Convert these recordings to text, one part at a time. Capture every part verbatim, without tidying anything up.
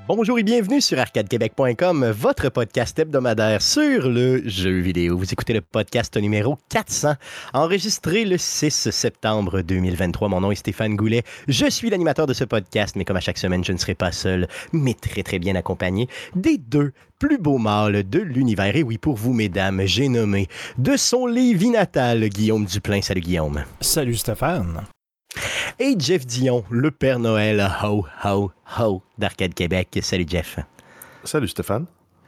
Bonjour et bienvenue sur arcade québec point com, votre podcast hebdomadaire sur le jeu vidéo. Vous écoutez le podcast numéro quatre cents, enregistré le six septembre deux mille vingt-trois. Mon nom est Stéphane Goulet. Je suis l'animateur de ce podcast, mais comme à chaque semaine, je ne serai pas seul, mais très très bien accompagné des deux plus beaux mâles de l'univers. Et oui, pour vous, mesdames, j'ai nommé de son Lévis natal, Guillaume Duplain. Salut Guillaume. Salut Stéphane. Et Jeff Dion, le Père Noël, ho, ho, ho, d'Arcade Québec. Salut Jeff. Salut Stéphane.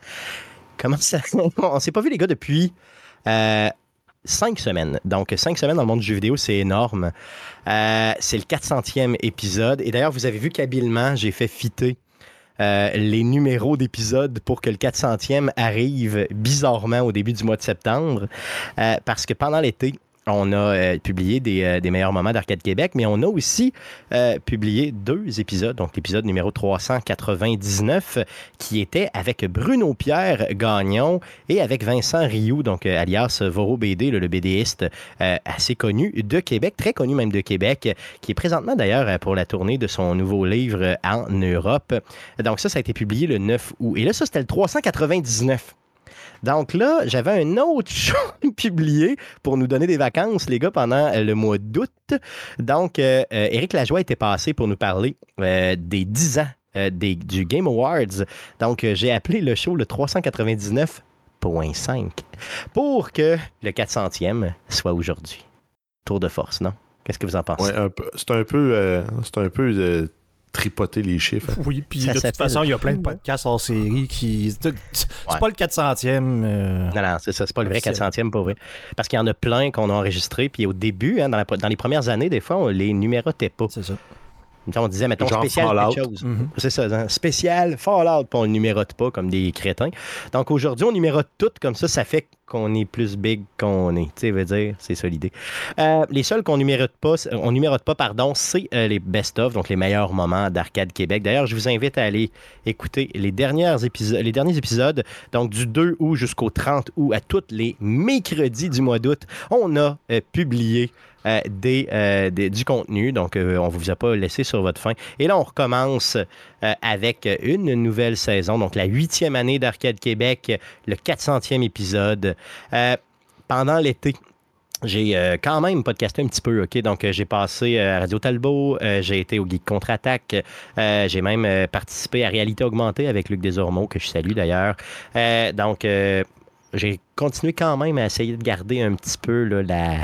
Comment ça? On s'est pas vu les gars depuis euh, cinq semaines. Donc cinq semaines dans le monde du jeu vidéo, c'est énorme. Euh, c'est le quatre centième épisode. Et d'ailleurs, vous avez vu qu'habilement, j'ai fait fitter euh, les numéros d'épisodes pour que le quatre centième arrive bizarrement au début du mois de septembre. Euh, parce que pendant l'été, on a euh, publié des, euh, des meilleurs moments d'Arcade Québec, mais on a aussi euh, publié deux épisodes. Donc, l'épisode numéro trois cent quatre-vingt-dix-neuf, qui était avec Bruno Pierre Gagnon et avec Vincent Rioux, donc euh, alias Voro B D, le, le BDiste euh, assez connu de Québec, très connu même de Québec, qui est présentement d'ailleurs pour la tournée de son nouveau livre en Europe. Donc, ça, ça a été publié le neuf août. Et là, ça, c'était le trois cent quatre-vingt-dix-neuf. Donc là, j'avais un autre show publié pour nous donner des vacances, les gars, pendant le mois d'août. Donc, euh, Éric Lajoie était passé pour nous parler euh, des dix ans euh, des, du Game Awards. Donc, euh, j'ai appelé le show le trois cent quatre-vingt-dix-neuf point cinq pour que le quatre centième soit aujourd'hui. Tour de force, non? Qu'est-ce que vous en pensez? Ouais, un peu, c'est un peu... Euh, c'est un peu euh, tripoter les chiffres. Oui, puis Ça de toute s'appelle- façon, il y a plein de podcasts hors série qui... C'est Ouais. pas le quatre centième. euh, Non, non, c'est ça, c'est pas le vrai officiel. quatre centième, pas vrai. Parce qu'il y en a plein qu'on a enregistrés, puis au début, hein, dans, la- dans les premières années, des fois, on les numérotait pas. C'est ça. On disait, mettons, Genre spécial Fallout. quelque chose. Mhm. C'est ça, hein, spécial Fallout, puis on le numérote pas comme des crétins. Donc aujourd'hui, on numérote tout comme ça, ça fait qu'on est plus big qu'on est. Tu sais, veut dire, c'est ça l'idée. Euh, les seuls qu'on numérote pas, c'est- on numérote pas, pardon, c'est euh, les best-of, donc les meilleurs moments d'Arcade Québec. D'ailleurs, je vous invite à aller écouter les, dernières épisodes, les derniers épisodes, donc du deux août jusqu'au trente août, à tous les mercredis du mois d'août. On a euh, publié Euh, des, euh, des- du contenu. Donc, euh, on ne vous a pas laissé sur votre faim. Et là, on recommence euh, avec une nouvelle saison. Donc, la huitième année d'Arcade Québec, le quatre centième épisode. Euh, pendant l'été, j'ai euh, quand même podcasté un petit peu, OK? Donc, euh, j'ai passé euh, à Radio Talbot, euh, j'ai été au Geek Contre-Attaque, euh, j'ai même euh, participé à Réalité Augmentée avec Luc Desormeaux, que je salue d'ailleurs. Euh, donc, euh, j'ai continué quand même à essayer de garder un petit peu là, la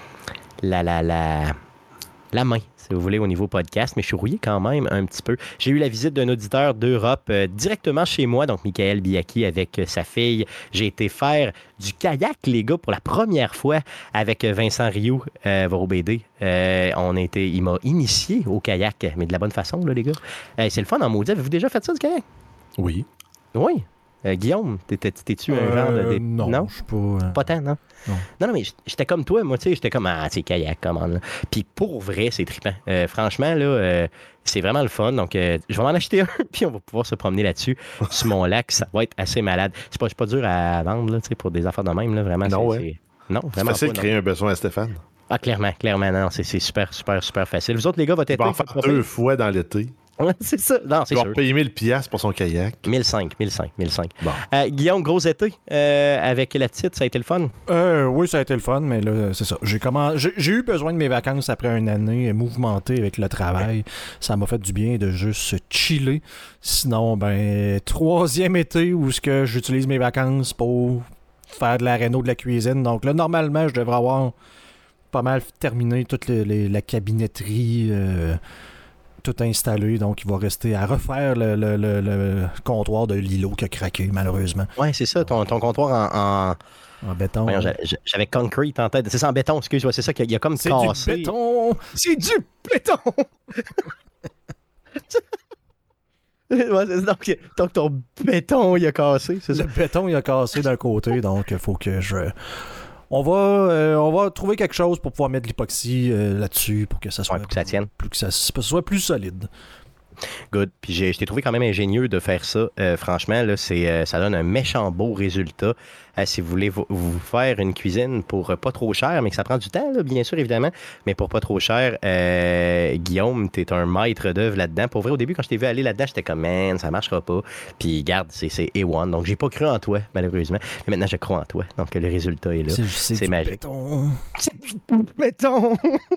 la, la, la, la main, si vous voulez, au niveau podcast, mais je suis rouillé quand même un petit peu. J'ai eu la visite d'un auditeur d'Europe euh, directement chez moi, donc Michael Biaki avec euh, sa fille. J'ai été faire du kayak, les gars, pour la première fois avec euh, Vincent Rioux, euh, Voro B D. Euh, on a été, il m'a initié au kayak, mais de la bonne façon, là, les gars. Euh, c'est le fun en maudit. Avez-vous déjà fait ça, du kayak? Oui. Oui. Euh, Guillaume, t'étais- t'es-tu un genre de... Euh, dé- non, non? je suis pas... euh, Pas tant, non? Non. Non, non, mais j'étais comme toi, moi, tu sais, j'étais comme, ah, c'est kayak, comment, là. Puis pour vrai, c'est trippant. Euh, franchement, là, euh, c'est vraiment le fun. Donc, euh, je vais en acheter un, puis on va pouvoir se promener là-dessus, sur mon lac. Ça va être assez malade. C'est pas, c'est pas dur à vendre, là, tu sais, pour des affaires de même, là, vraiment. Non, c'est, ouais. c'est- Non, C'est vraiment facile pas, de non. créer un besoin à Stéphane. Ah, clairement, clairement, non, c'est, c'est super, super, super facile. Vous autres, les gars, votre Il été, va en faites faire pas deux pire? fois dans l'été. Ouais, c'est ça. Non, c'est Il va sûr. payer mille piastres pour son kayak. mille cinq, mille cinq, mille cinq. Bon. Euh, Guillaume, gros été, euh, avec la petite, ça a été le fun? Euh, oui, ça a été le fun, mais là, c'est ça. J'ai, comment... j'ai, j'ai eu besoin de mes vacances après une année mouvementée avec le travail. Ça m'a fait du bien de juste chiller. Sinon, ben, troisième été où ce que j'utilise mes vacances pour faire de la réno de la cuisine. Donc là, normalement, je devrais avoir pas mal terminé toute les, les- la cabinetterie, euh, tout installé. Donc, il va rester à refaire le, le- le- le comptoir de Lilo qui a craqué, malheureusement, Ouais, c'est ça, ton, ton comptoir en... en... en béton. Voyons, j'avais, j'avais concrete en tête. C'est ça, en béton, excuse-moi, c'est ça qu'il y a comme C'est cassé. du béton! C'est du béton! Ouais, c'est- donc, donc, ton béton, il a cassé, c'est ça? Le béton, il a cassé d'un côté, donc il faut que je... On va, euh, on va trouver quelque chose pour pouvoir mettre de l'époxy euh, là-dessus pour que ça soit Ouais, pour que ça tienne. plus que ça, ça soit plus solide. Good. Puis j'ai, je t'ai trouvé quand même ingénieux de faire ça. Euh, franchement, là, c'est, euh, ça donne un méchant beau résultat. Euh, si vous voulez vous, vous faire une cuisine pour euh, pas trop cher, mais que ça prend du temps, là, bien sûr, évidemment, mais pour pas trop cher, euh, Guillaume, t'es un maître d'œuvre là-dedans. Pour vrai, au début, quand je t'ai vu aller là-dedans, j'étais comme, man, ça marchera pas. Puis garde, c'est, c'est A un. Donc, j'ai pas cru en toi, malheureusement. Mais maintenant, je crois en toi. Donc, le résultat est là. C'est, c'est, c'est du magique. béton. C'est du béton.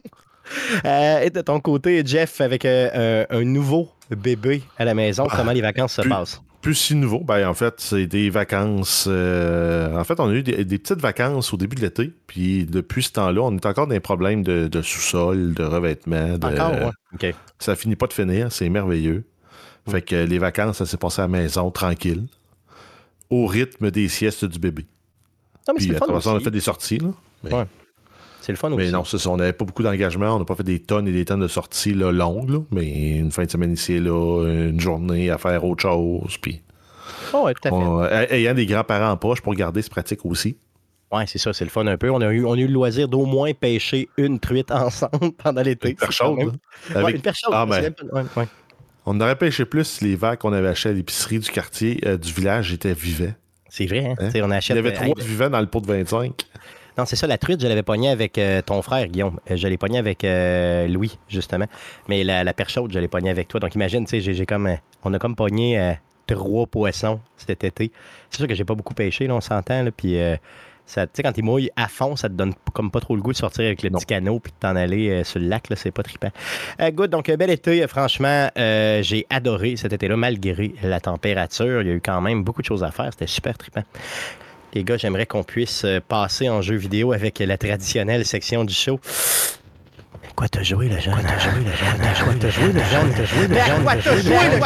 Euh, et de ton côté, Jeff, avec euh, un, un nouveau bébé à la maison, Ah, comment les vacances se plus, passent? Plus si nouveau, ben en fait, c'est des vacances. Euh, en fait, on a eu des, des petites vacances au début de l'été, puis depuis ce temps-là, on est encore dans des problèmes de, de sous-sol, de revêtement. De, Encore, ouais. OK. Ça finit pas de finir, c'est merveilleux. Mm. Fait que les vacances, ça s'est passé à la maison, tranquille, au rythme des siestes du bébé. Non, mais puis c'est le fun à aussi. on a fait des sorties, là. Mais... Ouais. C'est le fun aussi. Mais non, c'est ça, on n'avait pas beaucoup d'engagement, on n'a pas fait des tonnes et des tonnes de sorties là, longues, là, mais une fin de semaine ici et là, une journée à faire autre chose, puis... Oh, ouais, tout à fait. On, ayant des grands-parents en poche pour garder, c'est pratique aussi. Ouais, c'est ça, c'est le fun un peu. On a eu, on a eu le loisir d'au moins pêcher une truite ensemble pendant l'été. Une perche chaude, même... hein? Ouais, Avec... une perche chaude. Ah, mais... ouais, ouais. On aurait pêché plus les vagues qu'on avait achetées à l'épicerie du quartier, euh, du village, étaient vivants. C'est vrai, hein? hein? On achète, Il y avait trois euh, vivants dans le pot de vingt-cinq. Non, c'est ça, la truite, je l'avais pognée avec euh, ton frère, Guillaume. Euh, je l'ai pognée avec euh, Louis, justement. Mais la, la perche chaude, je l'ai pognée avec toi. Donc imagine, tu sais, j'ai, j'ai comme, euh, on a comme pogné euh, trois poissons cet été. C'est sûr que j'ai pas beaucoup pêché, là, on s'entend. Là, puis, euh, tu sais, quand tu mouilles à fond, ça te donne comme pas trop le goût de sortir avec le non. petit canot puis de t'en aller euh, sur le lac. Là, c'est pas trippant. Euh, good, donc bel été. Franchement, euh, j'ai adoré cet été-là, malgré la température. Il y a eu quand même beaucoup de choses à faire. C'était super trippant. Les gars, j'aimerais qu'on puisse passer en jeu vidéo avec la traditionnelle section du show. Quoi t'as joué, le jeune? Quoi t'as joué, le jeune? Quoi t'as joué, le jeune? T'as joué, le jeune? Quoi t'as joué, le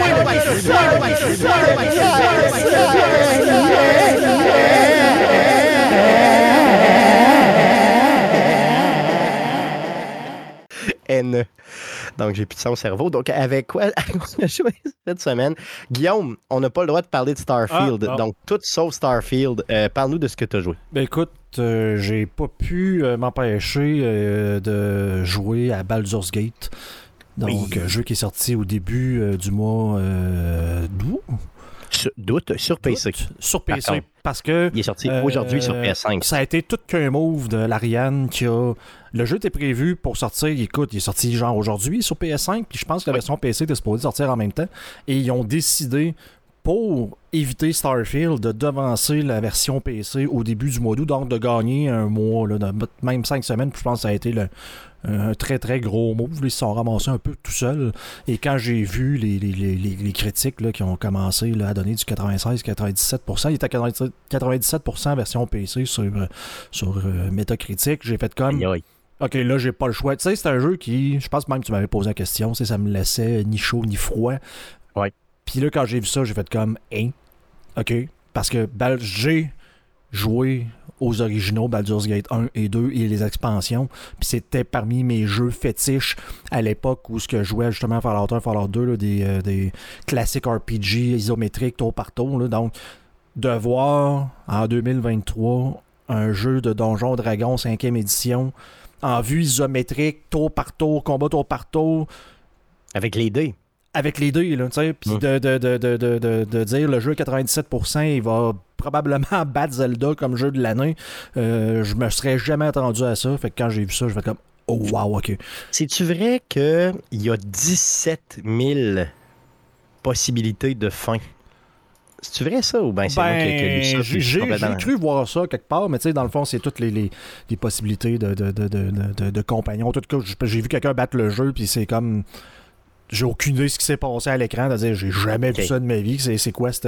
jeune? N. Donc, j'ai plus de son au cerveau. Donc, avec quoi on a joué cette semaine? Guillaume, on n'a pas le droit de parler de Starfield. Ah, donc, tout sauf Starfield. Euh, parle-nous de ce que tu as joué. Ben écoute, euh, j'ai pas pu euh, m'empêcher euh, de jouer à Baldur's Gate. Donc, Oui. un jeu qui est sorti au début euh, du mois euh, d'août. Sur, doute, sur P C. Doute, sur P C. Par contre, parce que. il est sorti euh, aujourd'hui sur P S cinq. Ça a été tout qu'un move de l'Ariane qui a. Le jeu était prévu pour sortir. Écoute, il est sorti genre aujourd'hui sur P S cinq. Puis je pense que la oui. version P C était supposée sortir en même temps. Et ils ont décidé, pour éviter Starfield, de devancer la version P C au début du mois d'août. Donc de gagner un mois, là, de, même cinq semaines. Puis je pense que ça a été le. Un très très gros move. Ils se sont ramassés un peu tout seuls. Et quand j'ai vu les, les, les, les critiques là, qui ont commencé là, à donner du quatre-vingt-seize à quatre-vingt-dix-sept pour cent, il était à quatre-vingt-dix-sept pour cent version P C sur, sur euh, Metacritic, j'ai fait comme... Aïe, aïe. OK, là, j'ai pas le choix. Tu sais, c'est un jeu qui... Je pense même que tu m'avais posé la question. Ça me laissait ni chaud ni froid. Ouais. Puis là, quand j'ai vu ça, j'ai fait comme... Hein? OK. Parce que ben, j'ai joué aux originaux Baldur's Gate un et deux et les expansions. Puis c'était parmi mes jeux fétiches à l'époque où ce que je jouais justement à Fallout un, Fallout deux, là, des, euh, des classiques R P G isométriques tour par tour. Là. Donc, de voir en deux mille vingt-trois un jeu de Donjons Dragons cinquième édition en vue isométrique, tour par tour, combat tour par tour. Avec les dés. Avec les deux, là, tu sais, puis mmh. de, de, de, de, de, de, de dire le jeu à quatre-vingt-dix-sept pour cent, il va probablement battre Zelda comme jeu de l'année. Euh, je me serais jamais attendu à ça. Fait que quand j'ai vu ça, je vais comme oh wow, ok. C'est-tu vrai qu'il y a dix-sept mille possibilités de fin? C'est-tu vrai ça ou bien c'est ben, moi qui ai lu ça? J'ai, j'ai, j'ai cru voir ça quelque part, mais tu sais, dans le fond, c'est toutes les, les, les possibilités de, de, de, de, de, de compagnons. En tout cas, j'ai vu quelqu'un battre le jeu, puis c'est comme. J'ai aucune idée de ce qui s'est passé à l'écran. C'est-à-dire, j'ai jamais okay. vu ça de ma vie. C'est, c'est quoi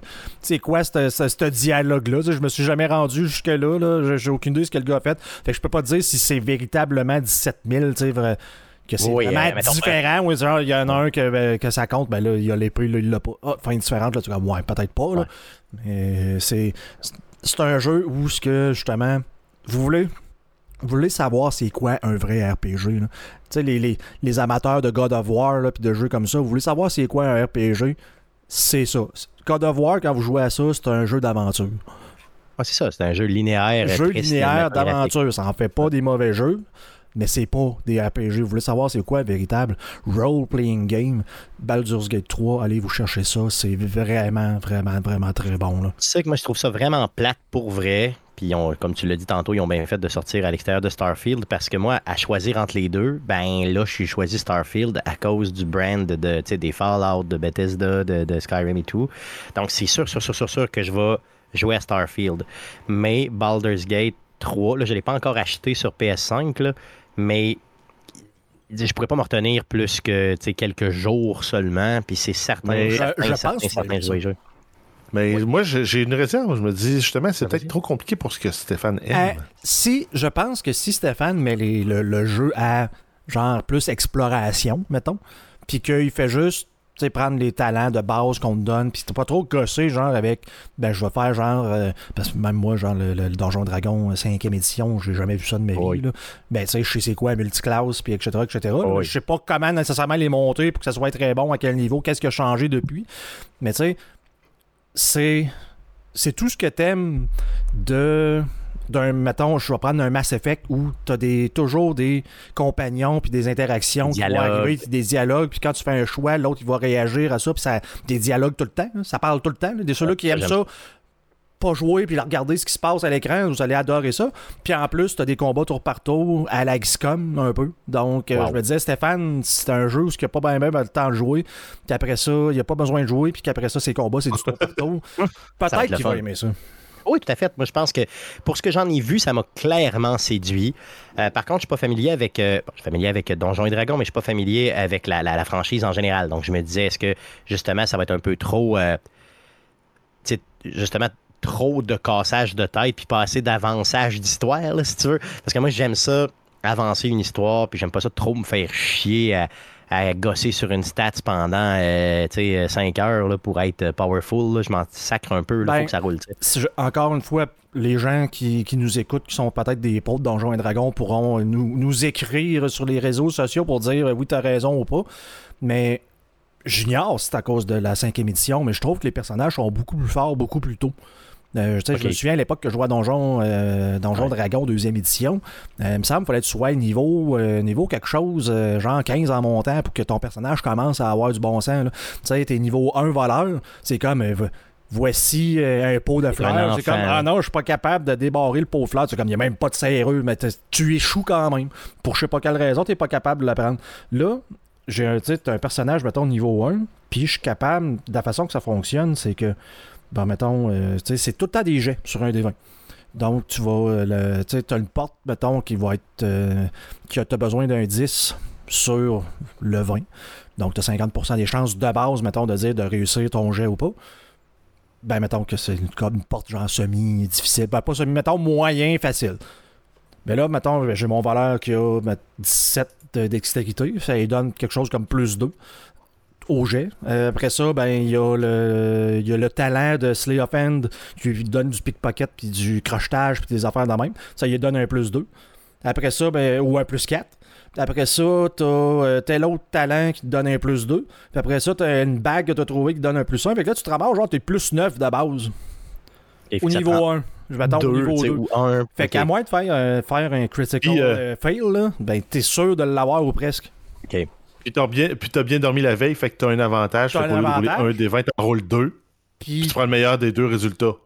ce dialogue-là? Je me suis jamais rendu jusque-là. Là. J'ai aucune idée de ce que le gars a fait. Fait que je peux pas te dire si c'est véritablement dix-sept mille, vrai, que c'est oui, vraiment euh, différent. Oui, genre, il y en a un que, que ça compte, ben là, il y a l'épée, là, il l'a pas. Ah, fin différente, là, tu vas ouais, peut-être pas. Là. Ouais. Mais c'est, c'est un jeu où, ce que, justement, vous voulez... Vous voulez savoir c'est quoi un vrai R P G, là? Tu sais, les, les, les amateurs de God of War puis de jeux comme ça, vous voulez savoir c'est quoi un R P G? C'est ça. God of War, quand vous jouez à ça, c'est un jeu d'aventure. Ah, c'est ça, c'est un jeu linéaire. Jeu linéaire d'aventure. Ça en fait pas des mauvais jeux. mais c'est pas des R P G. Vous voulez savoir c'est quoi un véritable role-playing game? Baldur's Gate trois, allez vous chercher ça. C'est vraiment, vraiment, vraiment très bon. Là. Tu sais que moi, je trouve ça vraiment plate pour vrai. Puis, on, comme tu l'as dit tantôt, ils ont bien fait de sortir à l'extérieur de Starfield parce que moi, à choisir entre les deux, ben là, je suis choisi Starfield à cause du brand de, tu sais, des Fallout, de Bethesda, de, de Skyrim et tout. Donc, c'est sûr, sûr, sûr, sûr, sûr que je vais jouer à Starfield. Mais Baldur's Gate trois, là, je ne l'ai pas encore acheté sur P S cinq, là, mais je pourrais pas me retenir plus que quelques jours seulement, puis c'est certain, mais certain, je, je certain, pense certain, je vais y jouer. Mais oui. moi, j'ai une réserve. Je me dis, justement, c'est peut-être vas-y. trop compliqué pour ce que Stéphane aime. Euh, si, je pense que si Stéphane met les, le, le jeu à genre plus exploration, mettons, puis qu'il fait juste tu sais, prendre les talents de base qu'on te donne, puis t'es pas trop gossé, genre, avec, ben, je vais faire, genre, euh, parce que même moi, genre, le, le Donjon Dragon cinquième édition, j'ai jamais vu ça de ma oui. vie, là. Ben, tu sais, je sais c'est quoi, multiclass, puis et cetera, et cetera. Oui. Je sais pas comment nécessairement les monter pour que ça soit très bon, à quel niveau, qu'est-ce qui a changé depuis. Mais, tu sais, c'est... c'est tout ce que t'aimes de... d'un, mettons, je vais prendre un Mass Effect où t'as des, toujours des compagnons puis des interactions qui vont arriver, des dialogues, puis quand tu fais un choix, l'autre il va réagir à ça, puis ça des dialogues tout le temps, là, ça parle tout le temps, là, des ceux-là qui aiment ça, pas jouer puis regarder ce qui se passe à l'écran, vous allez adorer ça. Puis en plus, t'as des combats tour par tour à la X COM un peu. Donc, wow. euh, je me disais, Stéphane, c'est un jeu où il n'y a pas bien même le temps de jouer, puis après ça, il n'y a pas besoin de jouer, puis qu'après ça, ces combats, c'est du tour par tour. Peut-être qu'il va aimer ça. Oui, tout à fait. Moi, je pense que pour ce que j'en ai vu, ça m'a clairement séduit. Euh, par contre, je suis pas familier avec... Euh, bon, je suis familier avec Donjons et Dragons, mais je suis pas familier avec la, la, la franchise en général. Donc, je me disais, est-ce que, justement, ça va être un peu trop... Euh, tu sais, justement, trop de cassage de tête puis pas assez d'avançage d'histoire, là, si tu veux. Parce que moi, j'aime ça, avancer une histoire, puis j'aime pas ça trop me faire chier à... à gosser sur une stats pendant euh, cinq heures là, pour être powerful. Là, je m'en sacre un peu, il ben, faut que ça roule. Si je, encore une fois, les gens qui, qui nous écoutent, qui sont peut-être des pros de Donjons et Dragons, pourront nous, nous écrire sur les réseaux sociaux pour dire oui, t'as raison ou pas. Mais j'ignore si c'est à cause de la cinquième édition, mais je trouve que les personnages sont beaucoup plus forts, beaucoup plus tôt. Euh, okay. Je me souviens à l'époque que je jouais à Donjon, euh, Donjon ouais. Dragon deuxième édition. Euh, il me semble qu'il fallait que tu sois niveau, euh, niveau quelque chose, euh, genre quinze en montant pour que ton personnage commence à avoir du bon sens. Tu sais, t'es niveau un voleur, c'est comme euh, voici euh, un pot de fleurs. C'est comme ah non, je suis pas capable de débarrer le pot de fleurs. C'est comme il n'y a même pas de serrure, mais tu échoues quand même. Pour je sais pas quelle raison, t'es pas capable de l'apprendre. Là, j'ai un, un personnage, mettons, niveau un, puis je suis capable, de la façon que ça fonctionne, c'est que ben, mettons, euh, c'est tout le temps des jets sur un des vingt. Donc, tu vas, euh, tu as une porte, mettons, qui va être, euh, qui a, t'as besoin d'un dix sur le vingt. Donc, tu as cinquante pour cent des chances de base, mettons, de dire de réussir ton jet ou pas. Ben, mettons que c'est une, une porte genre semi-difficile. Ben, pas semi, mettons, moyen, facile. Mais là, mettons, j'ai mon valeur qui a ben, dix-sept de dextérité. Ça lui donne quelque chose comme plus deux. Au jet. Euh, après ça, ben il y a le il y a le talent de Slay of Hand qui lui donne du pickpocket puis du crochetage puis des affaires de même. Ça lui donne un plus deux. Après ça, ben ou un plus quatre. Après ça, t'as euh, tel autre talent qui te donne un plus deux. Puis après ça, t'as une bague que t'as trouvée qui te donne un plus un. Fait que là, tu travailles genre t'es plus neuf de base. Et au niveau un. Je m'attends au niveau deux. Ou un. Fait okay. qu'à moins de faire, euh, faire un critical puis, euh... Euh, fail, là, ben t'es sûr de l'avoir ou presque. OK. Puis t'as bien, bien dormi la veille, fait que t'as un avantage. T'as fait qu'au lieu de rouler un des vingt, t'en roules deux. Puis tu prends le meilleur des deux résultats.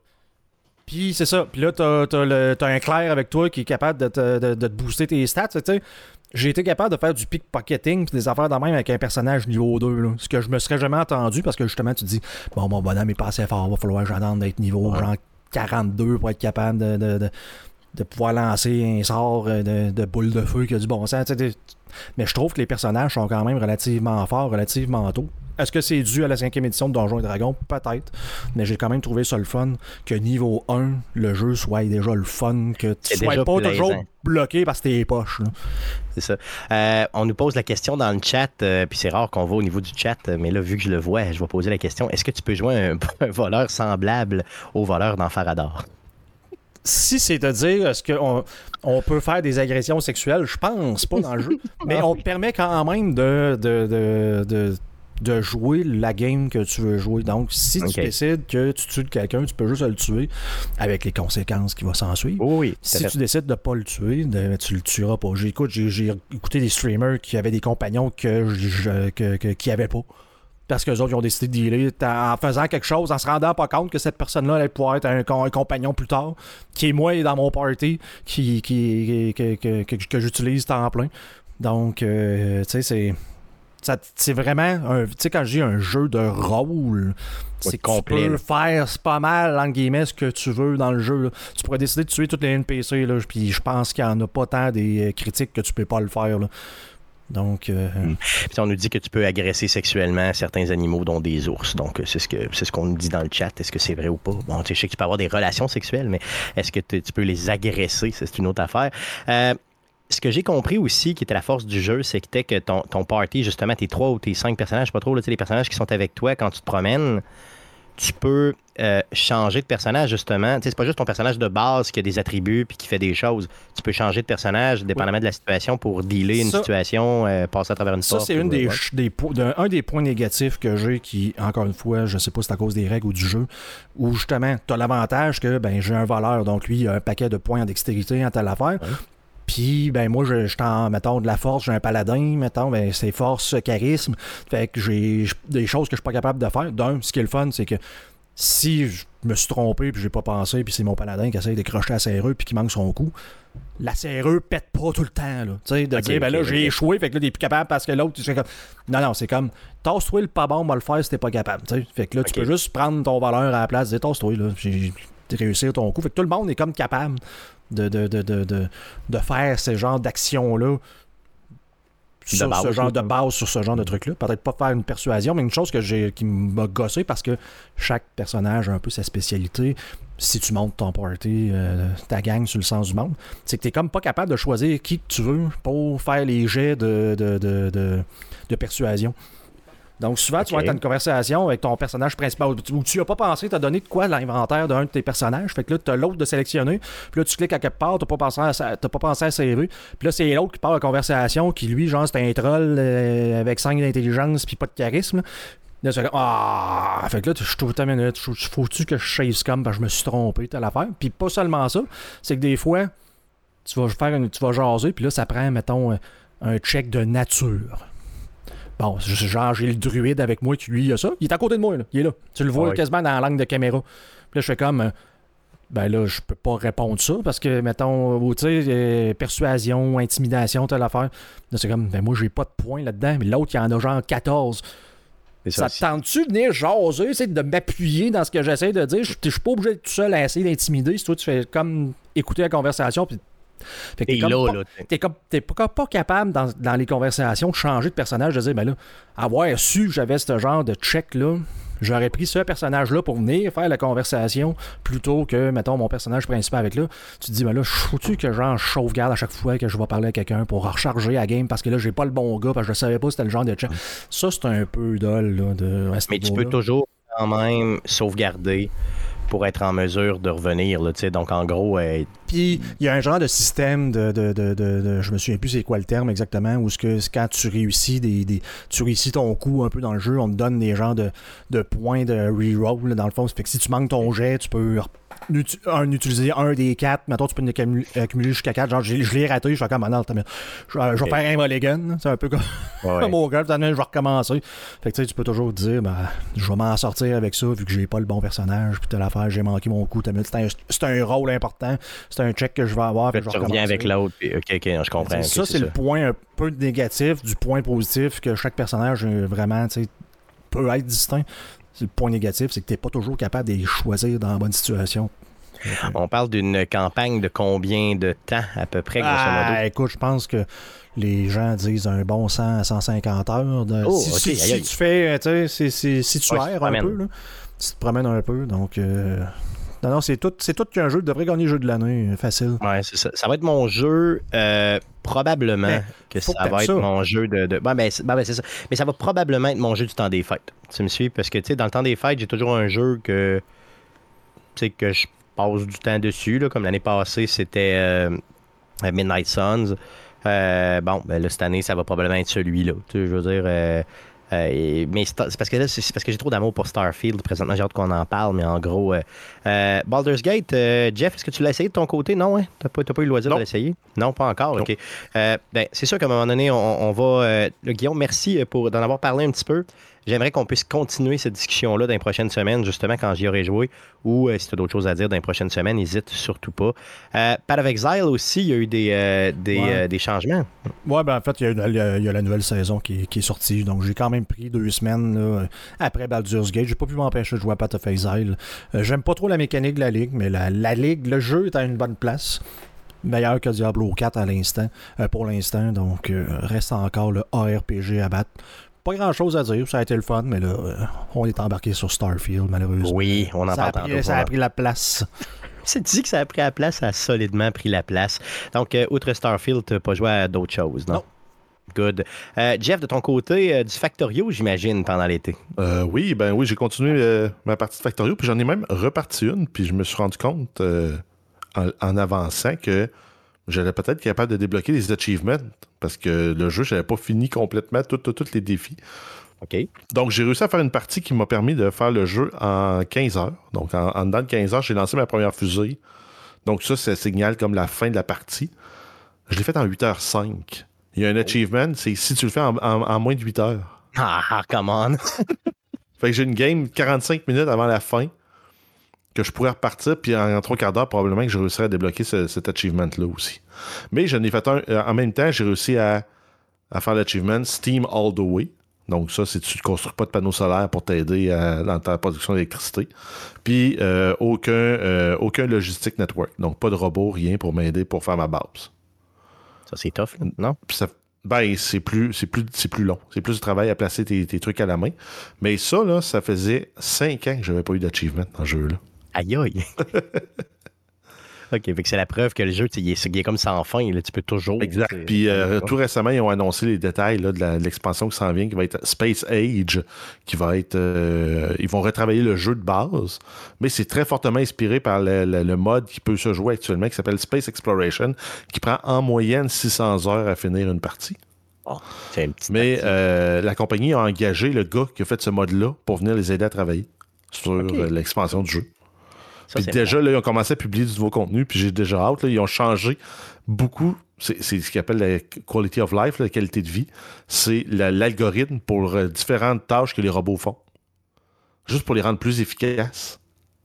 Puis c'est ça. Puis là, t'as, t'as, le, t'as un clair avec toi qui est capable de te, de, de te booster tes stats. Tu sais, j'ai été capable de faire du pickpocketing puis des affaires de même avec un personnage niveau deux. Là. Ce que je me serais jamais entendu parce que justement, tu dis bon, mon bonhomme est pas assez fort, va falloir que j'attende d'être niveau ouais. genre quarante-deux pour être capable de, de, de, de pouvoir lancer un sort de, de boule de feu qui a du bon sens. Tu sais, mais je trouve que les personnages sont quand même relativement forts, relativement tôt. Est-ce que c'est dû à la cinquième édition de Donjons et Dragons? Peut-être. Mais j'ai quand même trouvé ça le fun que niveau un, le jeu soit déjà le fun, que tu sois pas plaisant. Toujours bloqué parce que t'es poches. Là. C'est ça. Euh, on nous pose la question dans le chat, euh, puis c'est rare qu'on va au niveau du chat, mais là, vu que je le vois, je vais poser la question. Est-ce que tu peux jouer un, un voleur semblable au voleur dans Faradar? Si c'est de dire est-ce qu'on on peut faire des agressions sexuelles, je pense pas dans le jeu, mais on te permet quand même de, de, de, de de jouer la game que tu veux jouer. Donc, si okay. tu décides que tu tues quelqu'un, tu peux juste le tuer avec les conséquences qui vont s'en suivre. Oh oui, si tu décides de ne pas le tuer, de, tu le tueras pas. J'écoute, j'ai, j'ai écouté des streamers qui avaient des compagnons que, je, que, que, qui n'avaient pas. Parce qu'eux autres, ils ont décidé de dealer en faisant quelque chose, en se rendant pas compte que cette personne-là allait pouvoir être un, un compagnon plus tard, qui est moi dans mon party, qui, qui, que, que, que, que j'utilise temps plein. Donc, euh, tu sais, c'est... Ça, c'est vraiment, tu sais, quand je dis un jeu de rôle, c'est ouais, complet. Tu peux faire, c'est pas mal, entre guillemets, ce que tu veux dans le jeu. Là. Tu pourrais décider de tuer toutes les N P C, là, puis je pense qu'il n'y en a pas tant des critiques que tu peux pas le faire. Là. Donc, euh... mmh. Puis on nous dit que tu peux agresser sexuellement certains animaux, dont des ours. Donc, c'est ce que c'est ce qu'on nous dit dans le chat. Est-ce que c'est vrai ou pas? Bon, tu sais, je sais que tu peux avoir des relations sexuelles, mais est-ce que tu peux les agresser? Ça, c'est une autre affaire. Euh, ce que j'ai compris aussi, qui était la force du jeu, c'était que ton, ton party, justement, tes trois ou tes cinq personnages, pas trop, là, les personnages qui sont avec toi quand tu te promènes, tu peux euh, changer de personnage, justement. Tu sais, c'est pas juste ton personnage de base qui a des attributs puis qui fait des choses. Tu peux changer de personnage dépendamment oui. de la situation pour dealer une ça, situation, euh, passer à travers une ça, porte. Ça, c'est ou, une des, ouais. des, d'un, un des points négatifs que j'ai qui, encore une fois, je sais pas si c'est à cause des règles ou du jeu, où justement, tu as l'avantage que ben j'ai un voleur, donc lui, il a un paquet de points en dextérité en telle affaire. Ouais. Puis, ben moi, je suis en, mettons, de la force, j'ai un paladin, mettons, ben c'est force, charisme. Fait que j'ai des choses que je suis pas capable de faire. D'un, ce qui est le fun, c'est que si je me suis trompé puis j'ai pas pensé, puis c'est mon paladin qui essaye de crocher la serrure puis qui manque son coup, la serrure pète pas tout le temps, là. Tu sais, de okay, dire, ben là, okay, j'ai okay. échoué, fait que là, t'es plus capable parce que l'autre, tu sais, comme... Non, non, c'est comme, tasse-toi le pas bon, on va le faire si t'es pas capable, tu sais. Fait que là, okay. tu peux juste prendre ton voleur à la place, dire, tasse-toi, là, j'ai réussi ton coup. Fait que tout le monde est comme capable de, de, de, de, de, de faire ce genre d'actions-là. Sur base, ce genre de base, sur ce genre de truc-là. Peut-être pas faire une persuasion, mais une chose que j'ai, qui m'a gossé parce que chaque personnage a un peu sa spécialité. Si tu montes ton party, euh, ta gang sur le sens du monde, c'est que t'es comme pas capable de choisir qui que tu veux pour faire les jets de, de, de, de, de persuasion. Donc, souvent, okay. tu vas être en une conversation avec ton personnage principal où tu n'as pas pensé, tu as donné de quoi l'inventaire d'un de tes personnages. Fait que là, tu as l'autre de sélectionner. Puis là, tu cliques à quelque part, tu n'as pas pensé à, t'as pas pensé à saver. Puis là, c'est l'autre qui parle de conversation, qui lui, genre, c'est un troll euh, avec cinq d'intelligence puis pas de charisme. Là, tu fais ah! Fait que là, je trouve ta minute, faut-tu que je chase comme parce que je me suis trompé, telle affaire. Puis pas seulement ça, c'est que des fois, tu vas faire une, tu vas jaser, puis là, ça prend, mettons, un check de nature. Bon, genre, j'ai le druide avec moi qui, lui, il a ça. Il est à côté de moi, là. Il est là. Tu le vois oh oui. quasiment dans l'angle de caméra. Puis là, je fais comme... Euh, ben là, je peux pas répondre ça parce que, mettons, tu sais, euh, persuasion, intimidation, telle affaire. Là, c'est comme, ben moi, j'ai pas de points là-dedans, mais l'autre, il en a genre quatorze. Ça, ça te tente-tu de venir jaser, c'est de m'appuyer dans ce que j'essaie de dire? Je suis pas obligé d'être tout seul à essayer d'intimider. Si toi, tu fais comme écouter la conversation, puis fait que t'es, comme là, pas, là, t'es... T'es, comme, t'es pas, pas capable dans, dans les conversations de changer de personnage, de dire, ben là, avoir su que j'avais ce genre de check-là, j'aurais pris ce personnage-là pour venir faire la conversation plutôt que, mettons, mon personnage principal avec là. Tu te dis, ben là, faut-tu que genre, je sauvegarde à chaque fois que je vais parler à quelqu'un pour recharger la game parce que là, j'ai pas le bon gars parce que je savais pas c'était le genre de check. Ça, c'est un peu dole, là, de à ce Mais tu peux toujours quand même sauvegarder pour être en mesure de revenir, là, tu sais, donc en gros... Euh... Puis, il y a un genre de système de, de, de, de, de... Je me souviens plus c'est quoi le terme exactement, où ce que quand tu réussis des, des... tu réussis ton coup un peu dans le jeu, on te donne des genres de, de points de reroll, là, dans le fond. Ça fait que si tu manques ton jet, tu peux un, utiliser un des quatre. Mettons, tu peux en accumuler, accumuler jusqu'à quatre. Genre, je, je l'ai raté, je fais comme, ah non, je, je vais okay. faire un mulligan. C'est un peu comme ouais. mon golf, je vais recommencer. Fait que tu sais, tu peux toujours te dire, ben, je vais m'en sortir avec ça, vu que j'ai pas le bon personnage, puis t'as l'affaire, j'ai manqué mon coup. C'est un, c'est un rôle important, c'est un check que je vais avoir. Fait que tu reviens avec l'autre, puis ok, ok, non, je comprends. Okay, ça, c'est, c'est le ça. point un peu négatif du point positif que chaque personnage vraiment, tu sais, peut être distinct. C'est le point négatif, c'est que t'es pas toujours capable de les choisir dans la bonne situation. Okay. On parle d'une campagne de combien de temps à peu près, grosso modo? Ah, écoute, je pense que les gens disent un bon cent à cent cinquante heures. De... Oh, si, okay, si, si tu fais, tu sais, si, si, si tu ouais, erres un peu, là, tu te promènes un peu, donc... Euh... Non, non, c'est tout, c'est tout qu'un jeu. Devrait gagner le jeu de l'année, facile. Ouais, c'est ça. Ça va être mon jeu, euh, probablement ben, que ça que va être ça. mon jeu de... de... Ben, ben, c'est, ben, c'est ça. Mais ça va probablement être mon jeu du temps des fêtes. Tu me suis? Parce que, tu sais, dans le temps des fêtes, j'ai toujours un jeu que... Tu sais, que je passe du temps dessus, là, comme l'année passée, c'était euh, Midnight Suns. Euh, bon, ben là, cette année, ça va probablement être celui-là. Tu sais, je veux dire, euh, Euh, et- mais c'est c'est parce que là, c'est c'est parce que j'ai trop d'amour pour Starfield. Présentement, j'ai hâte qu'on en parle, mais en gros, euh, euh, Baldur's Gate, euh, Jeff, est-ce que tu l'as essayé de ton côté? Non, hein? T'as pas, t'as pas eu le loisir Non. de l'essayer? Non, pas encore, Non. OK. Euh, ben, c'est sûr qu'à un moment donné, on, on va... euh, le Guillaume, merci pour d'en avoir parlé un petit peu. J'aimerais qu'on puisse continuer cette discussion-là dans les prochaines semaines, justement, quand j'y aurai joué. Ou euh, si tu as d'autres choses à dire dans les prochaines semaines, n'hésite surtout pas. Euh, Path of Exile aussi, il y a eu des, euh, des, Ouais. euh, des changements. Ouais, ben en fait, il y, a une- il y a- il y a la nouvelle saison qui, est- qui est sortie. Donc, j'ai quand même pris deux semaines là, après Baldur's Gate. J'ai pas pu m'empêcher de jouer à Path of Exile. Euh, J'aime pas trop la mécanique de la Ligue, mais la, la Ligue, le jeu est à une bonne place. Meilleur que Diablo quatre à l'instant, euh, pour l'instant. Donc, euh, reste encore le A R P G à battre. Pas grand chose à dire, ça a été le fun, mais là, euh, on est embarqué sur Starfield, malheureusement. Oui, on en ça, a parle pris, tantôt. ça a pris la place. C'est dit que ça a pris la place, ça a solidement pris la place. Donc, euh, outre Starfield, tu n'as pas joué à d'autres choses, non? Non. Good. Euh, Jeff, de ton côté, euh, du Factorio, j'imagine, pendant l'été. Euh, oui, ben oui, j'ai continué euh, ma partie de Factorio, puis j'en ai même reparti une, puis je me suis rendu compte euh, en, en avançant que j'allais peut-être être capable de débloquer les achievements, parce que le jeu, je n'avais pas fini complètement tous les défis. OK. Donc, j'ai réussi à faire une partie qui m'a permis de faire le jeu en quinze heures. Donc, en, en dedans de quinze heures, j'ai lancé ma première fusée. Donc, ça, ça signale comme la fin de la partie. Je l'ai fait en huit heures cinq. Il y a un achievement, c'est si tu le fais en, en- en moins de huit heures. Ah, ah, come on. Fait que j'ai une game quarante-cinq minutes avant la fin que je pourrais repartir, puis en, en trois quarts d'heure, probablement que je réussirais à débloquer ce- cet achievement-là aussi. Mais j'en ai fait un. euh, En même temps, j'ai réussi à, à faire l'achievement Steam All the Way. Donc ça, c'est tu ne construis pas de panneaux solaires pour t'aider à- dans ta production d'électricité. Puis euh, aucun, euh, aucun logistique network. Donc pas de robot, rien pour m'aider pour faire ma base. Ça, c'est tough, là, non? Puis ça, ben, c'est plus, c'est plus, c'est plus long. C'est plus de travail à placer tes, tes trucs à la main. Mais ça, là, ça faisait cinq ans que je n'avais pas eu d'achievement dans ce jeu-là. Aïe, aïe. OK, fait que c'est la preuve que le jeu, tu sais, il est, il est comme sans fin. Là, tu peux toujours... Exact. tu sais, Puis euh, euh, tout récemment, ils ont annoncé les détails là, de, la- de l'expansion qui s'en vient, qui va être Space Age, qui va être... euh, ils vont retravailler le jeu de base, mais c'est très fortement inspiré par le, le- le mode qui peut se jouer actuellement, qui s'appelle Space Exploration, qui prend en moyenne six cents heures à finir une partie. oh, c'est une petite Mais partie. euh, la compagnie a engagé le gars qui a fait ce mode-là pour venir les aider à travailler sur Ok. euh, l'expansion du jeu. Ça, Puis c'est déjà, là, ils ont commencé à publier du nouveau contenu, puis j'ai déjà hâte. Là, ils ont changé beaucoup. C'est, c'est ce qu'ils appellent la quality of life, la qualité de vie. C'est la- l'algorithme pour euh, différentes tâches que les robots font. Juste pour les rendre plus efficaces.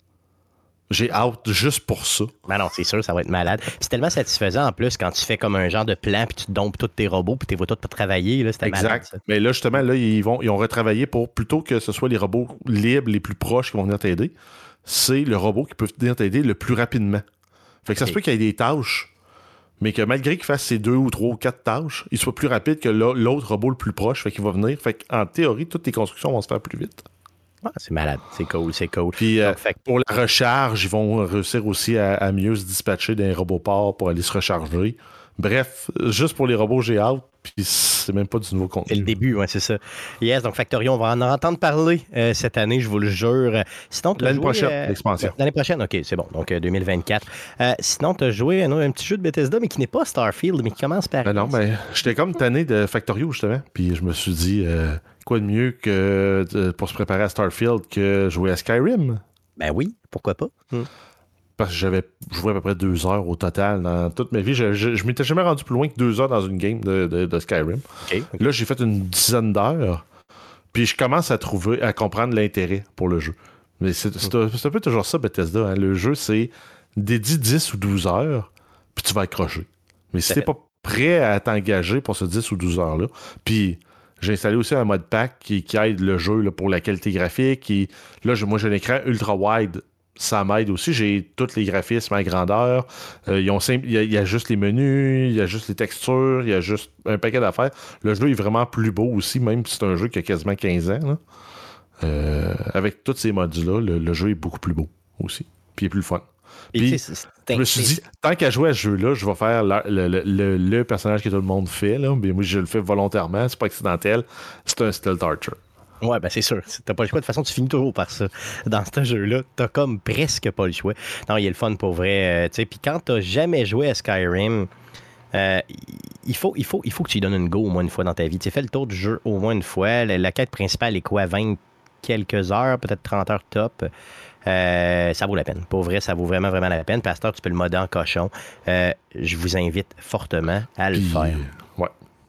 J'ai hâte juste pour ça. Ben non, c'est sûr, ça va être malade. Puis c'est tellement satisfaisant en plus quand tu fais comme un genre de plan, puis tu dompes tous tes robots, puis tu les vois tous pas travailler. Là, c'était malade, Exact. ça. Mais là, justement, là, ils, vont, ils ont retravaillé pour, plutôt que ce soit les robots libres les plus proches qui vont venir t'aider, c'est le robot qui peut venir t'aider le plus rapidement. Fait que ça Ok. se peut qu'il y ait des tâches, mais que malgré qu'il fasse ses deux ou trois ou quatre tâches, il soit plus rapide que l'au- l'autre robot le plus proche. Fait qu'il va venir. Fait qu'en théorie, toutes tes constructions vont se faire plus vite. Ah, c'est malade, c'est cool, c'est cool. Puis euh, Donc, fait que- pour la recharge, ils vont réussir aussi à, à mieux se dispatcher d'un roboport pour aller se recharger. Bref, juste pour les robots, j'ai hâte. Puis c'est même pas du nouveau contenu. c'est le début, ouais, c'est ça. Yes, donc Factorio, on va en entendre parler euh, cette année, je vous le jure. Sinon, t'as L'année joué, prochaine, euh, l'expansion. L'année prochaine, OK, c'est bon. Donc, euh, deux mille vingt-quatre. Euh, sinon, tu as joué un, un petit jeu de Bethesda, mais qui n'est pas Starfield, mais qui commence par... Ben non, ben, j'étais comme tanné de Factorio, justement. Puis je me suis dit, euh, quoi de mieux que de- pour se préparer à Starfield que jouer à Skyrim? Ben oui, pourquoi pas? Hmm. Parce que j'avais joué à peu près deux heures au total dans toute ma vie. Je, je, je m'étais jamais rendu plus loin que deux heures dans une game de, de, de Skyrim. OK. Là, j'ai fait une dizaine d'heures. Puis je commence à trouver, à comprendre l'intérêt pour le jeu. Mais c'est, c'est, un- c'est un peu toujours ça, Bethesda. Hein. Le jeu, c'est dédie dix ou douze heures, puis tu vas accrocher. Mais si Tout à t'es pas prêt à t'engager pour ce dix ou douze heures-là, puis j'ai installé aussi un mode pack qui, qui aide le jeu là, pour la qualité graphique. Et là, je- moi, j'ai un écran ultra-wide. Ça m'aide aussi. J'ai tous les graphismes à grandeur. Euh, ils ont simple- il, y a, il y a juste les menus, il y a juste les textures, il y a juste un paquet d'affaires. Le jeu est vraiment plus beau aussi, même si c'est un jeu qui a quasiment quinze ans. Là. Euh, avec tous ces mods-là, le, le jeu est beaucoup plus beau aussi. Puis il est plus le fun. Et Puis, tu sais, c'est- c'est- Je me suis c'est- dit, tant qu'à jouer à ce jeu-là, je vais faire la- le, le- le- le personnage que tout le monde fait. Là. Mais moi, je le fais volontairement, c'est pas accidentel. C'est un stealth archer. Ouais, ben c'est sûr. T'as pas le choix. De toute façon, tu finis toujours par ça. Dans ce jeu-là, t'as comme presque pas le choix. Non, il est le fun pour vrai. euh, tu sais, puis quand t'as jamais joué à Skyrim, euh, il faut, il, faut, il faut que tu lui donnes une go au moins une fois dans ta vie. Tu sais, fais le tour du jeu au moins une fois. La, la quête principale est quoi? vingt quelques heures, peut-être trente heures top. Euh, ça vaut la peine. Pour vrai, ça vaut vraiment, vraiment la peine. Pasteur, tu peux le modder en cochon. Euh, je vous invite fortement à le Puis, faire. Ouais.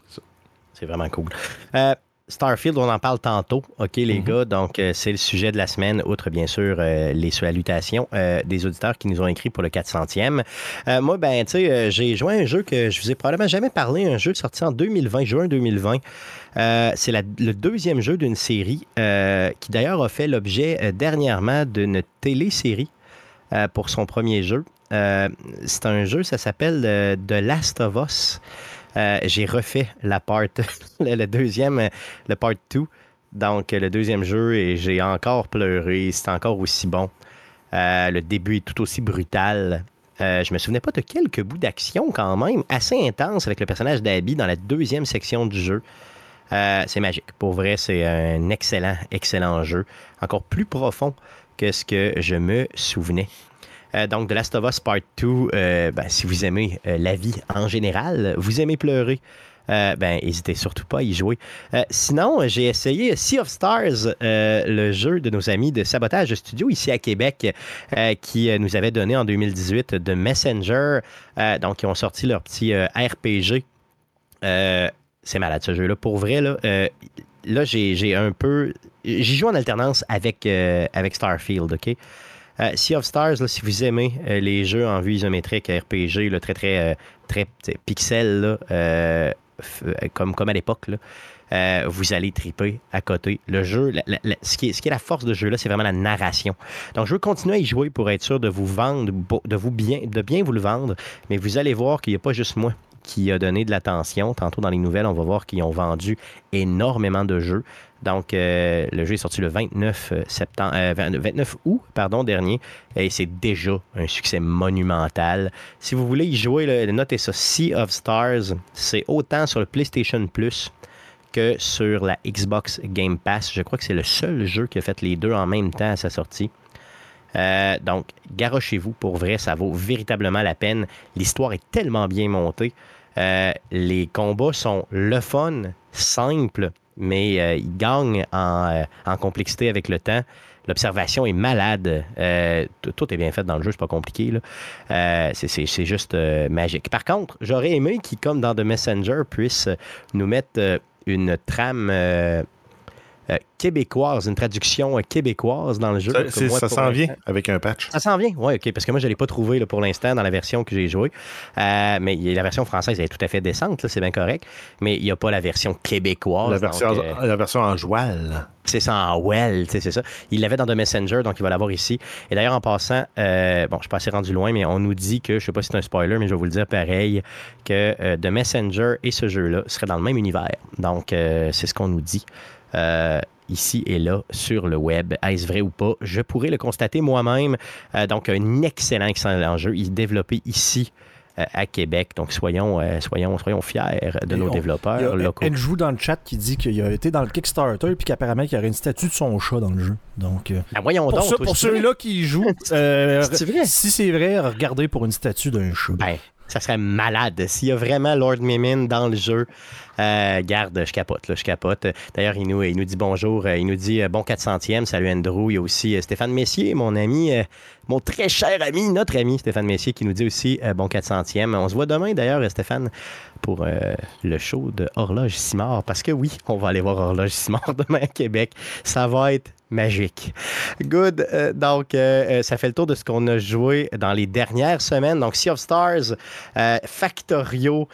C'est vraiment cool. Euh, Starfield, on en parle tantôt, OK, les Mm-hmm. gars. Donc, euh, c'est le sujet de la semaine, outre, bien sûr, euh, les salutations euh, des auditeurs qui nous ont écrit pour le quatre centième. Euh, moi, ben, tu sais, euh, j'ai joué à un jeu que je vous ai probablement jamais parlé, un jeu sorti en deux mille vingt, juin deux mille vingt. Euh, c'est la- le deuxième jeu d'une série euh, qui, d'ailleurs, a fait l'objet euh, dernièrement d'une télésérie euh, pour son premier jeu. Euh, c'est un jeu, ça s'appelle euh, The Last of Us. Euh, j'ai refait la part, le, le deuxième, le part deux, donc le deuxième jeu, et j'ai encore pleuré. C'est encore aussi bon. Euh, le début est tout aussi brutal. Euh, je me souvenais pas de quelques bouts d'action quand même, assez intenses avec le personnage d'Abby dans la deuxième section du jeu. Euh, c'est magique. Pour vrai, c'est un excellent, excellent jeu. Encore plus profond que ce que je me souvenais. Euh, donc, The Last of Us Part deux, euh, ben, si vous aimez euh, la vie en général, vous aimez pleurer, euh, ben, n'hésitez surtout pas à y jouer. Euh, sinon, j'ai essayé Sea of Stars, euh, le jeu de nos amis de Sabotage Studio ici à Québec, euh, qui euh, nous avait donné en deux mille dix-huit de Messenger. Euh, donc, ils ont sorti leur petit euh, R P G. Euh, c'est malade ce jeu-là. Pour vrai, là, euh, là j'ai, j'ai un peu. J'y joue en alternance avec, euh, avec Starfield, OK? Euh, Sea of Stars, là, si vous aimez euh, les jeux en vue isométrique, R P G, là, très, très, euh, très pixel, là, euh, f- comme, comme à l'époque, là, euh, vous allez triper à côté. Le jeu, la, la, la, ce, qui est, ce qui est la force de ce jeu-là, c'est vraiment la narration. Donc, je veux continuer à y jouer pour être sûr de vous vendre, de, vous bien, de bien vous le vendre, mais vous allez voir qu'il n'y a pas juste moi qui a donné de l'attention. Tantôt, dans les nouvelles, on va voir qu'ils ont vendu énormément de jeux. Donc, euh, le jeu est sorti le vingt-neuf, septembre, euh, vingt-neuf août pardon, dernier, et c'est déjà un succès monumental. Si vous voulez y jouer, là, notez ça, Sea of Stars, c'est autant sur le PlayStation Plus que sur la Xbox Game Pass. Je crois que c'est le seul jeu qui a fait les deux en même temps à sa sortie. Euh, donc, garochez-vous, pour vrai, ça vaut véritablement la peine. L'histoire est tellement bien montée. Euh, les combats sont le fun, simples, mais euh, ils gagnent en, euh, en complexité avec le temps. L'observation est malade. Euh, tout, tout est bien fait dans le jeu, c'est pas compliqué, là. Euh, c'est, c'est, c'est juste euh, magique. Par contre, j'aurais aimé qu'ils, comme dans The Messenger, puissent nous mettre euh, une trame euh, euh, québécoise, une traduction euh, québécoise dans le jeu. Ça, c'est, moi, ça s'en vient avec un patch. Ça s'en vient, oui, OK, parce que moi, je ne l'ai pas trouvé là, pour l'instant dans la version que j'ai jouée. Euh, mais la version française, elle est tout à fait décente, là, c'est bien correct. Mais il n'y a pas la version québécoise. La version, donc, euh, la version en joual. c'est ça en well, tu sais, c'est ça. Il l'avait dans The Messenger, donc il va l'avoir ici. Et d'ailleurs, en passant, euh, bon, je suis pas assez rendu loin, mais on nous dit que, je ne sais pas si c'est un spoiler, mais je vais vous le dire pareil, que euh, The Messenger et ce jeu-là seraient dans le même univers. Donc, euh, c'est ce qu'on nous dit. Euh, ici et là sur le web. Est-ce vrai ou pas? Je pourrais le constater moi-même. Euh, donc, un excellent, excellent jeu. Il est développé ici euh, à Québec. Donc, soyons, euh, soyons, soyons fiers de Et nos on, développeurs il y a, locaux. Elle joue dans le chat qui dit qu'il a été dans le Kickstarter puis qu'apparemment qu'il y aurait une statue de son chat dans le jeu. Donc, euh, Ben, voyons pour, donc. ça, toi, pour c'est vrai? ceux-là qui y jouent, euh, C'est vrai? si c'est vrai, regardez pour une statue d'un chat. Ben, ça serait malade. S'il y a vraiment Lord Mimin dans le jeu, euh, garde, je capote, là, je capote. D'ailleurs, il nous, il nous dit bonjour, il nous dit euh, bon quatre centième, salut Andrew. Il y a aussi euh, Stéphane Messier, mon ami, euh, mon très cher ami, notre ami Stéphane Messier, qui nous dit aussi euh, bon quatre centième. On se voit demain, d'ailleurs, Stéphane, pour euh, le show de Horloge Simard, parce que oui, on va aller voir Horloge Simard demain à Québec. Ça va être magique. Good. Euh, donc, euh, ça fait le tour de ce qu'on a joué dans les dernières semaines. Donc, Sea of Stars, euh, Factorio,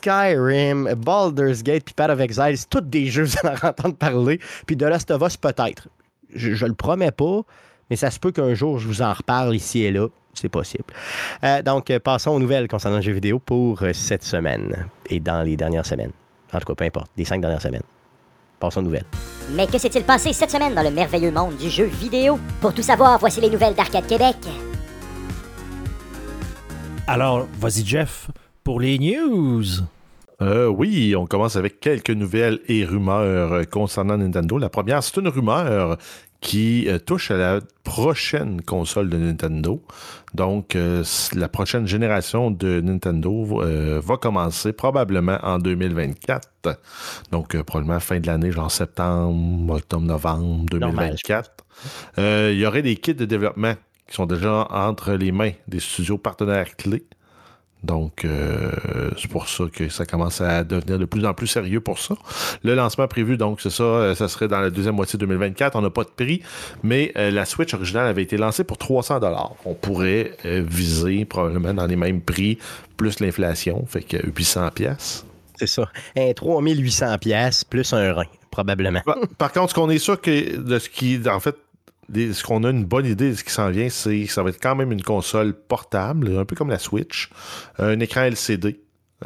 Skyrim, Baldur's Gate, puis Path of Exile, c'est tous des jeux, vous allez en entendre parler. Puis The Last of Us, peut-être. Je, je le promets pas, mais ça se peut qu'un jour, je vous en reparle ici et là. C'est possible. Euh, donc, euh, passons aux nouvelles concernant le jeu vidéo pour euh, cette semaine et dans les dernières semaines. En tout cas, peu importe, les cinq dernières semaines. Passons aux nouvelles. Mais que s'est-il passé cette semaine dans le merveilleux monde du jeu vidéo? Pour tout savoir, voici les nouvelles d'Arcade Québec. Alors, vas-y Jeff, pour les news. Euh, oui, on commence avec quelques nouvelles et rumeurs concernant Nintendo. La première, c'est une rumeur qui euh, touche à la prochaine console de Nintendo. Donc, euh, la prochaine génération de Nintendo euh, va commencer probablement en deux mille vingt-quatre. Donc, euh, probablement fin de l'année, genre septembre, octobre, novembre deux mille vingt-quatre. Euh, il y aurait des kits de développement qui sont déjà entre les mains des studios partenaires clés. Donc, euh, c'est pour ça que ça commence à devenir de plus en plus sérieux pour ça. Le lancement prévu, donc, c'est ça, ça serait dans la deuxième moitié deux mille vingt-quatre. On n'a pas de prix, mais euh, la Switch originale avait été lancée pour trois cents dollars. On pourrait euh, viser probablement dans les mêmes prix, plus l'inflation, fait que huit cents pièces. C'est ça. Un trois mille huit cents pièces plus un rein, probablement. Par, par contre, ce qu'on est sûr que de ce qui, en fait, Des, ce qu'on a une bonne idée de ce qui s'en vient, c'est que ça va être quand même une console portable, un peu comme la Switch, un écran L C D,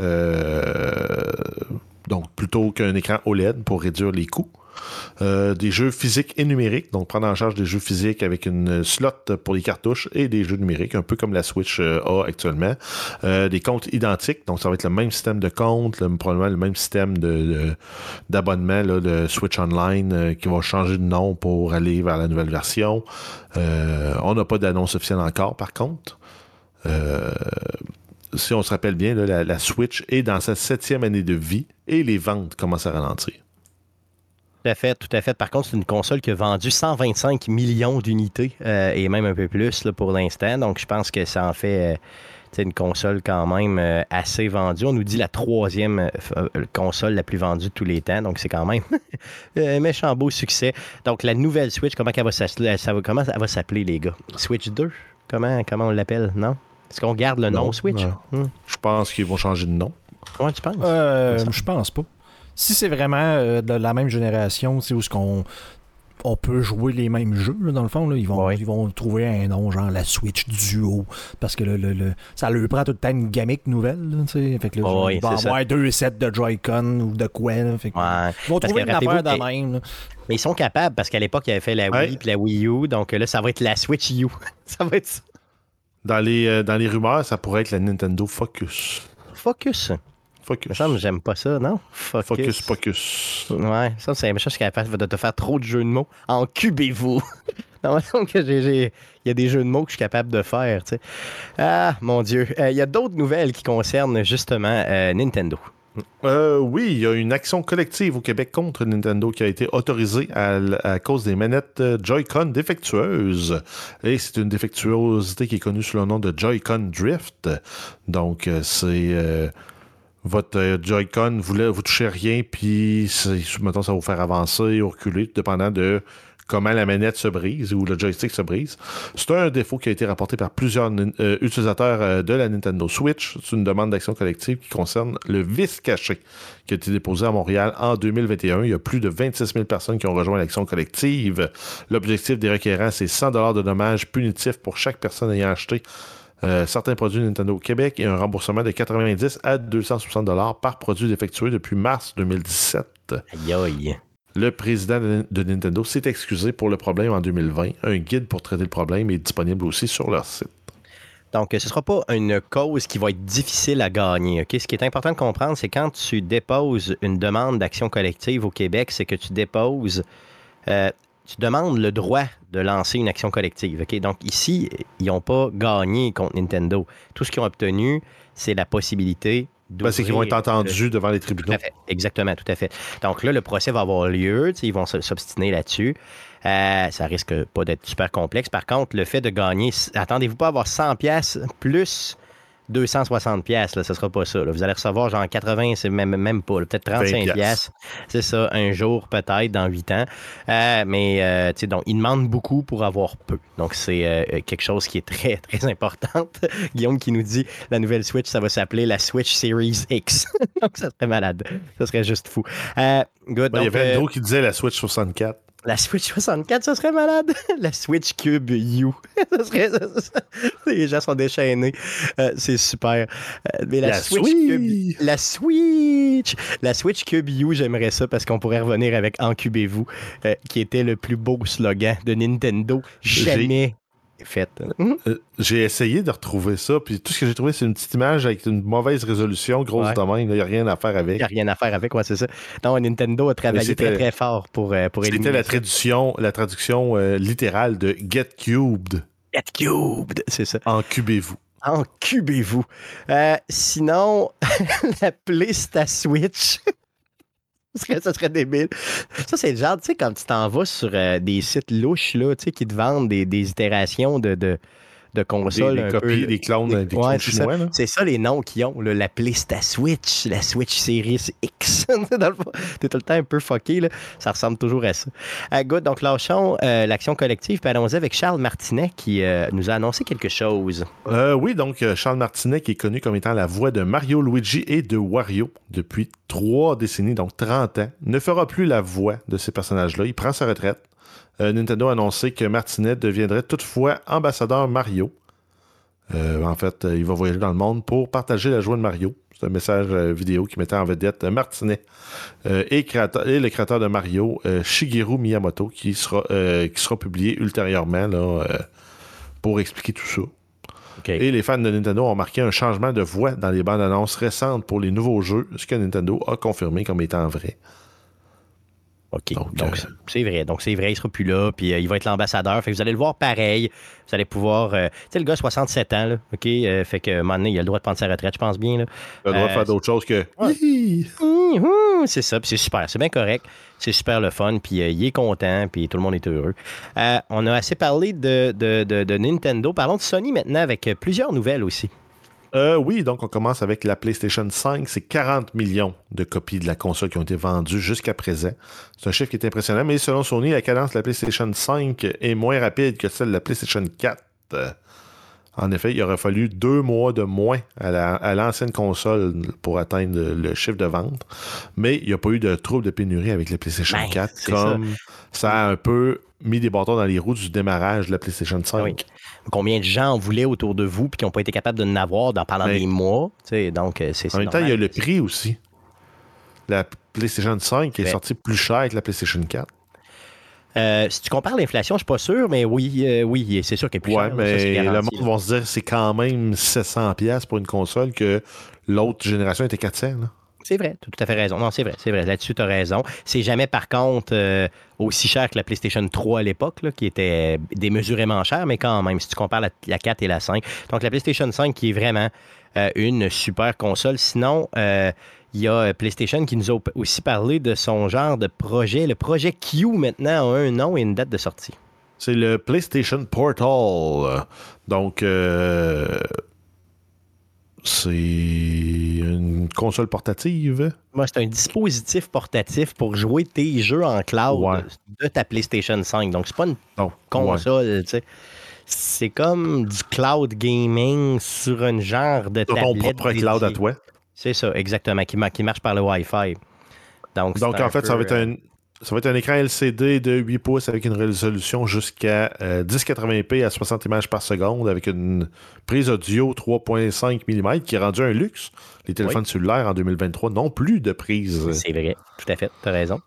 euh, donc plutôt qu'un écran O L E D pour réduire les coûts. Euh, des jeux physiques et numériques, donc prendre en charge des jeux physiques avec une slot pour les cartouches et des jeux numériques, un peu comme la Switch euh, a actuellement. Euh, des comptes identiques, donc ça va être le même système de compte, le, probablement le même système de, de, d'abonnement là, de Switch Online euh, qui va changer de nom pour aller vers la nouvelle version. Euh, on n'a pas d'annonce officielle encore, par contre. Euh, si on se rappelle bien, là, la, la Switch est dans sa septième année de vie et les ventes commencent à ralentir. Tout à fait, tout à fait. Par contre, c'est une console qui a vendu cent vingt-cinq millions d'unités euh, et même un peu plus là, pour l'instant. Donc, je pense que ça en fait euh, une console quand même euh, assez vendue. On nous dit la troisième euh, console la plus vendue de tous les temps. Donc, c'est quand même un méchant beau succès. Donc, la nouvelle Switch, comment elle va s'appeler, ça va, comment elle va s'appeler, les gars? Switch deux? Comment, comment on l'appelle? Non? Est-ce qu'on garde le non, nom Switch? Hmm. Je pense qu'ils vont changer de nom. Comment tu penses? Euh, je pense pas. Si c'est vraiment euh, de la même génération, où ce qu'on on peut jouer les mêmes jeux, là, dans le fond, là, ils, vont, ouais. ils vont trouver un nom, genre la Switch Duo, parce que le, le, le, ça leur prend tout le temps une gamique nouvelle. Là, fait que là, oh, il oui, va y avoir ça. deux sets de Joy-Con ou de quoi. Là, fait que, ouais. ils vont parce trouver une affaire de mais, même. Là. Mais ils sont capables, parce qu'à l'époque, ils avaient fait la Wii ouais. puis la Wii U, donc là, ça va être la Switch U. Ça va être ça. Dans les, euh, dans les rumeurs, ça pourrait être la Nintendo Focus. Focus. Focus. Ça, j'aime pas ça, non? Focus. Focus, focus. Ouais, ça, c'est un méchant qui est capable de te faire trop de jeux de mots. Encubez-vous. Non, donc, j'ai, j'ai... il y a des jeux de mots que je suis capable de faire, tu sais. Ah, mon Dieu. Euh, il y a d'autres nouvelles qui concernent justement euh, Nintendo. Euh, oui, il y a une action collective au Québec contre Nintendo qui a été autorisée à, à cause des manettes Joy-Con défectueuses. Et c'est une défectuosité qui est connue sous le nom de Joy-Con Drift. Donc, c'est... Euh, votre euh, Joy-Con, vous ne touchez rien, puis mettons, ça va vous faire avancer ou reculer, tout dépendant de comment la manette se brise ou le joystick se brise. C'est un défaut qui a été rapporté par plusieurs euh, utilisateurs euh, de la Nintendo Switch. C'est une demande d'action collective qui concerne le vice caché qui a été déposé à Montréal en deux mille vingt et un. Il y a plus de vingt-six mille personnes qui ont rejoint l'action collective. L'objectif des requérants, c'est cent dollars de dommages punitifs pour chaque personne ayant acheté Euh, certains produits Nintendo au Québec et un remboursement de quatre-vingt-dix à deux cent soixante dollars par produit défectueux depuis mars deux mille dix-sept. Aïe aïe. Le président de Nintendo s'est excusé pour le problème en deux mille vingt. Un guide pour traiter le problème est disponible aussi sur leur site. Donc, ce ne sera pas une cause qui va être difficile à gagner. Okay? Ce qui est important de comprendre, c'est quand tu déposes une demande d'action collective au Québec, c'est que tu déposes... Euh, tu demandes le droit de lancer une action collective. Okay? Donc ici, ils n'ont pas gagné contre Nintendo. Tout ce qu'ils ont obtenu, c'est la possibilité d'ouvrir... Ben, c'est qu'ils vont être entendus le... devant les tribunaux. Tout à fait. Exactement, tout à fait. Donc là, le procès va avoir lieu. Ils vont s'obstiner là-dessus. Euh, ça risque pas d'être super complexe. Par contre, le fait de gagner... Attendez-vous pas à avoir cent piastres plus... deux cent soixante piastres, là, ce sera pas ça. Là. Vous allez recevoir genre quatre-vingts, c'est même, même pas, là, peut-être trente-cinq piastres. C'est ça, un jour peut-être, dans huit ans. Euh, mais, euh, tu sais, donc, ils demandent beaucoup pour avoir peu. Donc, c'est euh, quelque chose qui est très, très important. Guillaume qui nous dit, la nouvelle Switch, ça va s'appeler la Switch Series X. Donc, ça serait malade. Ça serait juste fou. Euh, good, ben, donc, il y avait euh, un qui disait la Switch soixante-quatre. La Switch soixante-quatre, ça serait malade. La Switch Cube U. ça serait, ça, ça, les gens sont déchaînés. Euh, c'est super. Euh, mais la, la Switch, Switch Cube... La Switch! La Switch Cube U, j'aimerais ça parce qu'on pourrait revenir avec Encubez-vous, euh, qui était le plus beau slogan de Nintendo. Jamais, fait. Euh, j'ai essayé de retrouver ça, puis tout ce que j'ai trouvé, c'est une petite image avec une mauvaise résolution, grosse Ouais. de même. Il n'y a rien à faire avec. Il n'y a rien à faire avec, ouais, c'est ça. Non, Nintendo a travaillé très très fort pour, euh, pour éliminer C'était la ça. traduction, la traduction euh, littérale de Get Cubed. Get cubed, c'est ça. Encubez-vous. Encubez-vous. Euh, sinon, la PlayStation Switch. Ça serait, ça serait débile. Ça, c'est le genre, tu sais, quand tu t'en vas sur euh, des sites louches, là, tu sais, qui te vendent des, des itérations de, de, de consoles. Des, des un copies, peu, des clones, des, des ouais, clones c'est chinois. ça. Là. C'est ça les noms qu'ils ont, là, la PlayStation Switch, la Switch Series X. Dans le fond, t'es tout le temps un peu fucké, là. Ça ressemble toujours à ça. Euh, good, donc lâchons euh, l'action collective, puis allons-y avec Charles Martinet qui euh, nous a annoncé quelque chose. Euh, oui, donc Charles Martinet, qui est connu comme étant la voix de Mario, Luigi et de Wario depuis trois décennies, donc trente ans, ne fera plus la voix de ces personnages-là. Il prend sa retraite. Euh, Nintendo a annoncé que Martinet deviendrait toutefois ambassadeur Mario. Euh, en fait, euh, il va voyager dans le monde pour partager la joie de Mario. C'est un message euh, vidéo qui mettait en vedette euh, Martinet euh, et, créateur, et le créateur de Mario, euh, Shigeru Miyamoto, qui sera, euh, qui sera publié ultérieurement là, euh, pour expliquer tout ça. Okay. Et les fans de Nintendo ont marqué un changement de voix dans les bandes annonces récentes pour les nouveaux jeux, ce que Nintendo a confirmé comme étant vrai. OK. Donc, Donc, euh, c'est vrai. Donc, c'est vrai, il sera plus là, puis euh, il va être l'ambassadeur. Fait que vous allez le voir pareil. Vous allez pouvoir... Euh, tu sais, le gars, soixante-sept ans, là, OK? Euh, fait que, à un moment donné, il a le droit de prendre sa retraite, je pense bien, là. Il a le droit Euh, de faire d'autres choses que... Ouais. Hi! Hum, hum, c'est ça, puis c'est super. C'est bien correct. C'est super le fun, puis euh, il est content, puis tout le monde est heureux. Euh, on a assez parlé de, de, de, de Nintendo. Parlons de Sony maintenant, avec euh, plusieurs nouvelles aussi. Euh, oui, donc on commence avec la PlayStation cinq. C'est quarante millions de copies de la console qui ont été vendues jusqu'à présent. C'est un chiffre qui est impressionnant, mais selon Sony, la cadence de la PlayStation cinq est moins rapide que celle de la PlayStation quatre. Euh, en effet, il aurait fallu deux mois de moins à, la, à l'ancienne console pour atteindre le chiffre de vente. Mais il n'y a pas eu de trouble de pénurie avec la PlayStation Ben, quatre, c'est comme ça. ça a un peu mis des bâtons dans les roues du démarrage de la PlayStation cinq. Oui. Combien de gens en voulaient autour de vous puis qui n'ont pas été capables de n'avoir dans, pendant Mais, des mois. Donc, c'est, c'est en même normal. temps, il y a le prix aussi. La PlayStation cinq est sortie plus chère que la PlayStation quatre. Euh, si tu compares l'inflation, je suis pas sûr, mais oui, euh, oui, c'est sûr qu'elle est plus ouais, chère. mais ça, c'est garanti, le monde là. va se dire que c'est quand même sept cents dollars pour une console que l'autre génération était quatre cents. Là. C'est vrai, tu as tout à fait raison. Non, c'est vrai, c'est vrai. Là-dessus, tu as raison. C'est jamais, par contre, euh, aussi cher que la PlayStation trois à l'époque, là, qui était démesurément cher, mais quand même, si tu compares la, la quatre et la cinq. Donc, la PlayStation cinq qui est vraiment euh, une super console. Sinon, euh, il y a PlayStation qui nous a aussi parlé de son genre de projet. Le projet Q, maintenant, a un nom et une date de sortie. C'est le PlayStation Portal. Donc, euh, c'est une console portative. Moi, c'est un dispositif portatif pour jouer tes jeux en cloud ouais. de ta PlayStation cinq. Donc, c'est pas une oh, console, ouais. tu sais. C'est comme du cloud gaming sur un genre de sur tablette. Ton propre dédié. cloud à toi. C'est ça, exactement, qui, ma- qui marche par le Wi-Fi. Donc, Donc en fait, peu, ça va être un... Ça va être un écran L C D de huit pouces avec une résolution jusqu'à euh, dix quatre-vingts p à soixante images par seconde avec une prise audio trois virgule cinq millimètres qui est rendue un luxe. Les téléphones oui. cellulaires en deux mille vingt-trois n'ont plus de prise. C'est vrai, tout à fait, tu as raison.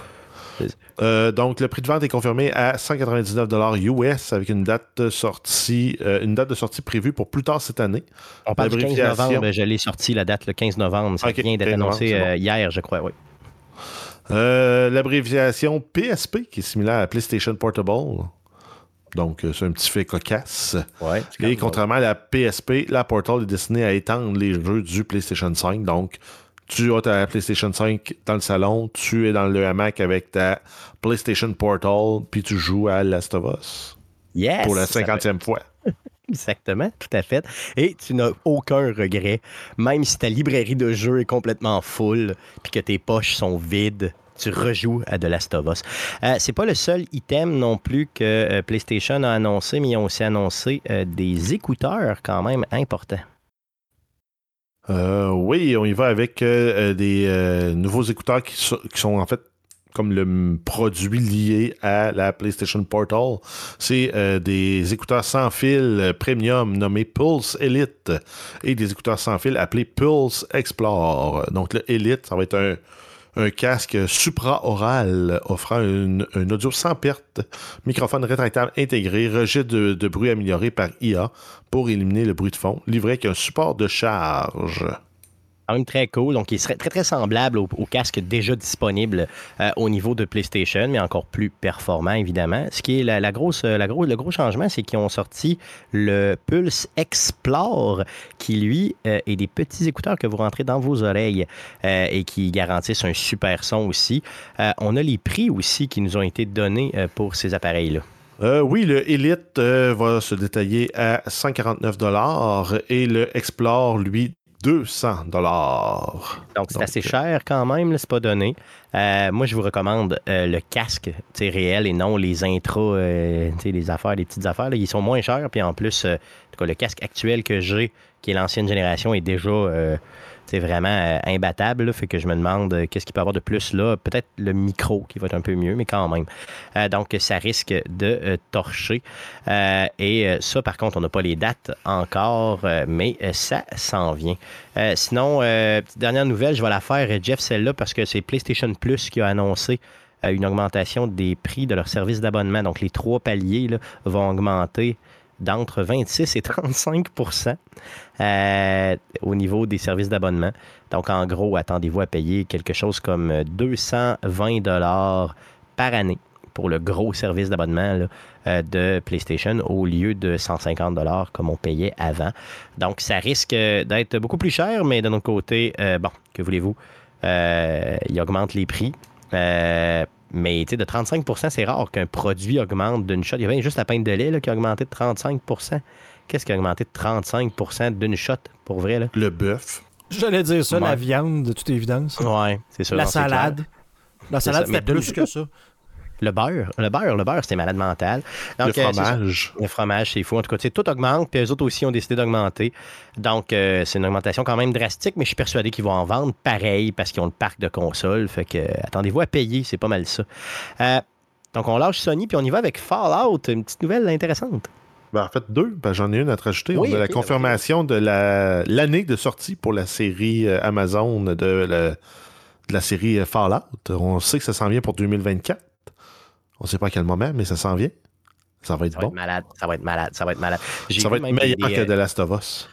Euh, donc le prix de vente est confirmé à cent quatre-vingt-dix-neuf dollars U S avec une date de sortie, euh, une date de sortie prévue pour plus tard cette année. On parle du quinze novembre, je l'ai sorti la date le quinze novembre. Ça okay, vient d'être annoncé novembre, euh, bon. hier, je crois, oui. Euh, l'abréviation P S P, qui est similaire à PlayStation Portable. Donc, euh, c'est un petit fait cocasse. Ouais, et contrairement bon. à la P S P, la Portal est destinée à étendre les jeux du PlayStation cinq. Donc, tu as ta PlayStation cinq dans le salon, tu es dans le hamac avec ta PlayStation Portal, puis tu joues à Last of Us. Yes! Pour la cinquantième fois. Exactement, tout à fait. Et tu n'as aucun regret, même si ta librairie de jeux est complètement full puis que tes poches sont vides, tu rejoues à The Last of Us. Euh, c'est pas le seul item non plus que euh, PlayStation a annoncé, mais ils ont aussi annoncé euh, des écouteurs quand même importants. Euh, oui, on y va avec euh, des euh, nouveaux écouteurs qui, so- qui sont en fait comme le produit lié à la PlayStation Portal. C'est euh, des écouteurs sans fil premium nommés Pulse Elite et des écouteurs sans fil appelés Pulse Explore. Donc le Elite, ça va être un, un casque supra-oral offrant une, un audio sans perte, microphone rétractable intégré, registre de, de bruit amélioré par I A pour éliminer le bruit de fond, livré avec un support de charge. Quand même très cool. Donc, il serait très, très semblable au, au casque déjà disponible euh, au niveau de PlayStation, mais encore plus performant, évidemment. Ce qui est la, la grosse, la gros, le gros changement, c'est qu'ils ont sorti le Pulse Explore, qui, lui, euh, est des petits écouteurs que vous rentrez dans vos oreilles euh, et qui garantissent un super son aussi. Euh, on a les prix aussi qui nous ont été donnés euh, pour ces appareils-là. Euh, oui, le Elite euh, va se détailler à cent quarante-neuf dollars et le Explore, lui, deux cents dollars. Donc, c'est Donc, assez cher quand même, là, c'est pas donné. Euh, moi, je vous recommande euh, le casque réel et non les intros, euh, les affaires, les petites affaires. Là, ils sont moins chers. Puis en plus, euh, en tout cas, le casque actuel que j'ai, qui est l'ancienne génération, est déjà euh, vraiment euh, imbattable. Là, fait que je me demande euh, qu'est-ce qu'il peut y avoir de plus là. Peut-être le micro qui va être un peu mieux, mais quand même. Euh, donc, ça risque de euh, torcher. Euh, et euh, ça, par contre, on n'a pas les dates encore, euh, mais euh, ça s'en vient. Euh, sinon, euh, petite dernière nouvelle, je vais la faire, Jeff, celle-là, parce que c'est PlayStation Plus qui a annoncé euh, une augmentation des prix de leur service d'abonnement. Donc, les trois paliers là, vont augmenter d'entre vingt-six et trente-cinq pour cent euh, au niveau des services d'abonnement. Donc, en gros, attendez-vous à payer quelque chose comme deux cent vingt dollars par année pour le gros service d'abonnement là, euh, de PlayStation au lieu de cent cinquante dollars comme on payait avant. Donc, ça risque d'être beaucoup plus cher, mais de notre côté, euh, bon, que voulez-vous, euh, il augmente les prix. Euh, mais de trente-cinq pour cent, c'est rare qu'un produit augmente d'une shot. Il y avait juste la pinte de lait là, qui a augmenté de trente-cinq pour cent. Qu'est-ce qui a augmenté de trente-cinq pour cent d'une shot, pour vrai? Là? Le bœuf. J'allais dire ça, ouais. La viande, de toute évidence. Ouais, c'est sûr. La salade. La salade, c'était plus que ça. Le beurre, le beurre, le beurre, c'était malade mental. Donc, le fromage. Euh, le fromage, c'est fou. En tout cas, tout augmente, puis eux autres aussi ont décidé d'augmenter. Donc, euh, c'est une augmentation quand même drastique, mais je suis persuadé qu'ils vont en vendre pareil parce qu'ils ont le parc de consoles. Fait que, euh, attendez-vous à payer, c'est pas mal ça. Euh, donc, on lâche Sony, puis on y va avec Fallout, une petite nouvelle intéressante. Ben, en fait, deux. Ben, j'en ai une à te rajouter. Oui, on a okay, la confirmation okay. de la, l'année de sortie pour la série euh, Amazon de, la, de la série Fallout. On sait que ça s'en vient pour deux mille vingt-quatre. On ne sait pas à quel moment, mais ça s'en vient. Ça va être ça bon. Va être malade, ça va être malade, ça va être malade. J'ai ça va être meilleur des, que The Last of Us.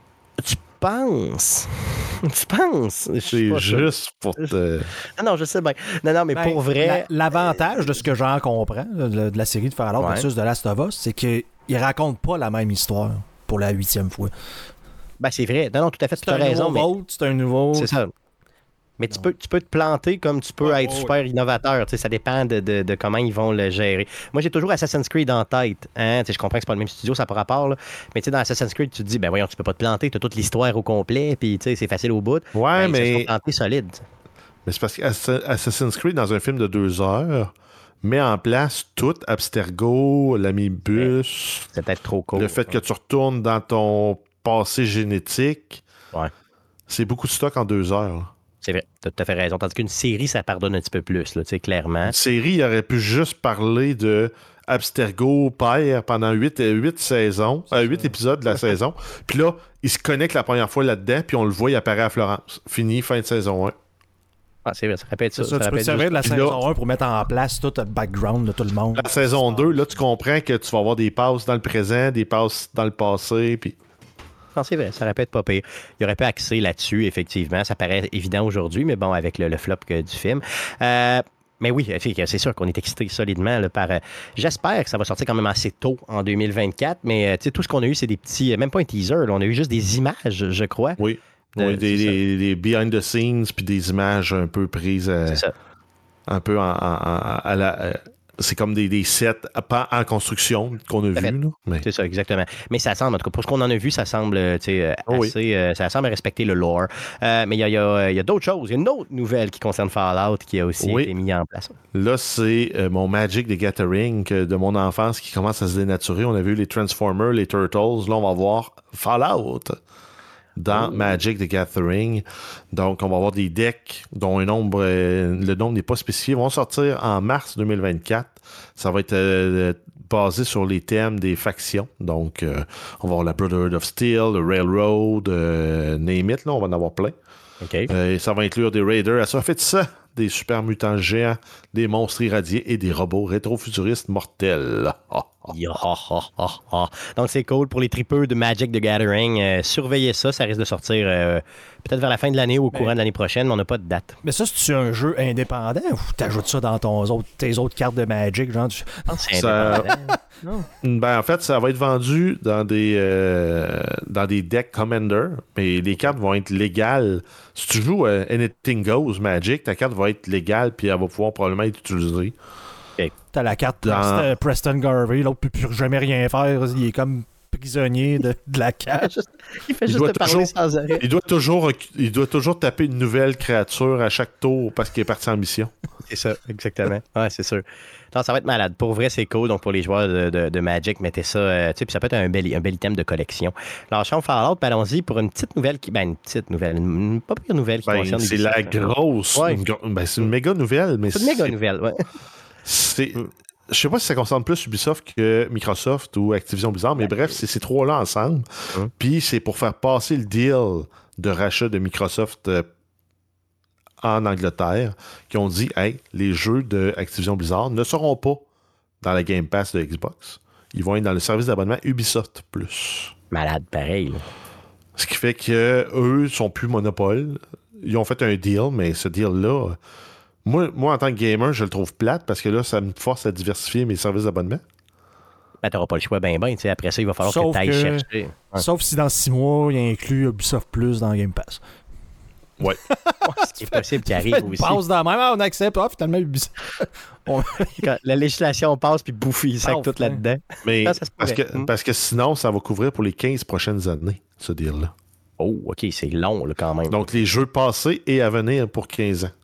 Tu penses? Tu penses? C'est juste pour te... Non, non, je sais bien. Non, non, mais ben, pour vrai... La, l'avantage de ce que j'en comprends de, de la série de Fallout ouais. versus The Last of Us, c'est qu'ils ne racontent pas la même histoire pour la huitième fois. Ben, c'est vrai. Non, non, tout à fait, tu as raison. Mais... Vote, c'est un nouveau... C'est ça. Mais tu peux, tu peux te planter comme tu peux oh, être oh, super oui. innovateur. Tu sais, ça dépend de, de, de comment ils vont le gérer. Moi, j'ai toujours Assassin's Creed en tête. Hein? Tu sais, je comprends que c'est pas le même studio, ça n'a pas rapport. Là. Mais tu sais, dans Assassin's Creed, tu te dis, ben voyons, tu peux pas te planter, tu as toute l'histoire au complet, puis tu sais, c'est facile au bout. Ouais, ben, mais. Ils se sont plantés solides. Mais c'est parce qu'Assassin's Creed, dans un film de deux heures, met en place tout, Abstergo, l'amibus. C'est peut-être trop court. Le fait que tu retournes dans ton passé génétique. Ouais. C'est beaucoup de stock en deux heures. Là. C'est vrai, tu as tout à fait raison. Tandis qu'une série, ça pardonne un petit peu plus, là, clairement. Une série, il aurait pu juste parler de Abstergo père pendant huit saisons, euh, huit épisodes de la saison. Puis là, il se connecte la première fois là-dedans, puis on le voit, il apparaît à Florence. Fini, fin de saison un. Ah, c'est vrai, ça répète ça. ça, ça ça tu peux te servir de la saison là, un pour mettre en place tout le background de tout le monde. La saison deux, là, tu comprends que tu vas avoir des passes dans le présent, des passes dans le passé, puis... Non, c'est vrai, ça aurait pu être pas pire. Il aurait pu axer là-dessus, effectivement. Ça paraît évident aujourd'hui, mais bon, avec le, le flop que, du film. Euh, mais oui, c'est sûr qu'on est excité solidement là, par... Euh, j'espère que ça va sortir quand même assez tôt en deux mille vingt-quatre, mais euh, tout ce qu'on a eu, c'est des petits... Même pas un teaser, là, on a eu juste des images, je crois. Oui, de, oui des, des, des behind the scenes, puis des images un peu prises... Euh, c'est ça. Un peu en, en, en, à la... Euh, c'est comme des, des sets en construction qu'on a vus. Mais... C'est ça, exactement. Mais ça semble, en tout cas, pour ce qu'on en a vu, ça semble assez. Oh oui. euh, ça semble respecter le lore. Euh, mais il y a, y a, y a d'autres choses. Il y a une autre nouvelle qui concerne Fallout qui a aussi oui. été mise en place. Là, c'est euh, mon Magic the Gathering de mon enfance qui commence à se dénaturer. On a vu les Transformers, les Turtles. Là, on va voir Fallout dans oh. Magic the Gathering. Donc, on va avoir des decks dont un nombre, euh, le nombre n'est pas spécifié. Ils vont sortir en mars deux mille vingt-quatre. Ça va être euh, basé sur les thèmes des factions. Donc, euh, on va avoir la Brotherhood of Steel, le Railroad, euh, name it, là, on va en avoir plein. Okay. Euh, ça va inclure des Raiders. Ça fait ça, des super mutants géants, des monstres irradiés et des robots rétrofuturistes mortels. Oh, oh. Yeah, oh, oh, oh, oh. Donc, c'est cool pour les tripeux de Magic the Gathering. Euh, surveillez ça, ça risque de sortir euh, peut-être vers la fin de l'année ou au courant de l'année prochaine, mais on n'a pas de date. Mais ça, c'est un jeu indépendant ou t'ajoutes ça dans ton autre, tes autres cartes de Magic? Genre, tu... C'est Ça- indépendant. Non. Ben, en fait, ça va être vendu dans des, euh, dans des decks Commander, mais les cartes vont être légales. Si tu joues euh, Anything Goes Magic, ta carte va être légale puis elle va pouvoir probablement être utilisée. T'as la carte Dans- Preston, Preston Garvey, l'autre peut plus jamais rien faire. Il est comme prisonnier de, de la cage. Il fait Il juste doit te parler toujours- sans arrêt. Il doit, toujours, il doit toujours taper une nouvelle créature à chaque tour parce qu'il est parti en mission. C'est ça, exactement. Ouais, c'est sûr. Non, ça va être malade. Pour vrai, c'est cool. Donc, pour les joueurs de, de, de Magic, mettez ça. Euh, tu sais, puis ça peut être un bel, un bel item de collection. Alors, Champ Fallout, puis allons-y pour une petite nouvelle qui. Ben, une petite nouvelle. Une, une pas pire nouvelle qui Ben, concerne c'est Ubisoft, la hein. grosse. Ouais. une gro- ben, c'est une méga nouvelle, mais C'est une méga nouvelle, ouais. c'est. Je sais pas si ça concerne plus Ubisoft que Microsoft ou Activision Blizzard, mais bref, c'est ces trois-là ensemble. Hum. Puis c'est pour faire passer le deal de rachat de Microsoft euh, en Angleterre, qui ont dit, hey, les jeux de Activision Blizzard ne seront pas dans la Game Pass de Xbox. Ils vont être dans le service d'abonnement Ubisoft Plus. Malade, pareil. là. Ce qui fait que eux sont plus monopole. Ils ont fait un deal, mais ce deal-là, moi, moi, en tant que gamer, je le trouve plate parce que là, ça me force à diversifier mes services d'abonnement. Ben, t'auras pas le choix, ben, ben. Tu sais, après ça, il va falloir Sauf que tu ailles que- chercher. Ouais. Sauf si dans six mois, il inclut Ubisoft Plus dans Game Pass. Ouais. Ce qui est possible qui arrive Une aussi. passe dans la même, ah, on accepte, ah, finalement Ubisoft. On- Quand la législation passe, puis bouffe, il sac Ah, tout enfin. là-dedans. Mais Ça, ça se parce, que, pourrait. Mm. parce que sinon, ça va couvrir pour les quinze prochaines années, ce deal-là. Oh, OK, c'est long, là, quand même. Donc, les jeux passés et à venir pour quinze ans.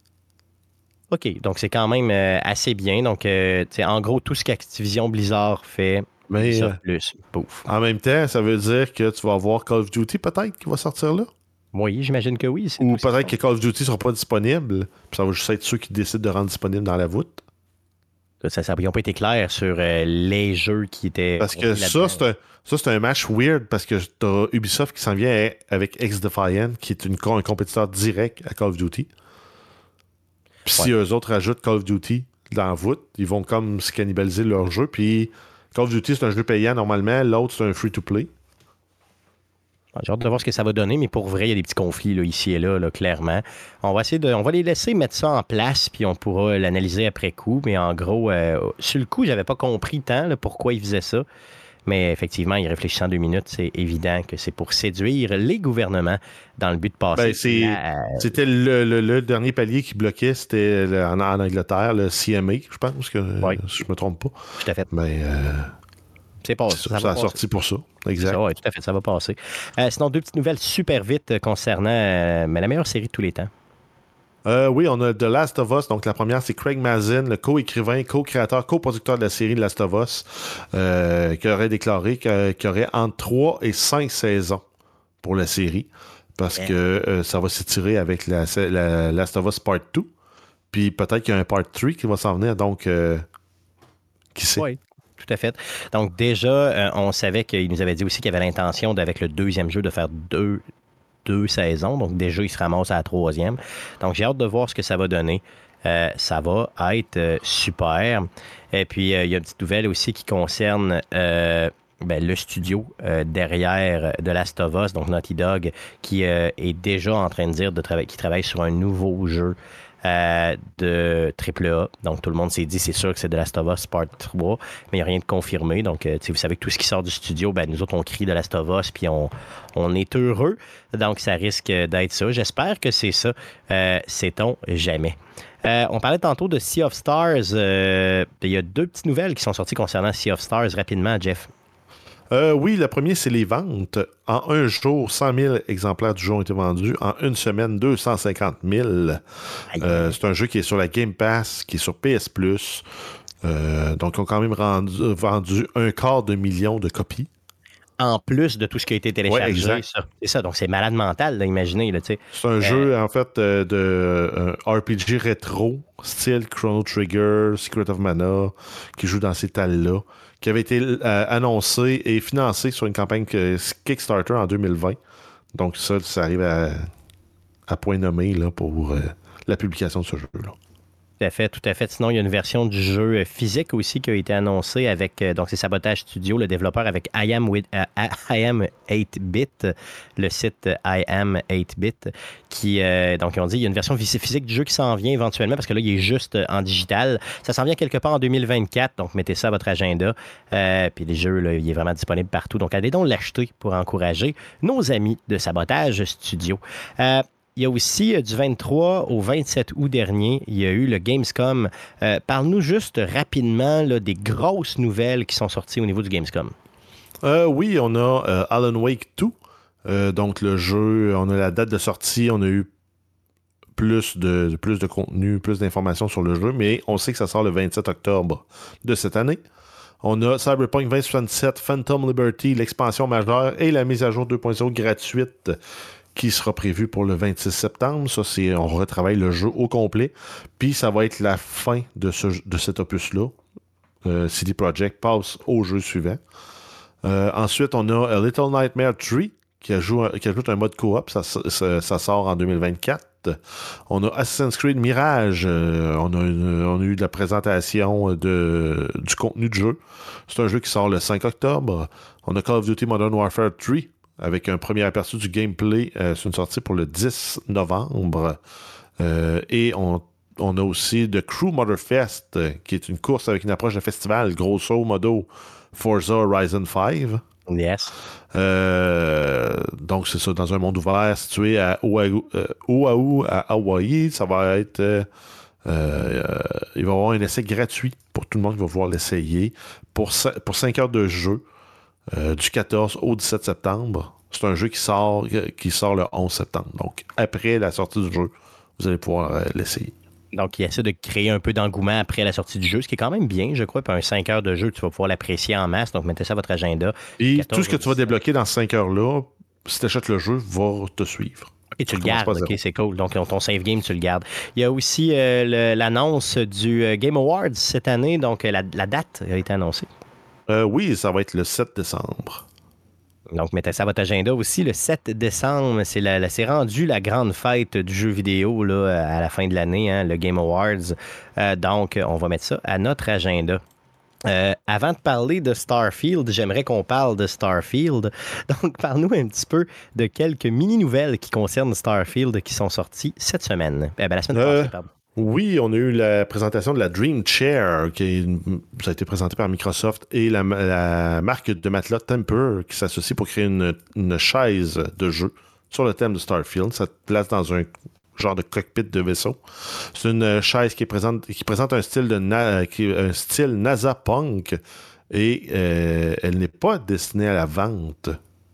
OK, donc c'est quand même euh, assez bien. Donc, euh, tu sais, en gros, tout ce qu'Activision Blizzard fait, Mais ça euh, plus. Pouf. en même temps, ça veut dire que tu vas avoir Call of Duty peut-être qui va sortir là. Oui, j'imagine que oui. c'est Ou possible. peut-être que Call of Duty ne sera pas disponible. Puis ça va juste être ceux qui décident de rendre disponible dans la voûte. Ça, ça, ils n'ont pas été clairs sur euh, les jeux qui étaient. Parce que compris ça, là-dedans. c'est un, ça, c'est un match weird parce que tu as Ubisoft qui s'en vient avec X-Defiant, qui est une, un compétiteur direct à Call of Duty. Puis si eux autres rajoutent Call of Duty dans la voûte, ils vont comme se cannibaliser leur jeu. Puis Call of Duty, c'est un jeu payant normalement. L'autre, c'est un free-to-play. J'ai hâte de voir ce que ça va donner, mais pour vrai, il y a des petits conflits là, ici et là, là, clairement. On va essayer de. On va les laisser mettre ça en place, puis on pourra l'analyser après coup. Mais en gros, euh, sur le coup, j'avais pas compris tant là, pourquoi ils faisaient ça. Mais effectivement, y réfléchissant deux minutes, c'est évident que c'est pour séduire les gouvernements dans le but de passer. Ben, c'est- la- C'était le, le- le dernier palier qui bloquait, c'était le- en, en Angleterre, le C M A, je pense, que, Ouais. si je me trompe pas. Tout à fait. Mais euh, C'est pas ça, va ça a passer. sorti pour ça. Exact. Oui, tout à fait, ça va passer. Euh, sinon, deux petites nouvelles super vite euh, concernant euh, mais la meilleure série de tous les temps. Euh, oui, on a The Last of Us. Donc, la première, c'est Craig Mazin, le co-écrivain, co-créateur, co-producteur de la série The Last of Us, euh, qui aurait déclaré que- qu'il y aurait entre trois et cinq saisons pour la série, parce Yeah. que euh, ça va s'étirer avec la, la Last of Us Part deux. Puis peut-être qu'il y a un Part trois qui va s'en venir, donc euh, qui sait? Oui, tout à fait. Donc déjà, euh, on savait qu'il nous avait dit aussi qu'il avait l'intention, avec le deuxième jeu, de faire deux, deux saisons. Donc déjà, il se ramasse à la troisième. Donc j'ai hâte de voir ce que ça va donner. Euh, ça va être euh, super. Et puis, euh, il y a une petite nouvelle aussi qui concerne euh, ben, le studio euh, derrière de Last of Us, donc Naughty Dog, qui euh, est déjà en train de dire de trava- qu'il travaille sur un nouveau jeu euh, de triple A. Donc, tout le monde s'est dit, c'est sûr que c'est de Last of Us Part trois, mais il n'y a rien de confirmé. Donc, euh, vous savez que tout ce qui sort du studio, ben, nous autres, on crie de Last of Us, puis on, on est heureux. Donc, ça risque d'être ça. J'espère que c'est ça. Euh, sait-on jamais. Euh, on parlait tantôt de Sea of Stars. Euh, il y a deux petites nouvelles qui sont sorties concernant Sea of Stars rapidement, Jeff. Euh, oui, le premier, c'est les ventes. En un jour, cent mille exemplaires du jeu ont été vendus. En une semaine, deux cent cinquante mille. Aïe. Euh, c'est un jeu qui est sur la Game Pass, qui est sur P S Plus. Euh, donc, ils ont quand même rendu, vendu un quart de million de copies. En plus de tout ce qui a été téléchargé. Ouais, exact. ça. C'est ça, donc c'est malade mental, là, imaginez. Là, tu sais. C'est un jeu, en fait, euh, de euh, R P G rétro, style Chrono Trigger, Secret of Mana, qui joue dans ces tales-là, qui avait été euh, annoncé et financé sur une campagne que- Kickstarter en deux mille vingt. Donc ça, ça arrive à, à point nommé là, pour euh, la publication de ce jeu-là. Tout à fait, tout à fait. Sinon, il y a une version du jeu physique aussi qui a été annoncée avec, euh, donc c'est Sabotage Studio, le développeur avec I Am, with, uh, I Am eight bit, le site I Am eight bit, qui, euh, donc ils ont dit, il y a une version physique du jeu qui s'en vient éventuellement, parce que là, il est juste en digital. Ça s'en vient quelque part en deux mille vingt-quatre, donc mettez ça à votre agenda. Euh, puis les jeux, là, il est vraiment disponible partout. Donc allez donc l'acheter pour encourager nos amis de Sabotage Studio. Euh, Il y a aussi, euh, du vingt-trois au vingt-sept août dernier, il y a eu le Gamescom. Euh, parle-nous juste rapidement là, des grosses nouvelles qui sont sorties au niveau du Gamescom. Euh, oui, on a euh, Alan Wake deux. Euh, donc, le jeu, on a la date de sortie, on a eu plus de, plus de contenu, plus d'informations sur le jeu, mais on sait que ça sort le vingt-sept octobre de cette année. On a Cyberpunk vingt soixante-sept, Phantom Liberty, l'expansion majeure et la mise à jour deux point zéro gratuite qui sera prévu pour le vingt-six septembre. Ça, c'est, on retravaille le jeu au complet. Puis, ça va être la fin de, ce, de cet opus-là. Euh, C D Projekt passe au jeu suivant. Euh, ensuite, on a A Little Nightmare trois qui ajoute, qui ajoute un mode coop. Ça, ça, ça sort en deux mille vingt-quatre. On a Assassin's Creed Mirage. Euh, on, a une, on a eu de la présentation de, du contenu du jeu. C'est un jeu qui sort le cinq octobre. On a Call of Duty Modern Warfare trois avec un premier aperçu du gameplay. Euh, c'est une sortie pour le dix novembre. Euh, et on, on a aussi The Crew Motorfest, euh, qui est une course avec une approche de festival, grosso modo, Forza Horizon cinq. Yes. Euh, donc, c'est ça, dans un monde ouvert situé à Oahu, euh, Oahu à Hawaï. Ça va être... Euh, euh, il va y avoir un essai gratuit pour tout le monde qui va vouloir l'essayer pour, pour cinq heures de jeu. Euh, du quatorze au dix-sept septembre. C'est un jeu qui sort, qui sort le onze septembre. Donc, après la sortie du jeu, vous allez pouvoir euh, l'essayer. Donc, il essaie de créer un peu d'engouement après la sortie du jeu, ce qui est quand même bien, je crois. Puis un cinq heures de jeu, tu vas pouvoir l'apprécier en masse. Donc, mettez ça à votre agenda. Et tout ce que tu vas débloquer dans ces cinq heures-là, si tu achètes le jeu, va te suivre. Et tu le gardes, ok, c'est cool. Donc, ton save game, tu le gardes. Il y a aussi euh, le, l'annonce du Game Awards cette année. Donc, la, la date a été annoncée. Euh, oui, ça va être le sept décembre. Donc, mettez ça à votre agenda aussi. Le sept décembre, c'est, la, la, c'est rendu la grande fête du jeu vidéo là, à la fin de l'année, hein, le Game Awards. Euh, donc, on va mettre ça à notre agenda. Euh, avant de parler de Starfield, j'aimerais qu'on parle de Starfield. Donc, parle-nous un petit peu de quelques mini-nouvelles qui concernent Starfield qui sont sorties cette semaine. Eh bien, la semaine euh... passée, pardon. Oui, on a eu la présentation de la Dream Chair, qui est, ça a été présenté par Microsoft, et la, la marque de matelas Temper, qui s'associe pour créer une, une chaise de jeu sur le thème de Starfield. Ça te place dans un genre de cockpit de vaisseau. C'est une chaise qui, est présente, qui présente un style, de na, qui, un style NASA Punk, et euh, elle n'est pas destinée à la vente.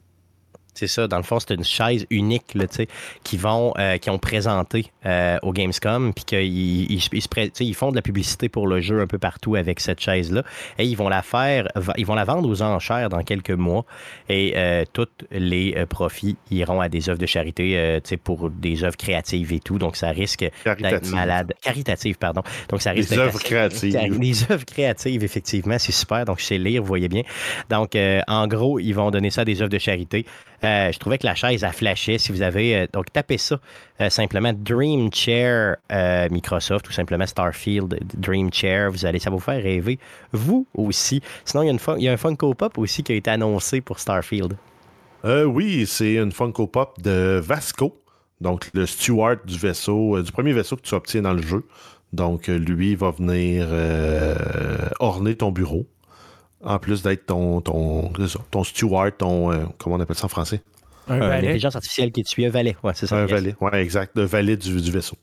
C'est ça, dans le fond, c'est une chaise unique là, qui vont, euh, qui ont présenté euh, au Gamescom, puis qu'ils ils, ils, ils, ils font de la publicité pour le jeu un peu partout avec cette chaise-là. Et ils vont la faire, ils vont la vendre aux enchères dans quelques mois. Et euh, tous les euh, profits iront à des œuvres de charité, euh, pour des œuvres créatives et tout. Donc ça risque d'être malade. Caritatives, pardon. Donc ça risque des d'être œuvres assez... créatives. Des œuvres créatives, effectivement, c'est super. Donc je sais lire, vous voyez bien. Donc euh, en gros, ils vont donner ça à des œuvres de charité. Euh, je trouvais que la chaise, a flashé. Si vous avez... Euh, donc, tapez ça. Euh, simplement Dream Chair euh, Microsoft ou simplement Starfield Dream Chair. Vous allez, ça va vous faire rêver. Vous aussi. Sinon, il y a, une fun, il y a un Funko Pop aussi qui a été annoncé pour Starfield. Euh, oui, c'est une Funko Pop de Vasco. Donc, le steward du vaisseau, euh, du premier vaisseau que tu obtiens dans le jeu. Donc, lui va venir euh, orner ton bureau. En plus d'être ton, ton, ton steward, ton, euh, comment on appelle ça en français? Un euh, valet. L'intelligence artificielle qui tue un valet. Ouais, c'est ça. Un yes. valet, oui, exact. Le valet du, du vaisseau.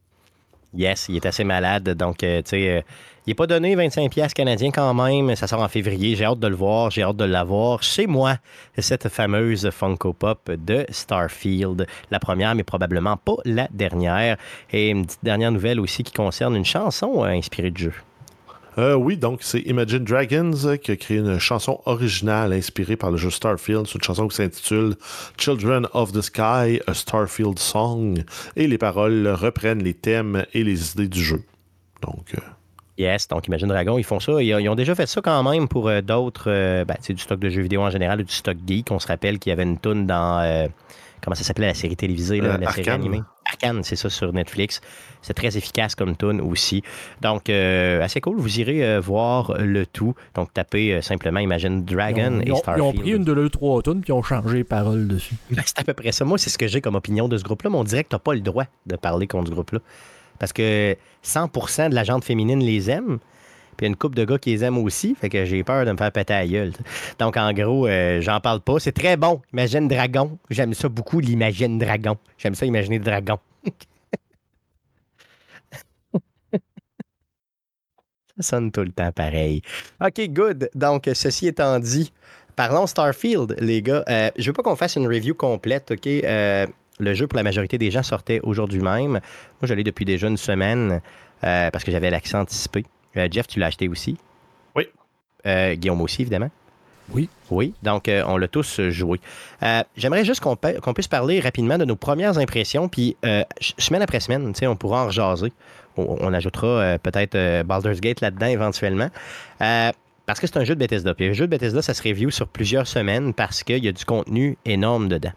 Yes, il est assez malade. Donc, euh, tu sais, euh, il n'est pas donné vingt-cinq dollars canadiens quand même. Ça sort en février. J'ai hâte de le voir. J'ai hâte de l'avoir chez moi. Cette fameuse Funko Pop de Starfield. La première, mais probablement pas la dernière. Et une petite dernière nouvelle aussi qui concerne une chanson euh, inspirée du jeu. Euh, oui, donc c'est Imagine Dragons qui a créé une chanson originale inspirée par le jeu Starfield. C'est une chanson qui s'intitule Children of the Sky, a Starfield Song. Et les paroles reprennent les thèmes et les idées du jeu. Donc... Euh... Yes, donc Imagine Dragons, ils font ça. Ils, ils ont déjà fait ça quand même pour euh, d'autres... Euh, ben, c'est du stock de jeux vidéo en général ou du stock geek. On se rappelle qu'il y avait une toune dans... Euh, comment ça s'appelait la série télévisée, là, Euh, la série Arcane. animée. Arcane, c'est ça, sur Netflix. C'est très efficace comme tune aussi. Donc, euh, assez cool. Vous irez euh, voir le tout. Donc, tapez euh, simplement Imagine Dragon Ils ont, et ils ont- Starfield. ils ont pris une de leurs trois tunes puis ils ont changé les paroles dessus. Ben, c'est à peu près ça. Moi, c'est ce que j'ai comme opinion de ce groupe-là, mais on dirait que tu n'as pas le droit de parler contre ce groupe-là. Parce que cent pour cent de la gente féminine les aime. Puis il y a une couple de gars qui les aiment aussi. Fait que j'ai peur de me faire péter la gueule. t'sais. Donc, en gros, euh, j'en parle pas. C'est très bon. Imagine Dragon. J'aime ça beaucoup, l'Imagine Dragon. J'aime ça, imaginer Dragon. Ça sonne tout le temps pareil. OK, good. Donc, ceci étant dit, parlons Starfield, les gars. Euh, je veux pas qu'on fasse une review complète, OK? Euh, le jeu, pour la majorité des gens, sortait aujourd'hui même. Moi, je l'ai depuis déjà une semaine euh, parce que j'avais l'accès anticipé. Euh, Jeff, tu l'as acheté aussi? Oui. Euh, Guillaume aussi, évidemment. Oui. Oui, donc euh, on l'a tous joué. Euh, J'aimerais juste qu'on pa- qu'on puisse parler rapidement de nos premières impressions, puis euh, ch- semaine après semaine, tu sais, on pourra en rejaser. On, on ajoutera euh, peut-être euh, Baldur's Gate là-dedans éventuellement. Euh, parce que c'est un jeu de Bethesda. Puis un jeu de Bethesda, ça se review sur plusieurs semaines parce qu'il y a du contenu énorme dedans.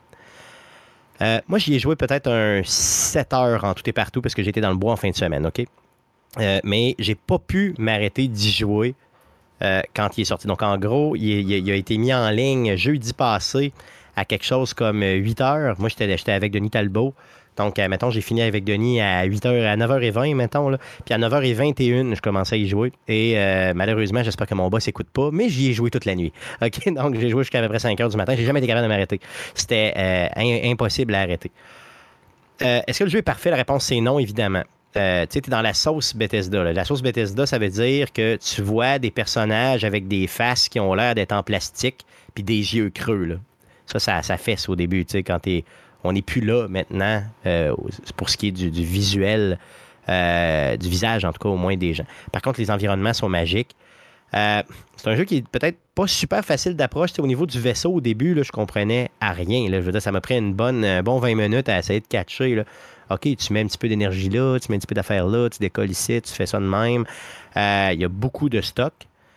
Euh, moi, j'y ai joué peut-être un sept heures en tout et partout parce que j'étais dans le bois en fin de semaine, OK? Euh, mais j'ai pas pu m'arrêter d'y jouer euh, quand il est sorti. Donc, en gros, il, il- il a été mis en ligne jeudi passé à quelque chose comme huit heures. Moi, j'étais j'étais avec Denis Talbot. Donc, euh, mettons, j'ai fini avec Denis à huit heures, à neuf heures vingt, mettons. Là. Puis à neuf heures vingt et une, je commençais à y jouer. Et euh, malheureusement, j'espère que mon boss n'écoute pas, mais j'y ai joué toute la nuit. OK? Donc, j'ai joué jusqu'à à peu près cinq heures du matin. J'ai jamais été capable de m'arrêter. C'était euh, in- impossible à arrêter. Euh, Est-ce que le jeu est parfait? La réponse, c'est non, évidemment. Euh, tu sais, t'es dans la sauce Bethesda. Là. La sauce Bethesda, ça veut dire que tu vois des personnages avec des faces qui ont l'air d'être en plastique puis des yeux creux. Là. Ça, ça, ça fesse au début, tu sais, quand t'es... On n'est plus là maintenant euh, pour ce qui est du, du visuel, euh, du visage, en tout cas, au moins des gens. Par contre, les environnements sont magiques. Euh, c'est un jeu qui est peut-être pas super facile d'approche. Tu sais, au niveau du vaisseau, au début, là, je comprenais à rien. Là. Je veux dire, ça m'a pris une bonne, un bon vingt minutes à essayer de catcher. Là. OK, tu mets un petit peu d'énergie là, tu mets un petit peu d'affaires là, tu décolles ici, tu fais ça de même. Euh, Il y a beaucoup de stock.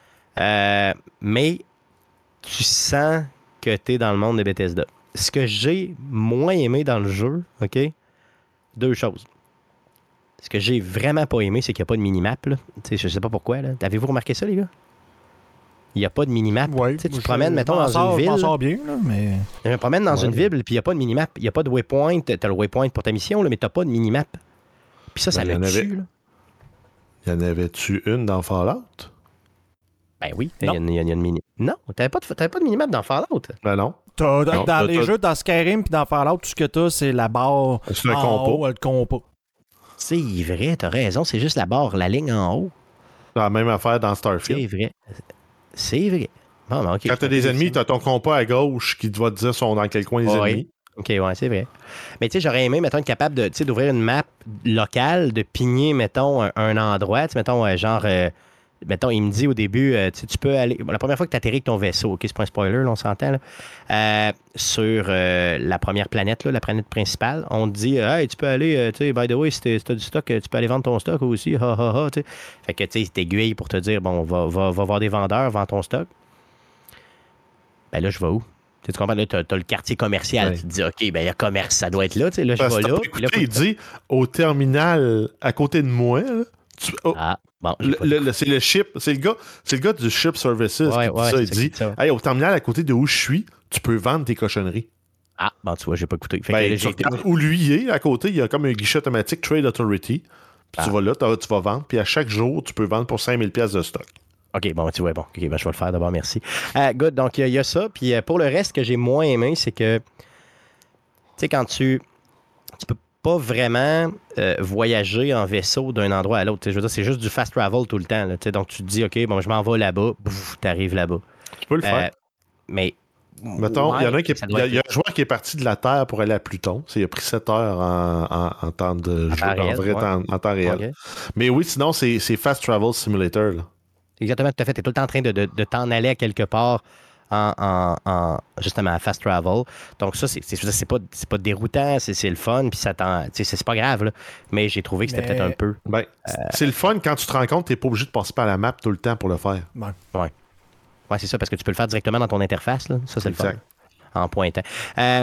Euh, mais tu sens que tu es dans le monde de Bethesda. Ce que j'ai moins aimé dans le jeu, OK? Deux choses. Ce que j'ai vraiment pas aimé, c'est qu'il n'y a pas de minimap. Là. Tu sais, je sais pas pourquoi. Là. Avez-vous remarqué ça, les gars? Il n'y a pas de minimap. Ouais, Tu sais, tu je- te promènes, mettons, je m'en dans sors- une Je m'en ville. sors bien, là, mais. Je me promène dans Ouais. une ville, puis il n'y a pas de minimap. Il n'y a pas de waypoint. Tu as le waypoint pour ta mission, là, mais tu n'as pas de minimap. Puis ça, ça Ben, il y me en avait- tue. Là. Y en avait-tu une dans Fallout? Ben oui, il y, Non. a une- il y a une mini. Non, t'avais pas, de- t'avais pas de minimap dans Fallout. Ben non. T'as- dans Non, dans t'as- les t'as- jeux, dans Skyrim puis dans Fallout, tout ce que t'as, c'est la barre. C'est un en compas. haut, le compas. C'est vrai, t'as raison, c'est juste la barre, la ligne en haut. C'est la même affaire dans C'est Starfield. vrai. C'est vrai. Bon, ben, OK. Quand t'as des ennemis, t'as ton compas à gauche qui va te dire sont dans quel coin les Ouais. ennemis. OK, ouais, c'est vrai. Mais tu sais, j'aurais aimé, mettons, être capable de, tu sais, d'ouvrir une map locale, de pigner, mettons, un, un endroit. Tu sais, mettons, euh, genre, euh, mettons, il me dit au début, euh, tu sais, tu peux aller. Bon, la première fois que tu atterris avec ton vaisseau, OK, c'est pas un spoiler, là, on s'entend, là, euh, sur euh, la première planète, là, la planète principale, on te dit, euh, hey, tu peux aller, euh, tu sais, by the way, si t'as si t'as du stock, euh, tu peux aller vendre ton stock aussi, ha, ha, ha, tu sais. Fait que, tu sais, t'aiguille pour te dire, bon, va, va, va voir des vendeurs, vends ton stock. Ben là, je vais où? Tu sais, tu comprends? Là, t'as, t'as le quartier commercial. Ouais. Tu te dis, OK, ben, le commerce, ça doit être là. Tu sais, là, je Parce vais que t'as là. pas puis là, écouté, faut- il dit au terminal à côté de moi. Là, tu- oh, Ah, bon. j'ai le- pas- le- le- c'est le ship, c'est le gars, c'est le gars du ship services Ouais, qui dit ouais, ça. c'est Il ça dit, qui dit ça. hey, au terminal à côté de où je suis, tu peux vendre tes cochonneries. Ah, bon, tu vois, j'ai pas écouté. Fait que Ben, là, tu j'ai- regardes où lui il est, à côté, il y a comme un guichet automatique Trade Authority. Puis Ah. tu vas là, t'as- tu vas vendre, puis à chaque jour, tu peux vendre pour cinq mille pièces de stock. OK, bon, tu vois, bon. OK, ben, je vais le faire d'abord, merci. Euh, good, donc il y, a- il y a ça. Puis euh, pour le reste, ce que j'ai moins aimé, c'est que, tu sais, quand tu. Tu peux pas vraiment euh, voyager en vaisseau d'un endroit à l'autre. Tu sais, je veux dire, c'est juste du fast travel tout le temps. Là, tu sais, donc tu te dis, OK, bon, je m'en vais là-bas, bouf, t'arrives là-bas. Tu peux le faire. Euh, mais. Mettons, il y en a un qui est- ça il doit y a, être- il y a un joueur qui est parti de la Terre pour aller à Pluton. C'est- Il a pris sept heures en, en- en temps de jeu, temps en réel, vrai ouais. temps, en temps réel. OK. Mais oui, sinon, c'est c'est Fast Travel Simulator. Là. Exactement, tout à fait. Tu es tout le temps en train de, de, de t'en aller à quelque part en, en, en justement à fast travel. Donc ça, c'est, c'est, c'est, pas, c'est pas déroutant, c'est, c'est le fun, puis ça t'en, tu sais, c'est, c'est pas grave, là. Mais j'ai trouvé que c'était Mais- peut-être un peu... Ben, c'est le fun quand tu te rends compte que tu n'es pas obligé de passer par la map tout le temps pour le faire. Ouais. Ouais, c'est ça, parce que tu peux le faire directement dans ton interface, là. Ça, c'est le fun. Exact. En pointant. Euh,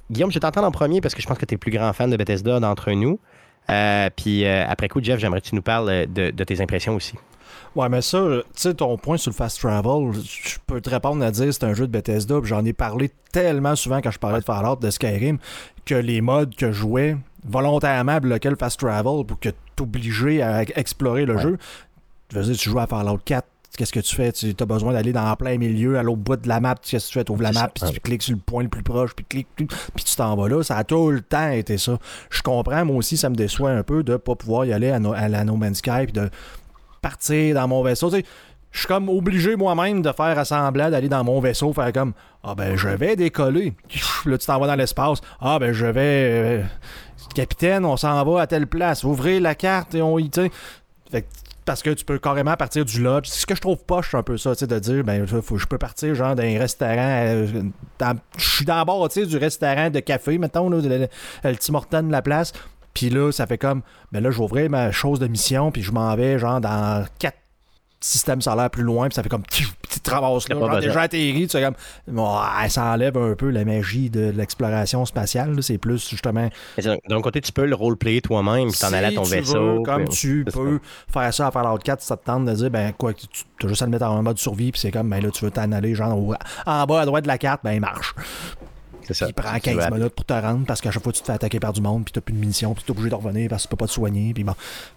Guillaume, je vais t'entendre en premier parce que je pense que tu es le plus grand fan de Bethesda d'entre nous. Euh, puis euh, après coup, Jeff, j'aimerais que tu nous parles de, de tes impressions aussi. Ouais, mais ça, tu sais, ton point sur le fast travel, je peux te répondre à dire c'est un jeu de Bethesda, puis j'en ai parlé tellement souvent quand je parlais de Fallout, de Skyrim, que les mods que je jouais volontairement bloquaient le fast travel pour que t'obliger à explorer le ouais. jeu. Tu veux dire, tu joues à Fallout quatre, qu'est-ce que tu fais? Tu as besoin d'aller dans plein milieu, à l'autre bout de la map, qu'est-ce que tu fais? Tu ouvres la map, puis tu cliques sur le point le plus proche, puis cliques, puis tu t'en vas là. Ça a tout le temps été ça. Je comprends, moi aussi, ça me déçoit un peu de ne pas pouvoir y aller à, no- à la No Man's Sky, puis de partir dans mon vaisseau. Tu sais, je suis comme obligé moi-même de faire assemblant, d'aller dans mon vaisseau, faire comme ah ben je vais décoller. Là, tu t'en vas dans l'espace. Ah ben je vais. Euh, capitaine, on s'en va à telle place. Ouvrez la carte et on y. Tu sais. Fait que parce que tu peux carrément partir du lodge. Ce que je trouve poche, c'est un peu ça, tu sais, de dire, ben, faut, je peux partir, genre, d'un restaurant, euh, dans, je suis dans la barre, tu sais, du restaurant de café, mettons, là, le, le, le Tim Hortons de la place, puis là, ça fait comme, ben là, je vais ouvrir ma chose de mission, puis je m'en vais, genre, dans quatre systèmes solaires plus loin, puis ça fait comme, tu te ramasses là, genre, déjà atterri, tu sais, comme, bon, ça enlève un peu la magie de l'exploration spatiale, là, c'est plus, justement... D'un côté, tu peux le roleplayer toi-même, puis t'en si aller à ton tu vaisseau. Veux, comme puis, tu peux ça. faire ça à Fallout quatre, ça te tente de dire, ben, quoi, tu as juste à le mettre en mode survie, puis c'est comme, ben là, tu veux t'en aller, genre, au, en bas à droite de la carte, ben, il marche. C'est ça. Il prend quinze minutes pour te rendre, parce qu'à chaque fois, tu te fais attaquer par du monde, puis t'as plus de munitions, puis t'es obligé de revenir, parce que tu peux pas te soigner, puis bon...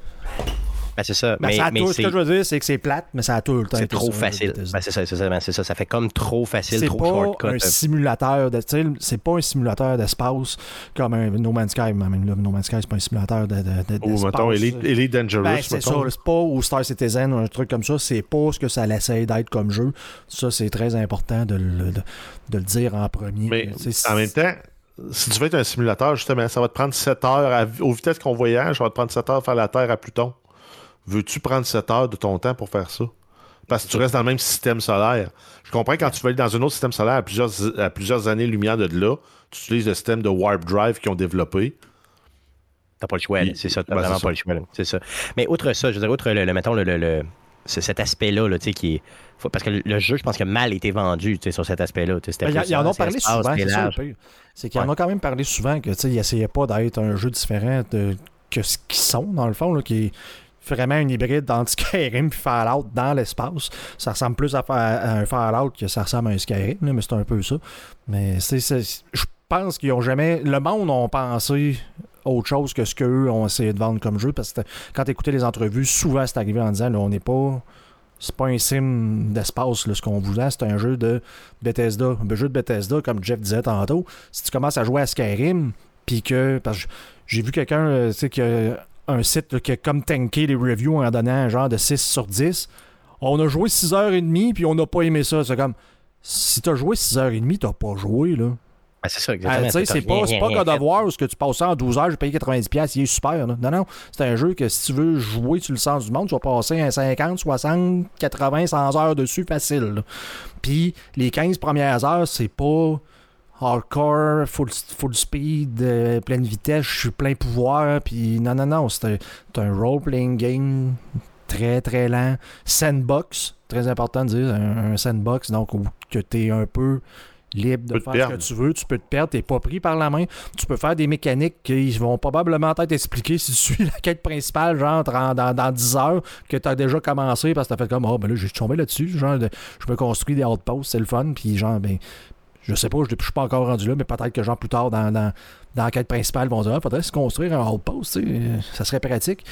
Ben, c'est ça. Ben, mais, ça a mais tout, c'est... ce que je veux dire, c'est que c'est plate, mais ça a tout le temps. C'est trop ça, facile. Ben, c'est ça, c'est ça, ben, c'est ça. Ça fait comme trop facile, c'est trop pas shortcut. Un simulateur de, c'est pas un simulateur d'espace comme un No Man's Sky. Même là, No Man's Sky, c'est pas un simulateur de, de, de, ou d'espace. mettons, Elite, Elite Dangerous. Ben, c'est mettons. ça. C'est pas ou Star Citizen ou un truc comme ça. C'est pas ce que ça essaie d'être comme jeu. Ça, c'est très important de le, de, de le dire en premier. Mais c'est, en même temps, si tu veux être un simulateur, justement, ça va te prendre sept heures. À, aux vitesses qu'on voyage, ça va te prendre sept heures à faire la Terre à Pluton. Veux-tu prendre sept heures de ton temps pour faire ça? Parce que tu restes dans le même système solaire. Je comprends quand tu vas aller dans un autre système solaire à plusieurs, à plusieurs années-lumière de là, tu utilises le système de Warp Drive qu'ils ont développé. T'as pas le choix, c'est ça. T'as ben, vraiment c'est pas ça. le choix. Là. C'est ça. Mais outre ça, je veux dire, outre le, le mettons, le, le, le c'est cet aspect-là, là, tu sais, qui est... Faut, parce que le, le jeu, je pense que mal été vendu, tu sais, sur cet aspect-là. Ben, ils en ont parlé souvent, c'est ça, le pire. C'est qu'ils ouais. en ont quand même parlé souvent que, tu sais, ils essayaient pas d'être un jeu différent de, que ce qu'ils sont, dans le fond, là, qui est vraiment un hybride entre Skyrim et Fallout dans l'espace. Ça ressemble plus à, à un Fallout que ça ressemble à un Skyrim, là, mais c'est un peu ça. Mais c'est, c'est, je pense qu'ils ont jamais... Le monde a pensé autre chose que ce qu'eux ont essayé de vendre comme jeu, parce que quand tu écoutais les entrevues, souvent c'est arrivé en disant, là, on n'est pas... C'est pas un sim d'espace, là, ce qu'on voulait, c'est un jeu de Bethesda. Un jeu de Bethesda, comme Jeff disait tantôt. Si tu commences à jouer à Skyrim, puis que... Parce que j'ai vu quelqu'un, tu sais, qui a un site là, qui a comme tanké les reviews en donnant un genre de six sur dix. On a joué six heures trente, puis on n'a pas aimé ça. C'est comme, si t'as joué six heures trente, t'as pas joué, là. Ben, c'est ça, exactement. Ah, c'est, c'est pas, c'est pas God of War où ce que tu passes ça en douze heures, j'ai payé quatre-vingt-dix dollars, il est super. Là. Non, non, c'est un jeu que si tu veux jouer sur le sens du monde, tu vas passer un cinquante, soixante, quatre-vingts, cent heures dessus facile. Puis les quinze premières heures, c'est pas hardcore, full, full speed, euh, pleine vitesse, je suis plein pouvoir, puis non, non, non, c'est un, c'est un role-playing game très, très lent. Sandbox, très important de dire, un, un sandbox, donc où que t'es un peu libre de faire ce que tu veux, tu peux te perdre, t'es pas pris par la main, tu peux faire des mécaniques qui vont probablement peut-être expliquer si tu suis la quête principale, genre dans, dans, dans dix heures, que t'as déjà commencé parce que t'as fait comme, oh ben là, j'ai tombé là-dessus, genre, de, je me construis des outposts, c'est le fun, puis genre, ben, je sais pas, je ne suis pas encore rendu là, mais peut-être que genre plus tard dans, dans, dans la quête principale, ils vont dire, ah, faudrait se construire un outpost, tu sais, ça serait pratique.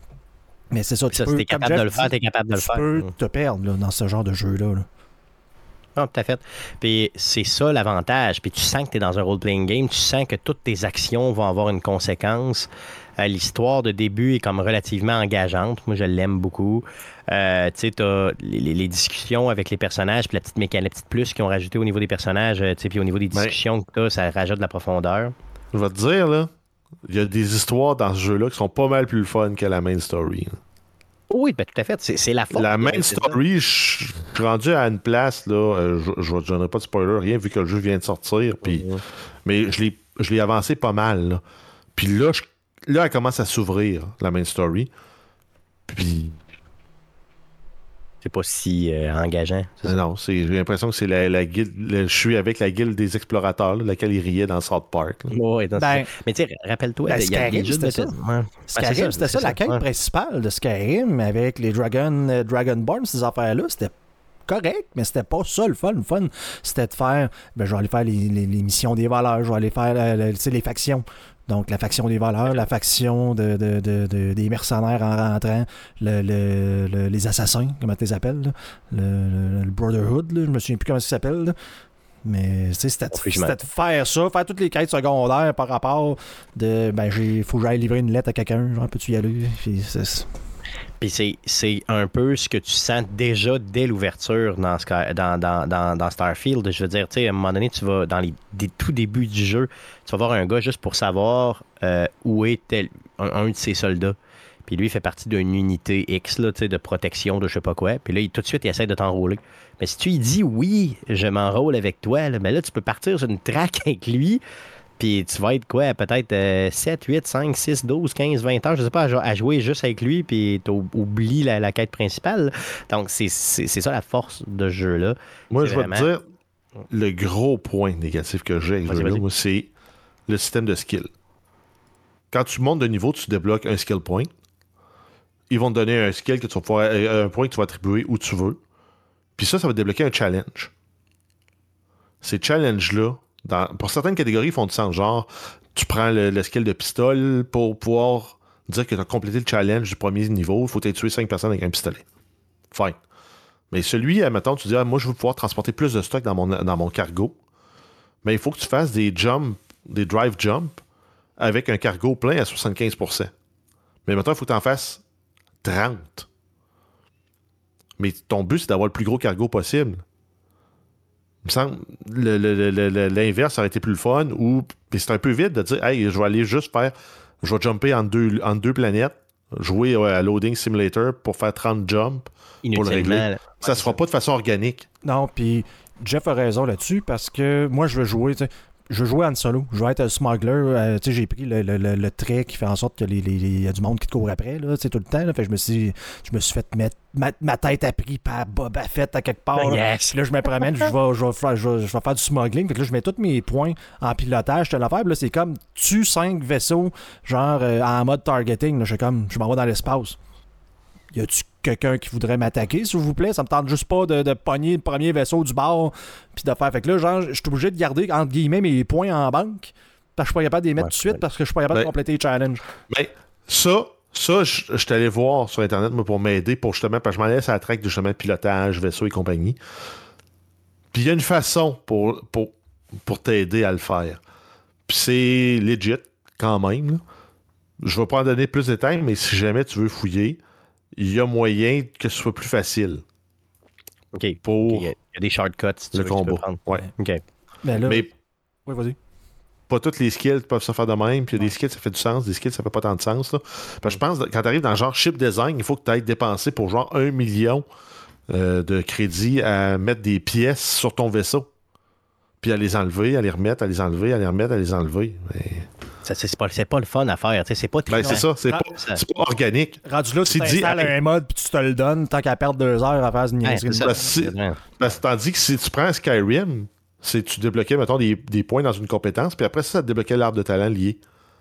Mais c'est ça, tu ça, peux, si t'es capable de le faire, t'es capable de le faire. Tu peux te perdre là, dans ce genre de jeu-là. Là. Non, tout à fait. Puis c'est ça l'avantage. Puis tu sens que tu es dans un role-playing game, tu sens que toutes tes actions vont avoir une conséquence. Euh, l'histoire de début est comme relativement engageante. Moi, je l'aime beaucoup. Euh, tu sais, t'as les, les, les discussions avec les personnages, puis la petite mécanique, la petite plus qu'ils ont rajouté au niveau des personnages, tu sais, puis au niveau des discussions ouais. que t'as, ça rajoute de la profondeur. Je vais te dire, là, il y a des histoires dans ce jeu-là qui sont pas mal plus fun que la main story. Là. Oui, ben, tout à fait. C'est, c'est la force. La main story, je suis rendu à une place, là, euh, je ne donnerai pas de spoiler, rien, vu que le jeu vient de sortir, puis, mm-hmm. mais je l'ai, je l'ai avancé pas mal. Là. Puis là, je, là, elle commence à s'ouvrir, la main story. Puis C'est pas si euh, engageant. C'est non, c'est, j'ai l'impression que c'est la, la guilde. Le, je suis avec la guilde des explorateurs, là, laquelle il riait dans South Park. Ouais, dans Ben, mais tu sais, rappelle-toi, ben, il y a Skyrim, des jeux de c'était ça. Ouais. Skyrim, Ben, c'est c'était ça, c'est la quête ouais. principale de Skyrim avec les Dragon, euh, Dragonborn, ces affaires-là, c'était correct, mais c'était pas ça le fun. Le fun, c'était de faire, ben, je vais aller faire les, les, les missions des voleurs, je vais aller faire euh, le, les factions. Donc, la faction des voleurs, la faction de, de, de, de, des mercenaires en rentrant, le, le, le, les assassins, comment tu les appelles, là? Le, le, le Brotherhood, là, je me souviens plus comment ça s'appelle. Là. Mais c'était, c'était de faire ça, faire toutes les quêtes secondaires par rapport de, ben, il faut que j'aille livrer une lettre à quelqu'un, genre, peux-tu y aller? Puis c'est... Puis c'est, c'est un peu ce que tu sens déjà dès l'ouverture dans, Sky, dans, dans, dans, dans Starfield. Je veux dire, tu sais, à un moment donné, tu vas dans les des, tout débuts du jeu, tu vas voir un gars juste pour savoir euh, où est tel, un, un de ses soldats. Puis lui, il fait partie d'une unité X là, de protection de je sais pas quoi. Puis là, il, tout de suite, il essaie de t'enrôler. Mais si tu lui dis oui, je m'enrôle avec toi, là, ben là, tu peux partir sur une traque avec lui. Puis tu vas être quoi, peut-être euh, sept, huit, cinq, six, douze, quinze, vingt heures, je sais pas, à, à jouer juste avec lui, puis tu oublies la, la quête principale. Donc c'est, c'est, c'est ça la force de ce jeu-là. Moi, c'est je vais vraiment... te dire, le gros point négatif que j'ai avec ce jeu-là, moi, c'est le système de skill. Quand tu montes de niveau, tu débloques un skill point. Ils vont te donner un skill que tu vas pouvoir, un point que tu vas attribuer où tu veux. Puis ça, ça va débloquer un challenge. Ces challenges-là, Dans, pour certaines catégories, ils font du sens. Genre, tu prends le, le skill de pistolet pour pouvoir dire que tu as complété le challenge du premier niveau. Il faut t'être tué cinq personnes avec un pistolet. Fine. Mais celui, admettons, tu dis, ah, moi, je veux pouvoir transporter plus de stock dans mon, dans mon cargo. Mais il faut que tu fasses des jumps, des drive jumps avec un cargo plein à soixante-quinze pour cent. Mais maintenant, il faut que tu en fasses trente. Mais ton but, c'est d'avoir le plus gros cargo possible. Il me semble le, le, le, le, l'inverse aurait été plus le fun ou c'est un peu vite de dire hey, je vais aller juste faire je vais jumper en deux, en deux planètes, jouer ouais, à Loading Simulator pour faire trente jumps pour le régler. Ouais, ça se fera pas de façon organique. Non, puis Jeff a raison là-dessus parce que moi je veux jouer, je veux jouer en solo. Je veux être un smuggler. Euh, tu sais, j'ai pris le, le, le, le trait qui fait en sorte que les, les, les, y a du monde qui te court après, là, tout le temps. Là, fait que je me suis, je me suis fait mettre ma, ma tête à prix par Boba Fett à quelque part. Là, yes. Là je me promène, je vais, je, vais faire, je, vais, je vais faire du smuggling. Fait que là, je mets tous mes points en pilotage. Je te l'affaire. Là, c'est comme tue cinq vaisseaux, genre euh, en mode targeting. Là, je, comme, je m'en vais dans l'espace. Y a-tu quelqu'un qui voudrait m'attaquer, s'il vous plaît? Ça me tente juste pas de, de pogner le premier vaisseau du bord puis de faire. Fait que là, genre, je suis obligé de garder, entre guillemets, mes points en banque parce que je suis pas capable de les mettre ouais, tout de suite ouais. parce que je suis pas capable ben, de compléter les challenges. Ben, ça, ça, je, je suis allé voir sur Internet moi, pour m'aider, pour justement, parce que je m'en laisse à la traque de justement pilotage, vaisseau et compagnie. Puis il y a une façon pour, pour, pour t'aider à le faire. Puis c'est legit, quand même. Là. Je vais pas en donner plus de détails, mais si jamais tu veux fouiller, il y a moyen que ce soit plus facile. OK. Pour okay. Il y a des shortcuts si tu le veux, combo. Tu peux prendre. Ouais. OK. Mais, là... mais oui, vas-y. Pas toutes les skills peuvent se faire de même. Puis il y a des skills, ça fait du sens. Des skills, ça fait pas tant de sens. Là. Parce que je pense, quand tu arrives dans genre ship design, il faut que tu ailles dépenser pour genre un million euh, de crédits à mettre des pièces sur ton vaisseau. Puis à les enlever, à les remettre, à les enlever, à les remettre, à les enlever. Mais... Ça, c'est, pas, c'est pas le fun à faire. C'est pas très ben, c'est ça, c'est, ah, pas, ça. C'est pas organique. Rendu là, tu t'installes un mode puis tu te le donnes tant qu'à perdre deux heures à faire une niaiserie. Tandis que si tu prends Skyrim, c'est tu débloquais, mettons, des, des points dans une compétence, puis après ça, ça te débloquait l'arbre de talent lié.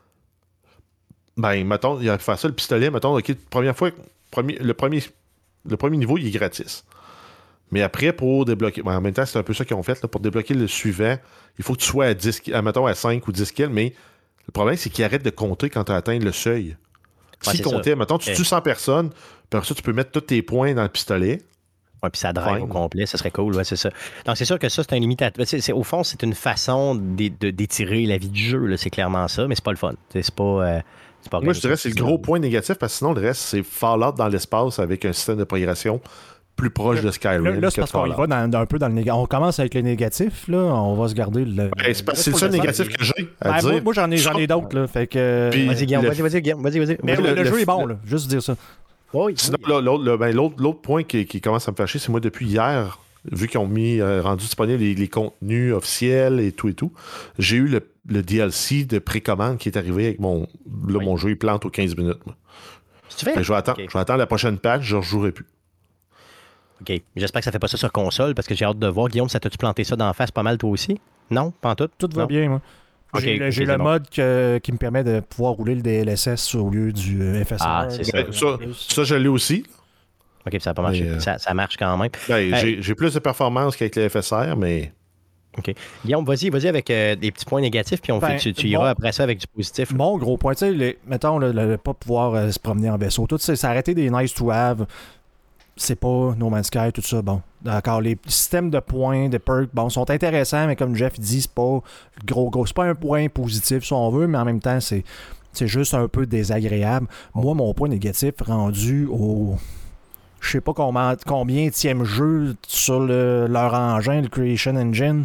Ben, mettons, il y a faire ça, le pistolet, mettons, OK, première fois, premier, le, premier, le premier niveau, il est gratis. Mais après, pour débloquer... Ben, en même temps, c'est un peu ça qu'ils ont fait. Là, pour débloquer le suivant, il faut que tu sois à dix, à, mettons, à cinq ou dix kills, mais le problème, c'est qu'ils arrêtent de compter quand tu atteins le seuil. Ouais, si comptait, mettons, tu okay. tues cent personnes, puis après ça, tu peux mettre tous tes points dans le pistolet. Ouais, puis ça drive Fine. Au complet, ça serait cool, ouais, c'est ça. Donc, c'est sûr que ça, c'est un limitateur. C'est, c'est, au fond, c'est une façon d'é- de, d'étirer la vie du jeu, là, c'est clairement ça, mais c'est pas le fun. C'est, c'est pas... Euh... Pas Moi, je dirais que c'est le gros point négatif, parce que sinon, le reste, c'est Fallout dans l'espace avec un système de progression plus proche de Skyrim. Là, là c'est parce qu'on y va dans, dans, un peu dans le négatif. On commence avec le négatif, là. On va se garder le. Ben, c'est, c'est le seul négatif que j'ai. À ben, dire. Moi, moi, j'en ai, j'en ai d'autres, là. Fait que. Puis, vas-y, Guillaume, le... vas-y, vas-y, Guillaume, vas-y, vas-y. Mais oui, le, le, le jeu le, est bon, le... là. Juste dire ça. Oui, Sinon, oui. Là, l'autre, le, ben, l'autre, l'autre point qui, qui commence à me fâcher, c'est moi, depuis hier, vu qu'ils ont mis, euh, rendu disponible les, les contenus officiels et tout et tout, j'ai eu le, le D L C de précommande qui est arrivé avec mon. Là, oui. Mon jeu, il plante aux quinze minutes. Moi. Tu fais? Je vais attendre, okay. je vais attendre la prochaine patch, je ne rejouerai plus. OK. J'espère que ça fait pas ça sur console parce que j'ai hâte de voir. Guillaume, ça t'a-tu planté ça d'en face pas mal toi aussi? Non? Pas en tout? Tout va Non? bien, moi. OK, J'ai le, OK, j'ai c'est le bon. mode que- qui me permet de pouvoir rouler le D L S S au lieu du euh, F S R. Ah, c'est ça. Ben, ça, ça, je l'ai aussi. OK, puis ça a pas marché. Mais, euh, Ça, ça marche quand même. Ben, Euh, j'ai, j'ai plus de performance qu'avec le F S R, mais OK. Guillaume, vas-y, vas-y avec euh, des petits points négatifs, puis on Ben, fait, tu, tu bon. iras après ça avec du positif. Mon gros point, tu sais, les- mettons, le, le- pas pouvoir euh, se promener en vaisseau, tout ça, c'est arrêter des nice to have. C'est pas No Man's Sky, tout ça. Bon, d'accord. Les systèmes de points, de perks, bon, sont intéressants, mais comme Jeff dit, c'est pas gros, gros. C'est pas un point positif, si on veut, mais en même temps, c'est, c'est juste un peu désagréable. Moi, mon point négatif rendu au. Je sais pas combien, combien tième jeu sur le- leur engin, le Creation Engine.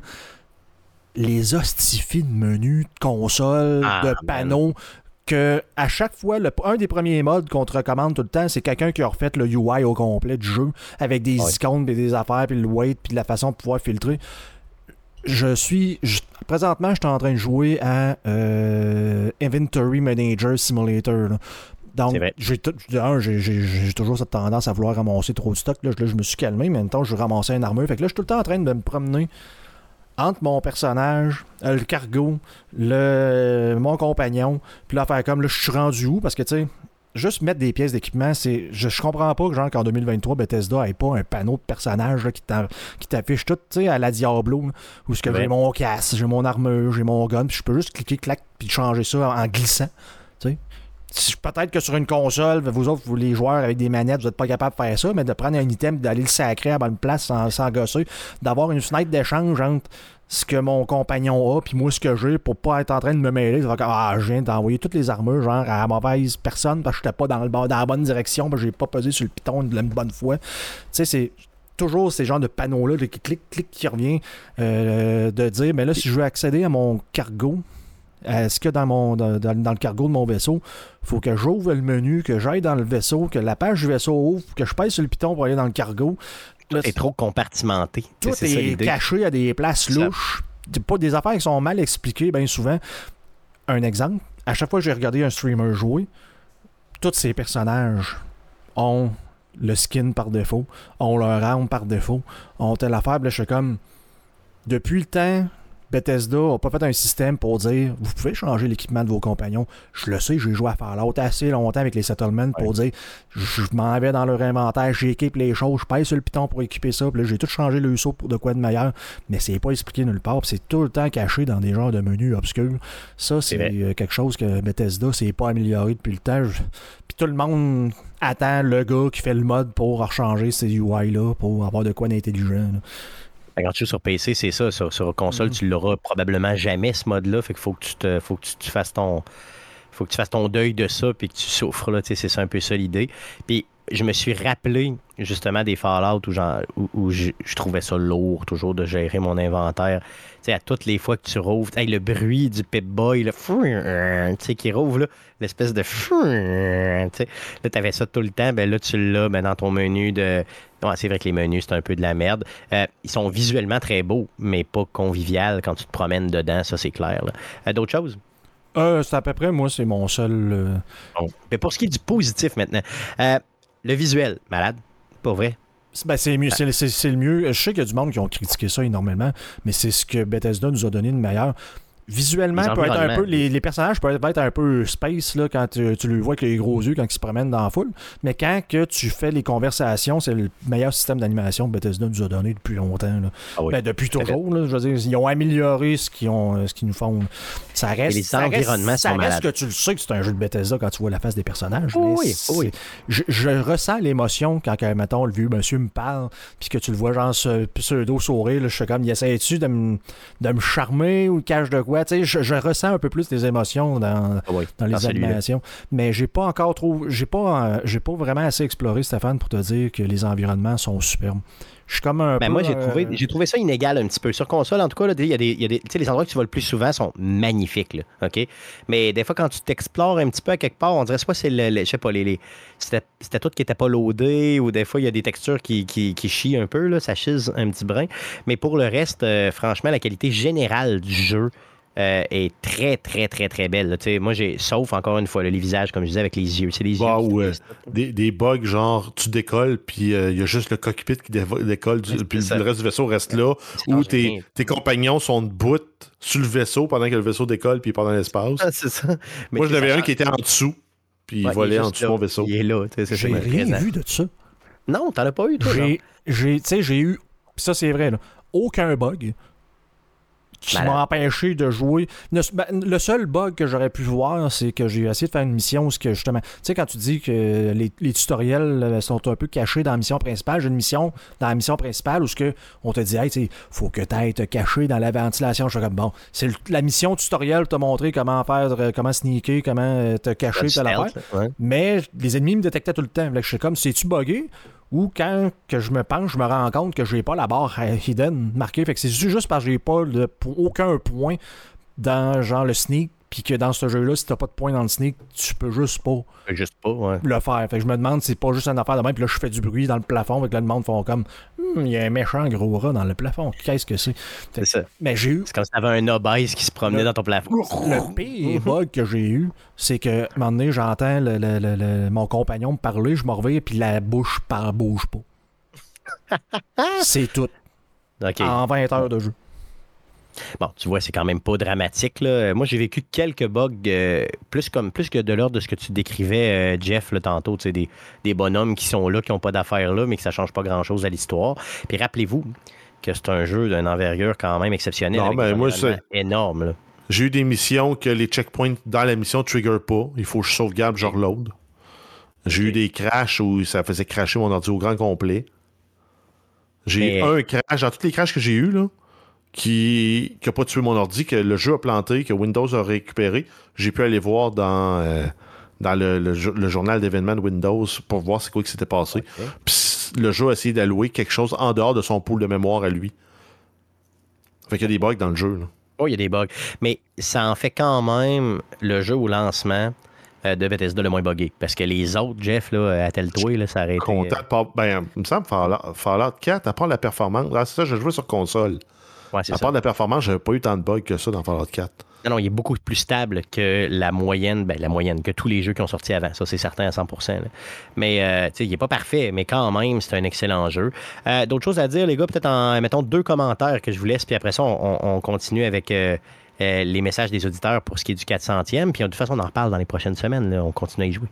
Les hostifies de menus, de consoles, Ah, de man. panneaux, que à chaque fois, le, un des premiers modes qu'on te recommande tout le temps, c'est quelqu'un qui a refait le U I au complet du jeu, avec des Ouais. icônes, puis des affaires, puis le weight, puis la façon de pouvoir filtrer. Je suis... je- présentement, je suis en train de jouer à euh, Inventory Manager Simulator. là. Donc, C'est vrai. j'ai, tout- d'un, j'ai, j'ai- j'ai toujours cette tendance à vouloir ramasser trop de stock. Là, je, là, je me suis calmé, mais en même temps, je ramassais une armure. Fait que là, je suis tout le temps en train de me promener entre mon personnage, euh, le cargo, le, mon compagnon, puis là, faire comme, là, je suis rendu où? Parce que, tu sais, juste mettre des pièces d'équipement, c'est... Je, je comprends pas que, genre, qu'en deux mille vingt-trois, Bethesda ait pas un panneau de personnage là, qui, t'a- qui t'affiche tout, tu sais, à la Diablo, là, où ce que Ouais. j'ai mon casque, j'ai mon armure, j'ai mon gun, puis je peux juste cliquer, clac, puis changer ça en, en glissant, tu sais. Si- Peut-être que sur une console, vous autres, vous les joueurs avec des manettes, vous n'êtes pas capable de faire ça, mais de prendre un item, d'aller le sacrer à bonne place sans, sans gosser, d'avoir une fenêtre d'échange entre ce que mon compagnon a puis moi ce que j'ai pour pas être en train de me mêler. Ça va comme, ah, je viens d'envoyer toutes les armures genre à la mauvaise personne parce que j'étais pas dans, le, bon- dans la bonne direction, parce que j'ai pas pesé sur le piton de la bonne fois. Tu sais, c'est toujours ces genres de panneaux-là, de clic, clic, qui revient euh, de dire, mais là, si je veux accéder à mon cargo, est-ce que dans, mon, dans, dans- dans le cargo de mon vaisseau, il faut que j'ouvre le menu, que j'aille dans le vaisseau, que la page du vaisseau ouvre, que je pèse sur le piton pour aller dans le cargo. Là, C'est trop compartimenté. tout c'est ça est l'idée. caché à des places Ça- louches. C'est pas des affaires qui sont mal expliquées bien souvent. Un exemple, à chaque fois que j'ai regardé un streamer jouer, tous ces personnages ont le skin par défaut, ont leur arme par défaut, ont telle affaire. Puis là, je suis comme, depuis le temps, Bethesda n'a pas fait un système pour dire vous pouvez changer l'équipement de vos compagnons. Je le sais, j'ai joué à Fallout assez longtemps avec les settlements pour dire je m'en vais dans leur inventaire, j'équipe les choses, je pèse sur le piton pour équiper ça, puis là j'ai tout changé le saut pour de quoi de meilleur, mais c'est pas expliqué nulle part, puis c'est tout le temps caché dans des genres de menus obscurs. Ça, c'est vrai. euh, quelque chose que Bethesda s'est pas amélioré depuis le temps. Je- Puis tout le monde attend le gars qui fait le mode pour rechanger ces U I-là, pour avoir de quoi d'intelligent. là. Quand tu joues sur P C, c'est ça. Sur, sur console, Mhm. tu l'auras probablement jamais, ce mode-là. Fait qu'il faut que tu te, faut que tu, tu fasses ton. Faut que tu fasses ton deuil de ça puis que tu souffres. Là, tu sais, c'est ça un peu ça l'idée. Puis je me suis rappelé justement des Fallout où, j'en- où, où je, je trouvais ça lourd toujours de gérer mon inventaire. Tu sais, à toutes les fois que tu rouvres, hey, le bruit du Pip-Boy, le tu sais, qui rouvre, là, l'espèce de tu sais, là, t'avais ça tout le temps, ben là, tu l'as ben, dans ton menu de. Ouais, c'est vrai que les menus, c'est un peu de la merde. Euh, ils sont visuellement très beaux, mais pas convivial quand tu te promènes dedans, ça c'est clair. là. Euh, D'autres choses? Euh, c'est à peu près, moi, c'est mon seul... euh, Bon. Mais pour ce qui est du positif maintenant, euh, le visuel, malade, pas vrai? C'est- Ben, c'est mieux, c'est, c'est- c'est le mieux. Je sais qu'il y a du monde qui ont critiqué ça énormément, mais c'est ce que Bethesda nous a donné de meilleur. Visuellement, Les peut être un environnements. peu, les, les personnages peuvent être un peu space là, quand tu, tu le vois avec les gros yeux quand ils se promènent dans la foule. Mais quand que tu fais les conversations, c'est le meilleur système d'animation que Bethesda nous a donné depuis longtemps. Là. Ah oui. Ben, depuis Tout à fait. toujours. Là, je veux dire, ils ont amélioré ce qu'ils, ont, ce qu'ils nous font. Ça reste, Et les ça reste- environnements ça sont reste malades. que tu le sais que c'est un jeu de Bethesda quand tu vois la face des personnages. Oui, mais oui, c'est- oui. Je, je ressens l'émotion quand, que, mettons, le vieux monsieur me parle, puis que tu le vois, genre, ce pseudo-sourire. Là, je suis comme, il essaie-tu de me, de me charmer ou il cache de quoi? Tu sais, je, je ressens un peu plus des émotions dans, Ah oui, dans les celui-là. animations. Mais j'ai pas encore trop. J'ai pas, euh, j'ai pas vraiment assez exploré, Stéphane, pour te dire que les environnements sont superbes. Je suis comme un Ben peu. moi, j'ai euh, trouvé, j'ai trouvé ça inégal un petit peu. Sur console, en tout cas, là, il y a des, il y a des, tu sais, les endroits que tu vas le plus souvent sont magnifiques, là, OK? Mais des fois, quand tu t'explores un petit peu à quelque part, on dirait soit c'est le, le- je sais pas, les, les- c'était, c'était tout qui était pas loadé, ou des fois, il y a des textures qui, qui, qui chient un peu, là, ça chise un petit brin. Mais pour le reste, euh, franchement, la qualité générale du jeu euh, est très, très, très, très belle. Là. Moi, j'ai, sauf encore une fois, là, les visages, comme je disais, avec les yeux. C'est les bah, yeux. Ou, euh, des, des bugs, genre, tu décolles, puis il euh, y a juste le cockpit qui dé- décolle, du, puis le reste du vaisseau reste là, ou tes, tes compagnons sont debout sur le vaisseau pendant que le vaisseau décolle, puis il part dans l'espace. Ah, c'est ça. Mais moi, je l'avais un change. qui était en dessous, puis il ouais, volait il en dessous de mon vaisseau. Il est là. J'ai rien vu de ça. Non, t'en as pas eu, toi. J'ai, j'ai, tu sais, j'ai eu, ça c'est vrai, là, aucun bug qui Malade. m'a empêché de jouer. Le, ben, le seul bug que j'aurais pu voir, c'est que j'ai essayé de faire une mission où, ce que, justement, tu sais, quand tu dis que les, les tutoriels sont un peu cachés dans la mission principale, j'ai une mission dans la mission principale où ce que on te dit, hey, tu sais, faut que tu ailles te cacher dans la ventilation. Je suis comme, bon, c'est le, la mission tutoriel t'a montré comment faire, comment sneaker, comment te cacher, telle affaire. Ouais. Mais les ennemis me détectaient tout le temps. Là, je suis comme, c'est-tu buggé? Ou quand que je me penche, je me rends compte que j'ai pas la barre hidden marquée. Fait que c'est juste parce que j'ai pas le, aucun point dans genre le sneak. Puis que dans ce jeu-là, si t'as pas de point dans le sneak, tu peux juste pas, juste pas ouais. le faire. Fait que je me demande si c'est pas juste une affaire de même. Puis là, je fais du bruit dans le plafond. Fait que là, le monde font comme il hm, y a un méchant gros rat dans le plafond. Qu'est-ce que c'est? C'est ça. Mais j'ai eu. C'est comme si t'avais un obèse qui se promenait le, dans ton plafond. Le pire bug que j'ai eu, c'est que à un moment donné, j'entends le, le, le, le, mon compagnon me parler, je me reviens, puis la bouche par bouge pas. C'est tout. Okay. En vingt heures de jeu. Bon, tu vois, c'est quand même pas dramatique. Là. Moi, j'ai vécu quelques bugs, euh, plus comme plus que de l'ordre de ce que tu décrivais, euh, Jeff, là, tantôt. Des, des bonhommes qui sont là, qui n'ont pas d'affaires là, mais que ça change pas grand-chose à l'histoire. Puis rappelez-vous que c'est un jeu d'une envergure quand même exceptionnelle. Non, avec ben, des moi, c'est énorme. Là. J'ai eu des missions que les checkpoints dans la mission ne trigger pas. Il faut que je sauvegarde, je reload. J'ai okay. eu des crashs où ça faisait crasher mon ordi au grand complet. J'ai mais... eu un crash, dans tous les crashs que j'ai eu là, qui n'a pas tué mon ordi, que le jeu a planté, que Windows a récupéré. J'ai pu aller voir dans, euh, dans le, le, le journal d'événements de Windows pour voir c'est quoi qui s'était passé. Okay. Puis le jeu a essayé d'allouer quelque chose en dehors de son pool de mémoire à lui. Fait qu'il y a des bugs dans le jeu. Là. Oh, il y a des bugs. Mais ça en fait quand même le jeu au lancement euh, de Bethesda le moins buggé. Parce que les autres, Jeff, là, à tel toi, là, ça aurait été... Content, euh... ben, il me semble Fallout, Fallout quatre, à part la performance... Ah, c'est ça, j'ai joué sur console. Ouais, à part de la performance, j'avais pas eu tant de bugs que ça dans Fallout quatre. Non, non, il est beaucoup plus stable que la moyenne, ben la moyenne, que tous les jeux qui ont sorti avant. Ça, c'est certain à cent pour cent. Là. Mais, euh, tu sais, il n'est pas parfait, mais quand même, c'est un excellent jeu. Euh, d'autres choses à dire, les gars, peut-être en, mettons, deux commentaires que je vous laisse, puis après ça, on, on continue avec euh, euh, les messages des auditeurs pour ce qui est du quatre centième, puis de toute façon, on en reparle dans les prochaines semaines. Là. On continue à y jouer.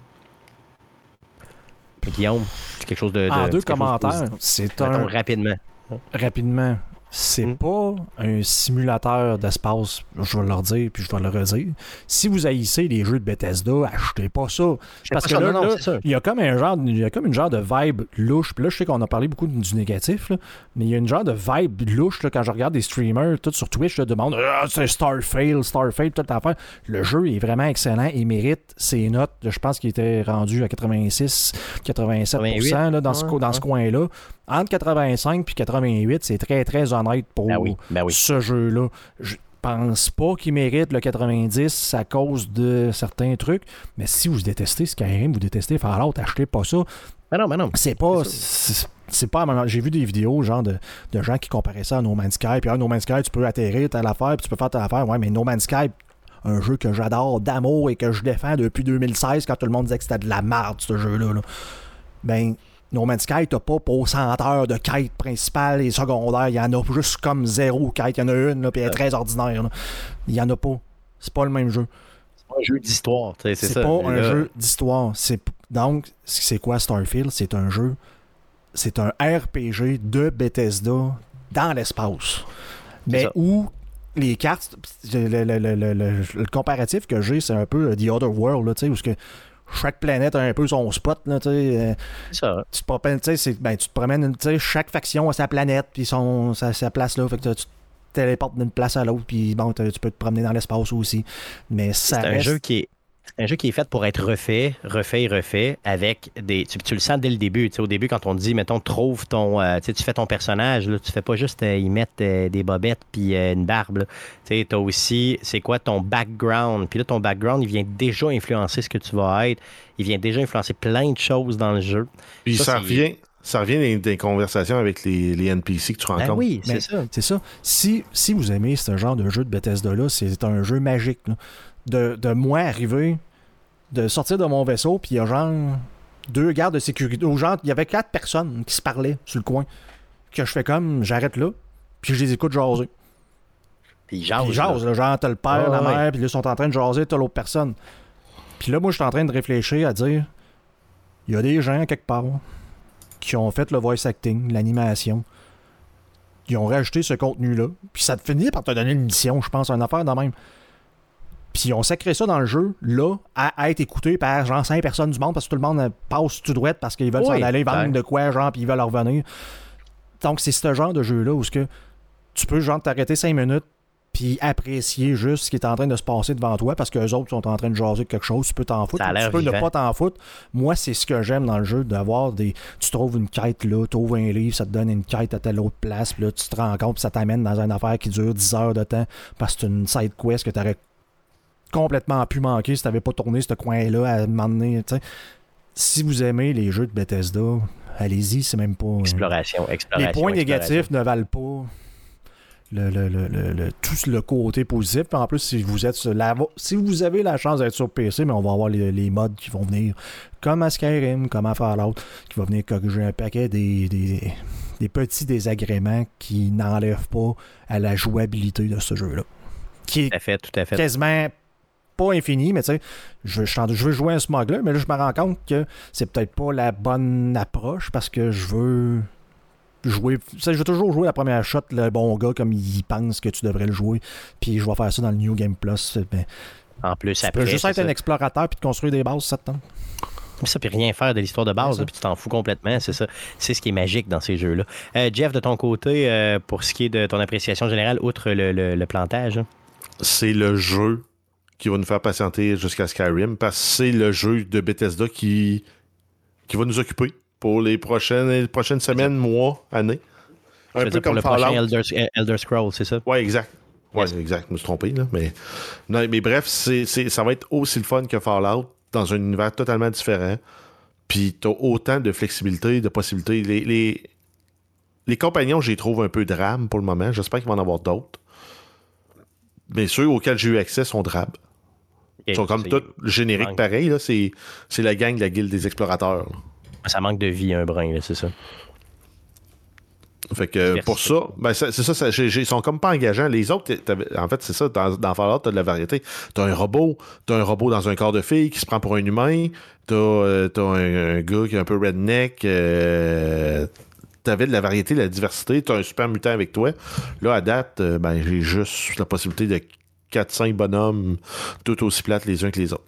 Et Guillaume, c'est quelque chose de... de en deux c'est commentaires, c'est un... Mettons, rapidement. Rapidement. C'est mm. pas un simulateur d'espace, je vais leur dire, puis je vais le redire. Si vous haïssez les jeux de Bethesda, achetez pas ça. Parce que là, il y a comme un genre, il y a comme une genre de vibe louche. Puis là, je sais qu'on a parlé beaucoup du négatif, là, mais il y a une genre de vibe louche là, quand je regarde des streamers, tout sur Twitch, je demande ah, c'est Starfield, Starfield, toute l'affaire. Le jeu est vraiment excellent. Il mérite ses notes. Je pense qu'il était rendu à quatre-vingt-six quatre-vingt-sept pour cent là, dans ouais, ce, dans ouais. ce coin-là. Entre quatre-vingt-cinq et quatre-vingt-huit, c'est très, très honnête pour ben oui, ben oui. ce jeu-là. Je pense pas qu'il mérite le quatre-vingt-dix à cause de certains trucs, mais si vous détestez Skyrim, vous détestez Fallout, achetez pas ça. Ben non, ben non. C'est pas... C'est, c'est pas... J'ai vu des vidéos genre de, de gens qui comparaient ça à No Man's Sky, puis à ah, No Man's Sky, tu peux atterrir telle affaire, puis tu peux faire telle affaire. Ouais, mais No Man's Sky... un jeu que j'adore d'amour et que je défends depuis deux mille seize quand tout le monde disait que c'était de la merde, ce jeu-là. Là. Ben... No Man's Sky, t'as pas pour cent heures de quête principale et secondaire. Il y en a juste comme zéro quête. Il y en a une, là, puis elle est très ordinaire. Là. Il y en a pas. C'est pas le même jeu. C'est pas un jeu d'histoire. C'est, c'est ça, pas un là. jeu d'histoire. C'est... Donc, c'est quoi Starfield? C'est un jeu... C'est un R P G de Bethesda dans l'espace. Mais où les cartes... Le, le, le, le, le, le comparatif que j'ai, c'est un peu The Other World, là, tu sais, où ce que... Chaque planète a un peu son spot. Là, c'est ça. Tu, te promènes, c'est, ben, tu te promènes, chaque faction a sa planète, puis son, sa, sa place là. Fait que tu te téléportes d'une place à l'autre, puis bon, tu peux te promener dans l'espace aussi. Mais ça c'est reste... un jeu qui est. C'est un jeu qui est fait pour être refait, refait et refait avec des. Tu, tu le sens dès le début. Au début, quand on te dit, mettons, trouve ton. Euh, tu fais ton personnage, là, tu fais pas juste euh, y mettre euh, des bobettes puis euh, une barbe. Tu as aussi, c'est quoi ton background. Puis là, ton background, il vient déjà influencer ce que tu vas être. Il vient déjà influencer plein de choses dans le jeu. Puis ça, ça revient. Ça revient des, des conversations avec les, les N P C que tu rencontres. Ben oui, c'est Mais ça. C'est ça. Si, si vous aimez ce genre de jeu de Bethesda-là, c'est un jeu magique. Là. De, de moi arriver, de sortir de mon vaisseau, puis il y a genre deux gardes de sécurité. Ou genre, il y avait quatre personnes qui se parlaient sur le coin. Que je fais comme, j'arrête là, puis je les écoute jaser. Puis ils jasent. Ils jasent, là, genre, t'as le père, Ah, la ouais. mère, puis là, ils sont en train de jaser, t'as l'autre personne. Puis là, moi, je suis en train de réfléchir à dire, il y a des gens, quelque part, qui ont fait le voice acting, l'animation. Ils ont rajouté ce contenu-là. Puis ça te finit par te donner une mission, je pense, une affaire de même. Puis ils ont sacré ça dans le jeu, là, à, à être écouté par genre cinq personnes du monde, parce que tout le monde euh, passe tout droit parce qu'ils veulent Oui, s'en aller vendre exact. de quoi, genre, puis ils veulent en revenir. Donc c'est ce genre de jeu-là où ce que tu peux genre t'arrêter cinq minutes puis apprécier juste ce qui est en train de se passer devant toi parce que les autres sont en train de jaser de quelque chose, tu peux t'en foutre, Ça a ou l'air tu peux vivant. ne pas t'en foutre. Moi, c'est ce que j'aime dans le jeu, d'avoir des... Tu trouves une quête là, tu ouvres un livre, ça te donne une quête à telle autre place, puis là, tu te rends compte, puis ça t'amène dans une affaire qui dure dix heures de temps parce que c'est une side quest que tu aurais complètement pu manquer si tu n'avais pas tourné ce coin-là à un moment donné, tu sais. Si vous aimez les jeux de Bethesda, allez-y, c'est même pas... euh, Exploration, exploration. les points exploration. négatifs ne valent pas le, le, le, le, le- tout le côté positif. Puis en plus, si vous êtes sur la, si vous avez la chance d'être sur P C, mais on va avoir les, les mods qui vont venir, comme à Skyrim, comme à Fallout, qui va venir corriger un paquet des, des, des petits désagréments qui n'enlèvent pas à la jouabilité de ce jeu-là. Qui Tout est à fait, tout à fait. quasiment pas infini, mais tu sais, je, je, je veux jouer un smog-là, mais là, je me rends compte que c'est peut-être pas la bonne approche parce que je veux jouer. Tu sais, je veux toujours jouer la première shot, le bon gars, comme il pense que tu devrais le jouer, puis je vais faire ça dans le New Game Plus. Ben, En plus, tu après, peux juste c'est être ça. un explorateur puis de construire des bases, ça te tente. Ça, puis rien faire de l'histoire de base, C'est ça. là, puis tu t'en fous complètement, c'est ça. C'est ce qui est magique dans ces jeux-là. Euh, Jeff, de ton côté, euh, pour ce qui est de ton appréciation générale, outre le, le- le plantage, hein? C'est le jeu qui va nous faire patienter jusqu'à Skyrim parce que c'est le jeu de Bethesda qui, qui va nous occuper pour les prochaines, les prochaines semaines, mois, années. je Un veux peu dire, pour comme le prochain Fallout. Elder, Elder Scrolls, c'est ça? Ouais, exact. Ouais, Yes. exact. Je me suis trompé, là. Mais, non, mais bref, c'est, c'est, ça va être aussi le fun que Fallout dans un univers totalement différent. Puis t'as autant de flexibilité, de possibilités. Les, les, les compagnons, j'y trouve un peu drame pour le moment. J'espère qu'il va en avoir d'autres. Mais ceux auxquels j'ai eu accès sont drabes. Ils sont comme C'est- tous génériques manque. pareil. Là. C'est, c'est la gang de la guilde des explorateurs. là. Ça manque de vie, un brin, là, c'est ça. Fait que pour ça, ben ça- c'est ça, ça j'ai- j'ai- ils sont comme pas engageants. Les autres, t'avais- en fait, c'est ça, dans, dans Fallout, t'as de la variété. T'as un robot, t'as un robot dans un corps de fille qui se prend pour un humain, t'as, euh, t'as un, un gars qui est un peu redneck, euh, t'avais de la variété, de la diversité, t'as un super mutant avec toi. Là, à date, euh, ben j'ai juste la possibilité de quatre cinq bonhommes, tout aussi plates les uns que les autres,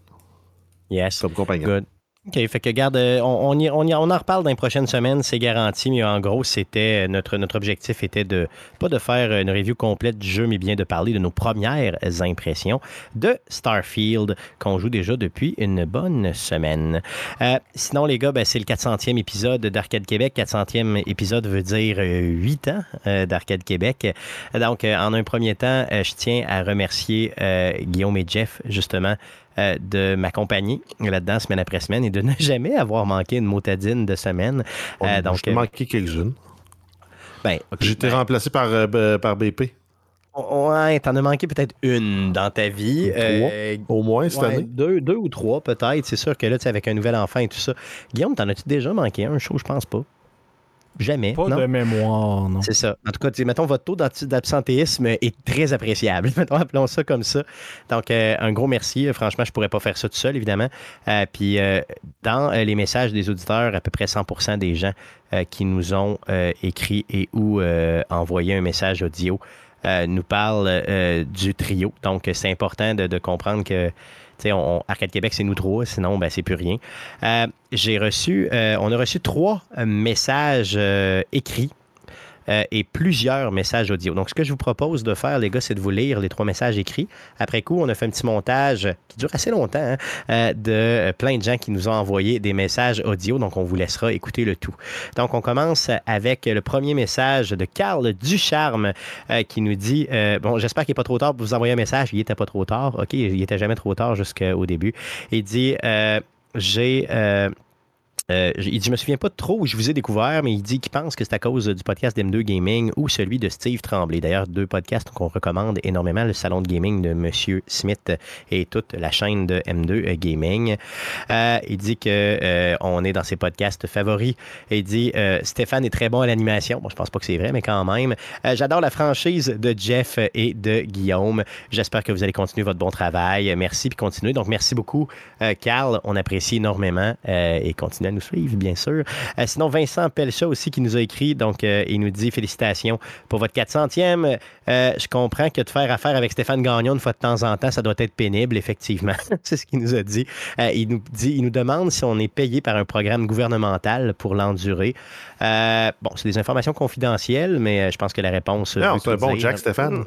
Yes. comme compagnons. Good. OK, fait que garde, euh, on, on, y, on, y, on en reparle dans les prochaines semaines, c'est garanti, mais en gros, c'était notre, notre objectif était de, pas de faire une review complète du jeu, mais bien de parler de nos premières impressions de Starfield, qu'on joue déjà depuis une bonne semaine. Euh, sinon, les gars, ben, c'est le quatre centième épisode d'Arcade Québec. quatre centième épisode veut dire euh, huit ans euh, d'Arcade Québec. Donc, euh, en un premier temps, euh, je tiens à remercier euh, Guillaume et Jeff, justement, Euh, de m'accompagner là-dedans semaine après semaine et de ne jamais avoir manqué une motadine de semaine. On- Euh, donc, je t'ai euh, manqué quelques-unes. ben, ok, J'ai été ben, remplacé par, euh, B- par B P. ouais, t'en as manqué peut-être une dans ta vie. Trois. Euh, Au moins cette ouais, année. deux, deux ou trois peut-être. C'est sûr que là, tu sais, avec un nouvel enfant et tout ça. Guillaume, t'en as-tu déjà manqué un show? Je pense pas. Jamais. Pas non? de mémoire, non. C'est ça. En tout cas, tu sais, mettons, votre taux d'abs- d'absentéisme est très appréciable. Mettons, appelons ça comme ça. Donc, euh, un gros merci. Franchement, je pourrais pas faire ça tout seul, évidemment. Euh, puis, euh, dans euh, les messages des auditeurs, à peu près cent pour cent des gens euh, qui nous ont euh, écrit et ou euh, envoyé un message audio euh, nous parlent euh, du trio. Donc, c'est important de, de comprendre que tu sais, on, Arcade Québec, c'est nous trois, sinon, ben, c'est plus rien. Euh, j'ai reçu, euh, on a reçu trois euh, messages euh, écrits euh, et plusieurs messages audio. Donc, ce que je vous propose de faire, les gars, c'est de vous lire les trois messages écrits. Après coup, on a fait un petit montage qui dure assez longtemps hein, euh, de euh, plein de gens qui nous ont envoyé des messages audio. Donc, on vous laissera écouter le tout. Donc, on commence avec le premier message de Carl Ducharme euh, qui nous dit euh, bon, j'espère qu'il n'est pas trop tard pour vous envoyer un message. Il n'était pas trop tard. OK, il n'était jamais trop tard jusqu'au début. Il dit euh, j'ai. Euh, Euh, il dit, je me souviens pas trop où je vous ai découvert, mais il dit qu'il pense que c'est à cause du podcast d'M deux Gaming ou celui de Steve Tremblay. D'ailleurs, deux podcasts qu'on recommande énormément, le salon de gaming de M. Smith et toute la chaîne de M deux Gaming. Euh, il dit que euh, on est dans ses podcasts favoris. Et il dit, euh, Stéphane est très bon à l'animation. Bon, je pense pas que c'est vrai, mais quand même. Euh, j'adore la franchise de Jeff et de Guillaume. J'espère que vous allez continuer votre bon travail. Merci, puis continuez. Donc, merci beaucoup, euh, Carl. On apprécie énormément euh, et continuez à nous suivre, bien sûr. Euh, sinon, Vincent Pelcha aussi qui nous a écrit, donc euh, il nous dit félicitations pour votre quatre centième. Euh, je comprends que de faire affaire avec Stéphane Gagnon une fois de temps en temps, ça doit être pénible, effectivement. C'est ce qu'il nous a dit. Euh, il nous dit, il nous demande si on est payé par un programme gouvernemental pour l'endurer. Euh, bon, c'est des informations confidentielles, mais je pense que la réponse... Non, c'est un bon Jack, Stéphane.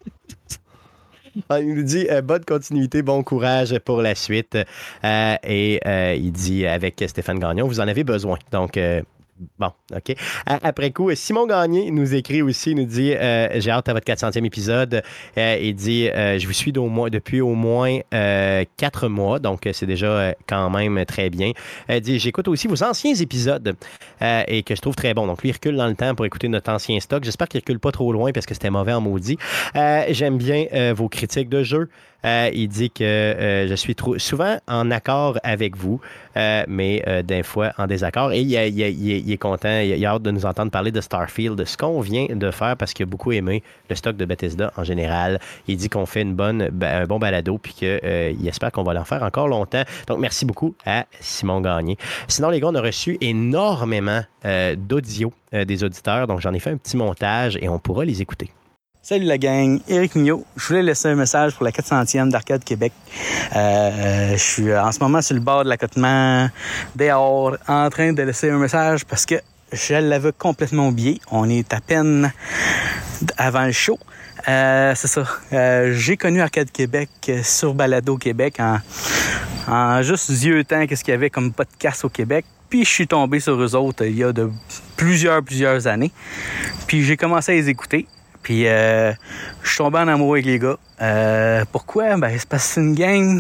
Il nous dit euh, bonne continuité, bon courage pour la suite. Euh, et euh, il dit avec Stéphane Gagnon, vous en avez besoin. Donc, euh, bon, OK. Après coup, Simon Gagné nous écrit aussi, il nous dit euh, j'ai hâte à votre quatre centième épisode. Euh, il dit euh, je vous suis d'au moins, depuis au moins euh, quatre mois, donc c'est déjà euh, quand même très bien. Il dit j'écoute aussi vos anciens épisodes euh, et que je trouve très bon. Donc lui, il recule dans le temps pour écouter notre ancien stock. J'espère qu'il recule pas trop loin parce que c'était mauvais en maudit. Euh, j'aime bien euh, vos critiques de jeu. Euh, il dit que euh, je suis trop, souvent en accord avec vous, euh, mais euh, des fois en désaccord. Et il, il, il, il est content, il a hâte de nous entendre parler de Starfield, ce qu'on vient de faire parce qu'il a beaucoup aimé le stock de Bethesda en général. Il dit qu'on fait une bonne, un bon balado puis qu'il euh, espère qu'on va l'en faire encore longtemps. Donc, merci beaucoup à Simon Gagné. Sinon, les gars, on a reçu énormément euh, d'audio euh, des auditeurs. Donc, j'en ai fait un petit montage et on pourra les écouter. Salut la gang, Éric Mignot. Je voulais laisser un message pour la quatre centième d'Arcade Québec. Euh, je suis en ce moment sur le bord de l'accotement, dehors, en train de laisser un message parce que je l'avais complètement oublié. On est à peine avant le show. Euh, c'est ça. Euh, j'ai connu Arcade Québec sur Balado Québec en, en juste yeux-temps qu'est-ce qu'il y avait comme podcast au Québec. Puis je suis tombé sur eux autres il y a de plusieurs, plusieurs années. Puis j'ai commencé à les écouter. Puis, euh, je suis tombé en amour avec les gars. Euh, pourquoi? Ben, c'est parce que c'est une gang.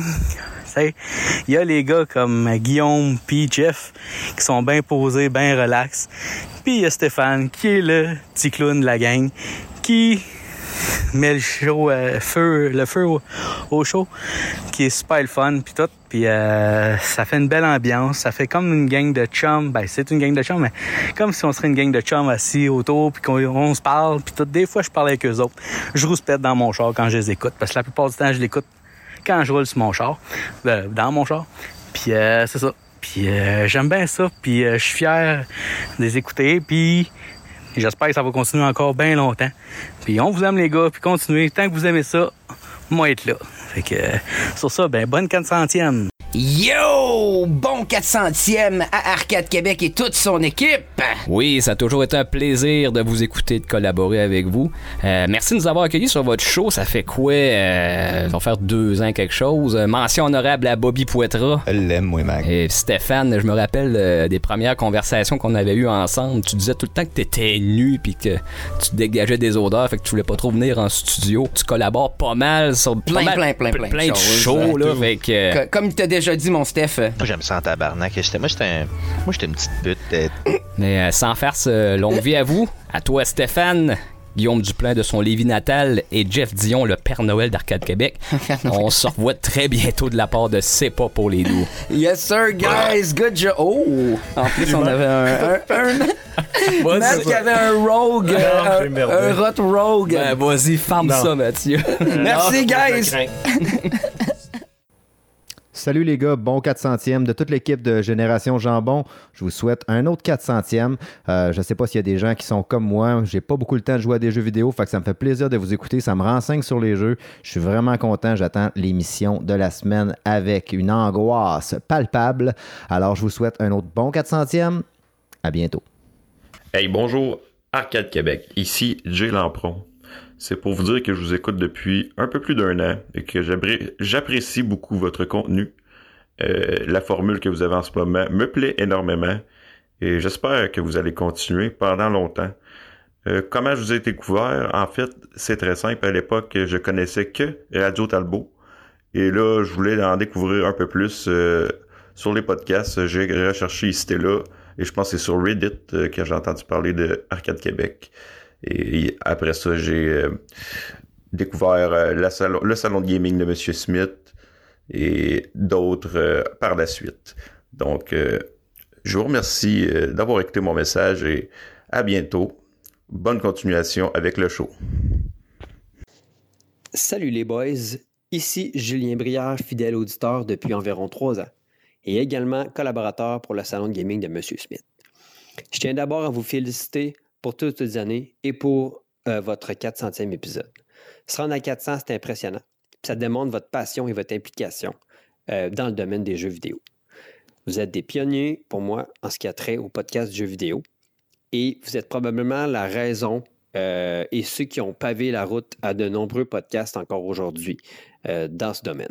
Il y a les gars comme Guillaume puis Jeff qui sont bien posés, bien relax. Puis, il y a Stéphane qui est le petit clown de la gang qui met le show, euh, feu, le feu au, au show, qui est super le fun, puis tout. Puis euh, ça fait une belle ambiance. Ça fait comme une gang de chums. Ben, c'est une gang de chums, mais comme si on serait une gang de chums assis autour, puis qu'on on se parle, puis tout. Des fois, je parle avec eux autres. Je rouspète dans mon char quand je les écoute, parce que la plupart du temps, je l'écoute quand je roule sur mon char, euh, dans mon char. Puis euh, c'est ça. Puis euh, j'aime bien ça, puis euh, je suis fier de les écouter, puis j'espère que ça va continuer encore bien longtemps. Puis on vous aime les gars, puis continuez. Tant que vous aimez ça, moi être là. Fait que euh, sur ça, ben bonne quatre centième. Yo! Bon quatre centième à Arcade Québec et toute son équipe! Oui, ça a toujours été un plaisir de vous écouter et de collaborer avec vous. Euh, merci de nous avoir accueillis sur votre show. Ça fait quoi? Euh, ça va faire deux ans quelque chose. Mention honorable à Bobby Poitras. Elle l'aime, moi, Mac. Et Stéphane, je me rappelle euh, des premières conversations qu'on avait eues ensemble. Tu disais tout le temps que t'étais nu puis que tu dégageais des odeurs, fait que tu voulais pas trop venir en studio. Tu collabores pas mal sur plein, pas mal, plein, plein, plein, plein de choses, shows, là. Tout. Fait que... Que, comme tu t'as déjà dit, mon Steph. Moi, j'aime ça en tabarnak. J'étais, moi, j'étais, un, moi, j'étais une petite pute. Euh... Mais euh, sans farce, euh, longue vie à vous. À toi, Stéphane. Guillaume Duplain de son Lévis natal et Jeff Dion, le Père Noël d'Arcade Québec. On se revoit très bientôt de la part de C'est pas pour les doux. Yes, sir, guys. Good job. Oh! En plus, on avait un... un, un... Matt qui avait un rogue. Non, un, un rot rogue. Ben, vas-y, ferme ça, Mathieu. Merci, guys. Salut les gars, bon quatre centième de toute l'équipe de Génération Jambon. Je vous souhaite un autre quatre centième. Euh, je ne sais pas s'il y a des gens qui sont comme moi. J'ai pas beaucoup le temps de jouer à des jeux vidéo, fait que ça me fait plaisir de vous écouter. Ça me renseigne sur les jeux. Je suis vraiment content. J'attends l'émission de la semaine avec une angoisse palpable. Alors, je vous souhaite un autre bon quatre centième. À bientôt. Hey, bonjour, Arcade Québec. Ici, Jay Lampron. C'est pour vous dire que je vous écoute depuis un peu plus d'un an et que j'apprécie beaucoup votre contenu. Euh, la formule que vous avez en ce moment me plaît énormément et j'espère que vous allez continuer pendant longtemps. Euh, comment je vous ai découvert? En fait, c'est très simple. À l'époque, je connaissais que Radio Talbot et là, je voulais en découvrir un peu plus euh, sur les podcasts, j'ai recherché ici et là, et je pense que c'est sur Reddit euh, que j'ai entendu parler de Arcade Québec. Et, et après ça, j'ai euh, découvert euh, la salon, le salon de gaming de M. Smith et d'autres euh, par la suite. Donc, euh, je vous remercie euh, d'avoir écouté mon message et à bientôt. Bonne continuation avec le show. Salut les boys, ici Julien Brière, fidèle auditeur depuis environ trois ans et également collaborateur pour le salon de gaming de M. Smith. Je tiens d'abord à vous féliciter pour toutes les années et pour euh, votre quatre centième épisode. Se rendre à quatre cents, c'est impressionnant. Ça démontre votre passion et votre implication euh, dans le domaine des jeux vidéo. Vous êtes des pionniers pour moi en ce qui a trait au podcast de jeux vidéo et vous êtes probablement la raison Euh, et ceux qui ont pavé la route à de nombreux podcasts encore aujourd'hui euh, dans ce domaine.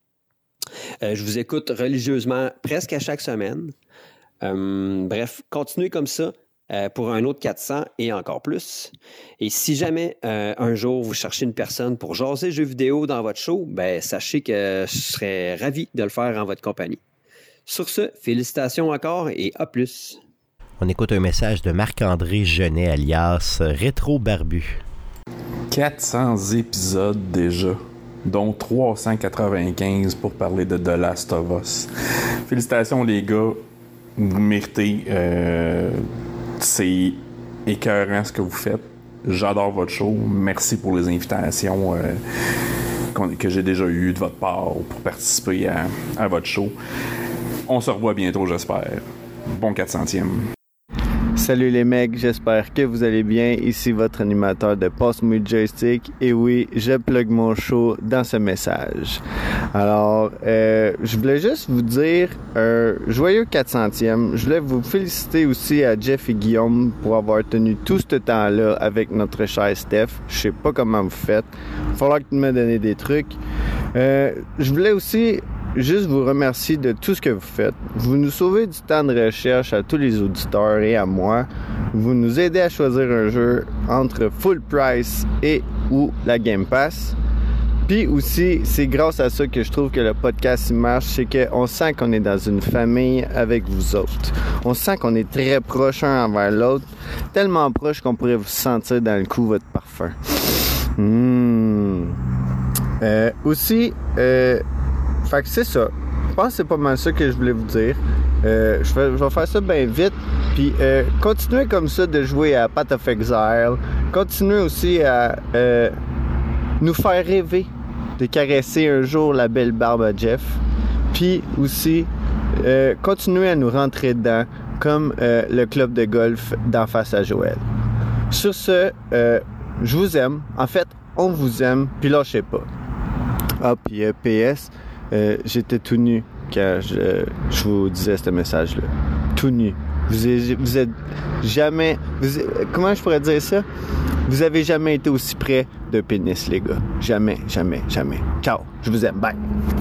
Euh, je vous écoute religieusement presque à chaque semaine. Euh, bref, continuez comme ça euh, pour un autre quatre cents et encore plus. Et si jamais euh, un jour vous cherchez une personne pour jaser jeux vidéo dans votre show, ben, sachez que je serais ravi de le faire en votre compagnie. Sur ce, félicitations encore et à plus. On écoute un message de Marc-André Genet, alias Rétro Barbu. quatre cents épisodes déjà, dont trois cent quatre-vingt-quinze pour parler de The Last of Us. Félicitations les gars, vous méritez. Euh, c'est écœurant ce que vous faites. J'adore votre show. Merci pour les invitations euh, que j'ai déjà eues de votre part pour participer à, à votre show. On se revoit bientôt, j'espère. Bon quatre centième. Salut les mecs, j'espère que vous allez bien. Ici votre animateur de Passe-moi le joystick. Et oui, je plug mon show dans ce message. Alors, euh, je voulais juste vous dire un joyeux quatre centième. Je voulais vous féliciter aussi à Jeff et Guillaume pour avoir tenu tout ce temps-là avec notre cher Steph. Je sais pas comment vous faites. Il va falloir que tu me donnes des trucs. Euh, je voulais aussi juste vous remercier de tout ce que vous faites. Vous nous sauvez du temps de recherche à tous les auditeurs et à moi. Vous nous aidez à choisir un jeu entre full price et ou la Game Pass. Puis aussi, c'est grâce à ça que je trouve que le podcast il marche, c'est qu'on sent qu'on est dans une famille avec vous autres. On sent qu'on est très proche un envers l'autre, tellement proche qu'on pourrait vous sentir dans le cou votre parfum. Mmh. Euh, aussi, euh, fait que c'est ça. Je pense que c'est pas mal ça que je voulais vous dire. Euh, je, vais, je vais faire ça bien vite. Puis euh, continuez comme ça de jouer à Path of Exile. Continuez aussi à euh, nous faire rêver de caresser un jour la belle barbe à Jeff. Puis aussi, euh, continuez à nous rentrer dedans comme euh, le club de golf d'en face à Joël. Sur ce, euh, je vous aime. En fait, on vous aime. Puis lâchez pas. Ah, puis euh, P S, euh, j'étais tout nu quand je, je vous disais ce message-là. Tout nu. Vous êtes, vous êtes jamais... Vous, comment je pourrais dire ça? Vous avez jamais été aussi près de pénis, les gars. Jamais, jamais, jamais. Ciao, je vous aime. Bye.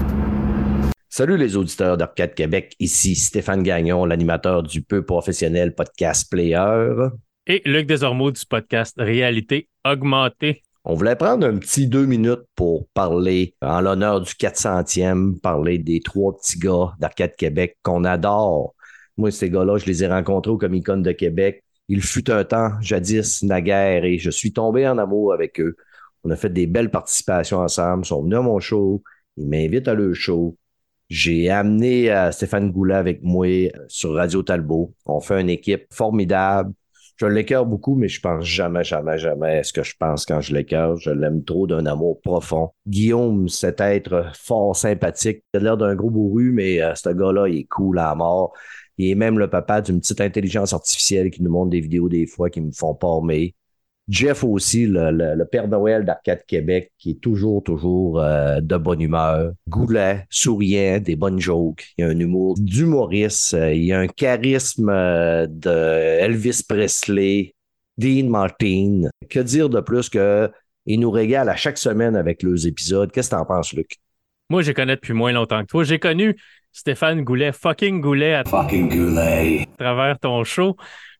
Salut les auditeurs d'Arcade Québec. Ici Stéphane Gagnon, l'animateur du peu professionnel Podcast Player. Et Luc Desormeaux du podcast Réalité Augmentée. On voulait prendre un petit deux minutes pour parler en l'honneur du quatre centième, parler des trois petits gars d'Arcade Québec qu'on adore. Moi, ces gars-là, je les ai rencontrés au Comic-Con de Québec. Il fut un temps, jadis, naguère, et je suis tombé en amour avec eux. On a fait des belles participations ensemble. Ils sont venus à mon show. Ils m'invitent à leur show. J'ai amené euh, Stéphane Goulet avec moi sur Radio Talbot. On fait une équipe formidable. Je l'écœure beaucoup, mais je pense jamais, jamais, jamais à ce que je pense quand je l'écœure. Je l'aime trop d'un amour profond. Guillaume, cet être fort sympathique. Il a l'air d'un gros bourru, mais euh, ce gars-là, il est cool à mort. Il est même le papa d'une petite intelligence artificielle qui nous montre des vidéos des fois qui me font palmer. Jeff aussi, le, le, le Père Noël d'Arcade Québec, qui est toujours, toujours euh, de bonne humeur. Goulet, souriant, des bonnes jokes. Il y a un humour d'humoriste. Euh, il y a un charisme euh, de Elvis Presley, Dean Martin. Que dire de plus que il nous régale à chaque semaine avec leurs épisodes. Qu'est-ce que t'en penses, Luc? Moi, je les connais depuis moins longtemps que toi. J'ai connu Stéphane Goulet, fucking Goulet, à, fucking Goulet, à travers ton show.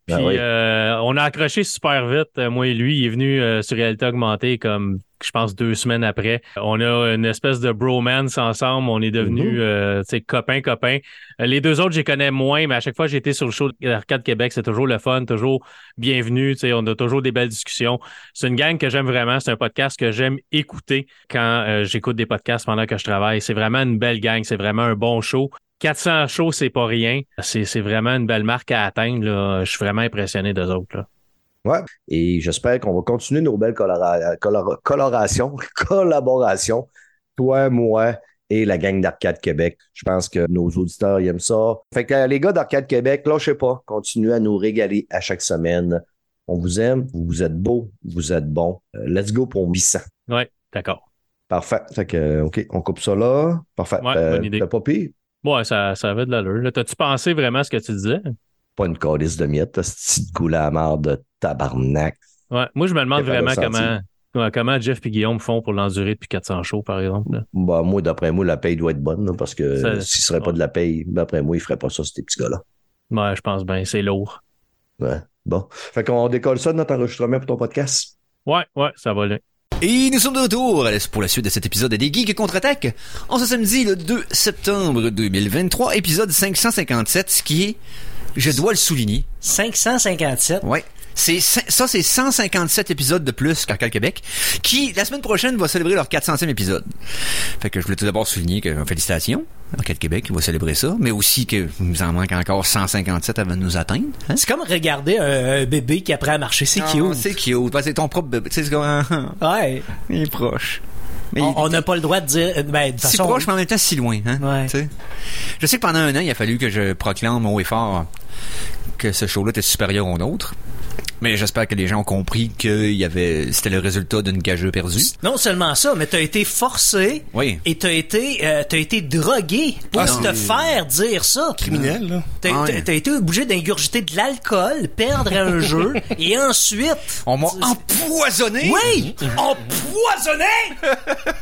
Puis Ben oui. euh, on a accroché super vite, euh, moi et lui. Il est venu euh, sur Réalité Augmentée comme, je pense, deux semaines après. On a une espèce de bromance ensemble. On est devenus Mhm. euh, tu sais, copains, copains. Euh, Les deux autres, je les connais moins, mais à chaque fois que j'ai été sur le show d'Arcade Québec, c'est toujours le fun, toujours bienvenu. Tu sais, on a toujours des belles discussions. C'est une gang que j'aime vraiment. C'est un podcast que j'aime écouter quand euh, j'écoute des podcasts pendant que je travaille. C'est vraiment une belle gang. C'est vraiment un bon show. quatre cents shows, c'est pas rien. C'est, c'est vraiment une belle marque à atteindre. Là. Je suis vraiment impressionné d'eux autres. Là. Ouais. Et j'espère qu'on va continuer nos belles colora- colora- colorations, collaborations. Toi, moi et la gang d'Arcade Québec. Je pense que nos auditeurs ils aiment ça. Fait que les gars d'Arcade Québec, lâchez pas. Continuez à nous régaler à chaque semaine. On vous aime. Vous êtes beaux. Vous êtes bons. Euh, let's go pour huit cents. Oui, d'accord. Parfait. Fait que, OK, on coupe ça là. Parfait. Ouais, Euh, bonne idée. T'as pas pire? Ouais, ça, ça avait de l'allure. Là, t'as-tu pensé vraiment à ce que tu disais? Pas une calice de miettes, ce petit goût à la marde de tabarnak. Ouais. Moi, je me demande Capable de vraiment sentir. comment, ouais, comment Jeff et Guillaume font pour l'endurer depuis quatre cents shows, par exemple. Là. Bah, moi, d'après moi, la paye doit être bonne, là, parce que Ça- s'il serait pas de la paye, d'après moi, il ferait pas ça, ces petits gars-là. Ouais, je pense bien. C'est lourd. Ouais. Bon. Fait qu'on décolle ça de notre enregistrement pour ton podcast. Ouais, ouais, ça va là. Et nous sommes de retour pour la suite de cet épisode des Geeks contre-attaque. En ce samedi, le deux septembre deux mille vingt-trois, épisode cinq cent cinquante-sept, ce qui est, je dois le souligner. cinq cent cinquante-sept? Ouais. C'est, ça, c'est cent cinquante-sept épisodes de plus qu'Arcade Québec, qui, la semaine prochaine, va célébrer leur quatre centième épisode. Fait que je voulais tout d'abord souligner que, félicitations, Arcade Québec va célébrer ça, mais aussi que nous en manque encore cent cinquante-sept avant de nous atteindre. Hein? C'est comme regarder un, un bébé qui apprend à marcher, c'est Ah, cute. c'est cute, parce que c'est ton propre bébé, tu sais, c'est comme, ouais. Il est proche. Mais on n'a pas le droit de dire. Ben, de si façon, proche, mais en même temps si loin. Hein? Ouais. Tu sais. Je sais que pendant un an, il a fallu que je proclame haut et fort que ce show-là était supérieur au nôtre. Mais j'espère que les gens ont compris que y avait, c'était le résultat d'une gageure perdue. Non seulement ça, mais t'as été forcé oui. et t'as été, euh, t'as été drogué pour ah, te non. faire dire ça. Criminel, là. T'as, ah, t'as, ouais. t'as été obligé d'ingurgiter de l'alcool, perdre à un jeu, et ensuite... On m'a empoisonné! Oui! Empoisonné!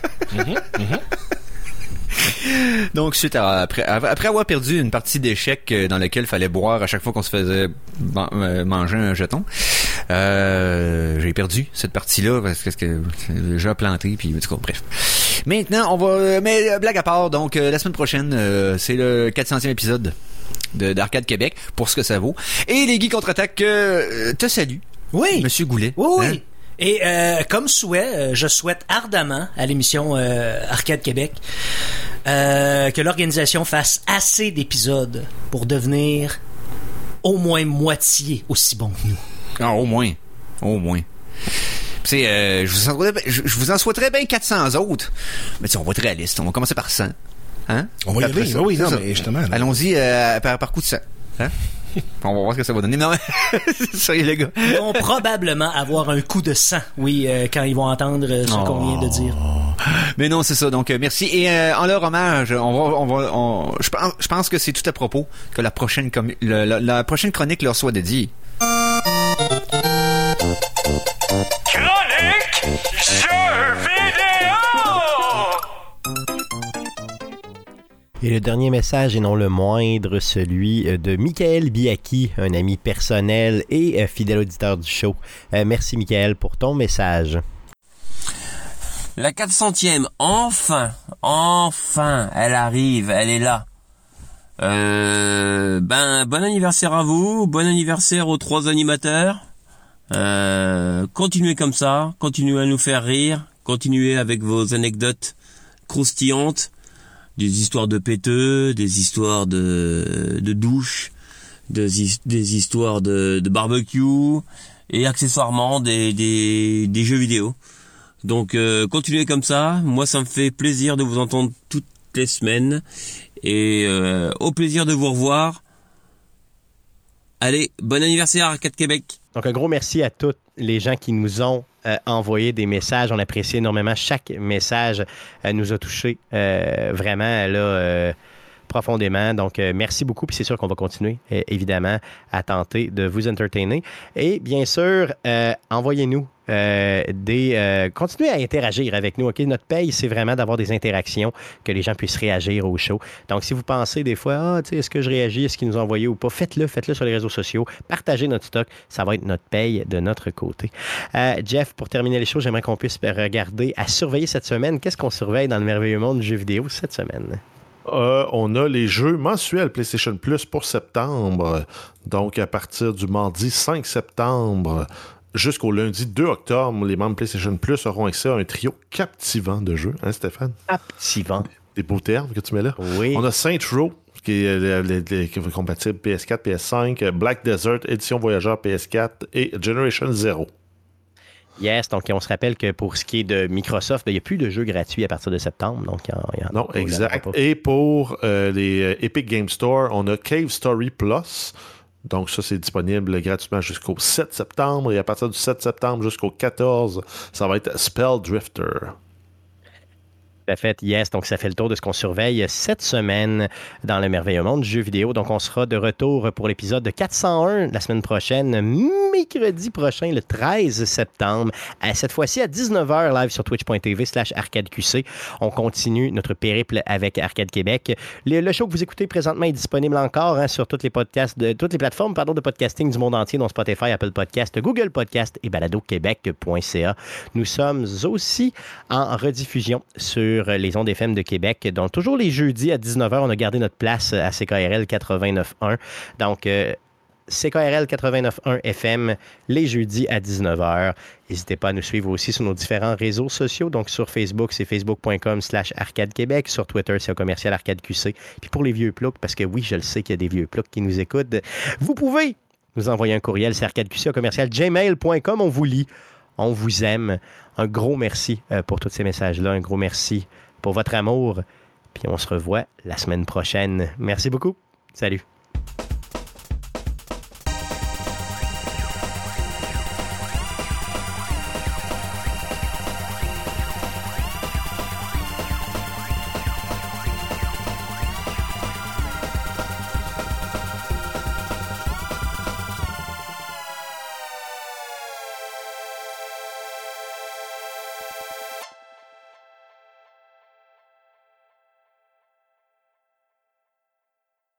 Donc, suite à, après, après avoir perdu une partie d'échecs dans laquelle il fallait boire à chaque fois qu'on se faisait ban- euh, manger un jeton, euh, j'ai perdu cette partie-là parce que, que le jeu a planté, puis en tout cas, bref. Maintenant, on va... Mais euh, blague à part, donc euh, la semaine prochaine, euh, c'est le quatre centième épisode de, d'Arcade Québec, pour ce que ça vaut. Et les Geeks contre-attaque euh, te saluent. Oui! Monsieur Goulet. Oui, oui. Hein? Et euh, comme souhait, euh, je souhaite ardemment à l'émission euh, Arcade Québec euh, que l'organisation fasse assez d'épisodes pour devenir au moins moitié aussi bon que nous. Ah, au moins. Au moins. Tu sais, euh, je, vous en souhaiterais, je, je vous en souhaiterais bien quatre cents autres. Mais tu sais, on va être réaliste. On va commencer par cent. Hein? On va y Après aller. ça, Oui, c'est non, ça. mais justement. là. Allons-y euh, par, par coup de sang. Hein? On va voir ce que ça va donner. Non, mais... Sérieux, les gars. Ils vont probablement avoir un coup de sang, oui, euh, quand ils vont entendre euh, ce Oh. qu'on vient de dire. Mais non, c'est ça. Donc, euh, merci. Et euh, en leur hommage, on va, on va, on, je, pense, je pense que c'est tout à propos que la prochaine, com- le- la, la prochaine chronique leur soit dédiée. Chronique jeux vidéo! Et le dernier message, et non le moindre, celui de Michael Biaki, un ami personnel et fidèle auditeur du show. Euh, merci Michael pour ton message. La quatre centième, enfin, enfin, elle arrive, elle est là. Euh, ben, bon anniversaire à vous, bon anniversaire aux trois animateurs. Euh, continuez comme ça, continuez à nous faire rire, continuez avec vos anecdotes croustillantes, des histoires de péteux, des histoires de, de douche, des, des histoires de, de barbecue et accessoirement des, des, des jeux vidéo. Donc euh, continuez comme ça, moi ça me fait plaisir de vous entendre toutes les semaines et euh, au plaisir de vous revoir. Allez, bon anniversaire Arcade Québec. Donc un gros merci à tous les gens qui nous ont euh, envoyé des messages. On apprécie énormément. Chaque message euh, nous a touchés. Euh, vraiment, là, euh, profondément. Donc, euh, merci beaucoup. Puis c'est sûr qu'on va continuer, euh, évidemment, à tenter de vous entertainer. Et bien sûr, euh, envoyez-nous Euh, des, euh, continuez à interagir avec nous. Ok, notre paye, c'est vraiment d'avoir des interactions, que les gens puissent réagir au show. Donc, si vous pensez des fois, ah, tu sais, est-ce que je réagis, est-ce qu'ils nous ont envoyé ou pas, faites-le, faites-le sur les réseaux sociaux. Partagez notre stock, ça va être notre paye de notre côté. Euh, Jeff, pour terminer les choses, j'aimerais qu'on puisse regarder à surveiller cette semaine. Qu'est-ce qu'on surveille dans le merveilleux monde du jeu vidéo cette semaine? Euh, on a les jeux mensuels PlayStation Plus pour septembre. Donc, à partir du mardi cinq septembre jusqu'au lundi deux octobre, les membres PlayStation Plus auront accès à un trio captivant de jeux. Hein, Stéphane? Captivant. Des beaux termes que tu mets là. Oui. On a Saints Row, qui est, euh, les, les, qui est compatible P S quatre, P S cinq, Black Desert, Édition Voyageur P S quatre et Generation Zero. Yes, donc on se rappelle que pour ce qui est de Microsoft, il n'y a plus de jeux gratuits à partir de septembre. Donc, il y en, il y en non, exact. Et pour euh, les euh, Epic Game Store, on a Cave Story Plus. Donc, ça, c'est disponible gratuitement jusqu'au sept septembre. Et à partir du sept septembre jusqu'au quatorze, ça va être Spell Drifter. Tout à fait, yes. Donc, ça fait le tour de ce qu'on surveille cette semaine dans le merveilleux monde du jeu vidéo. Donc, on sera de retour pour l'épisode quatre cent un la semaine prochaine, mercredi prochain, le treize septembre. À cette fois-ci, à dix-neuf heures, live sur twitch.tv slash arcadeqc. On continue notre périple avec Arcade Québec. Le, le show que vous écoutez présentement est disponible encore hein, sur toutes les podcasts, de, toutes les plateformes pardon, de podcasting du monde entier, dont Spotify, Apple Podcast, Google Podcast et balado québec point c a. Nous sommes aussi en rediffusion sur les ondes F M de Québec. Donc, toujours les jeudis à dix-neuf heures, on a gardé notre place à C K R L quatre-vingt-neuf point un. Donc, euh, C K R L quatre-vingt-neuf point un F M, les jeudis à dix-neuf heures. N'hésitez pas à nous suivre aussi sur nos différents réseaux sociaux. Donc, sur Facebook, c'est facebook.com slash Arcade Québec. Sur Twitter, c'est un commercial Arcade Q C. Puis pour les vieux ploucs, parce que oui, je le sais qu'il y a des vieux ploucs qui nous écoutent, vous pouvez nous envoyer un courriel, c'est arcadeqc commercial gmail point com. On vous lit. On vous aime. Un gros merci euh, pour tous ces messages-là. Un gros merci pour votre amour. Puis on se revoit la semaine prochaine. Merci beaucoup. Salut.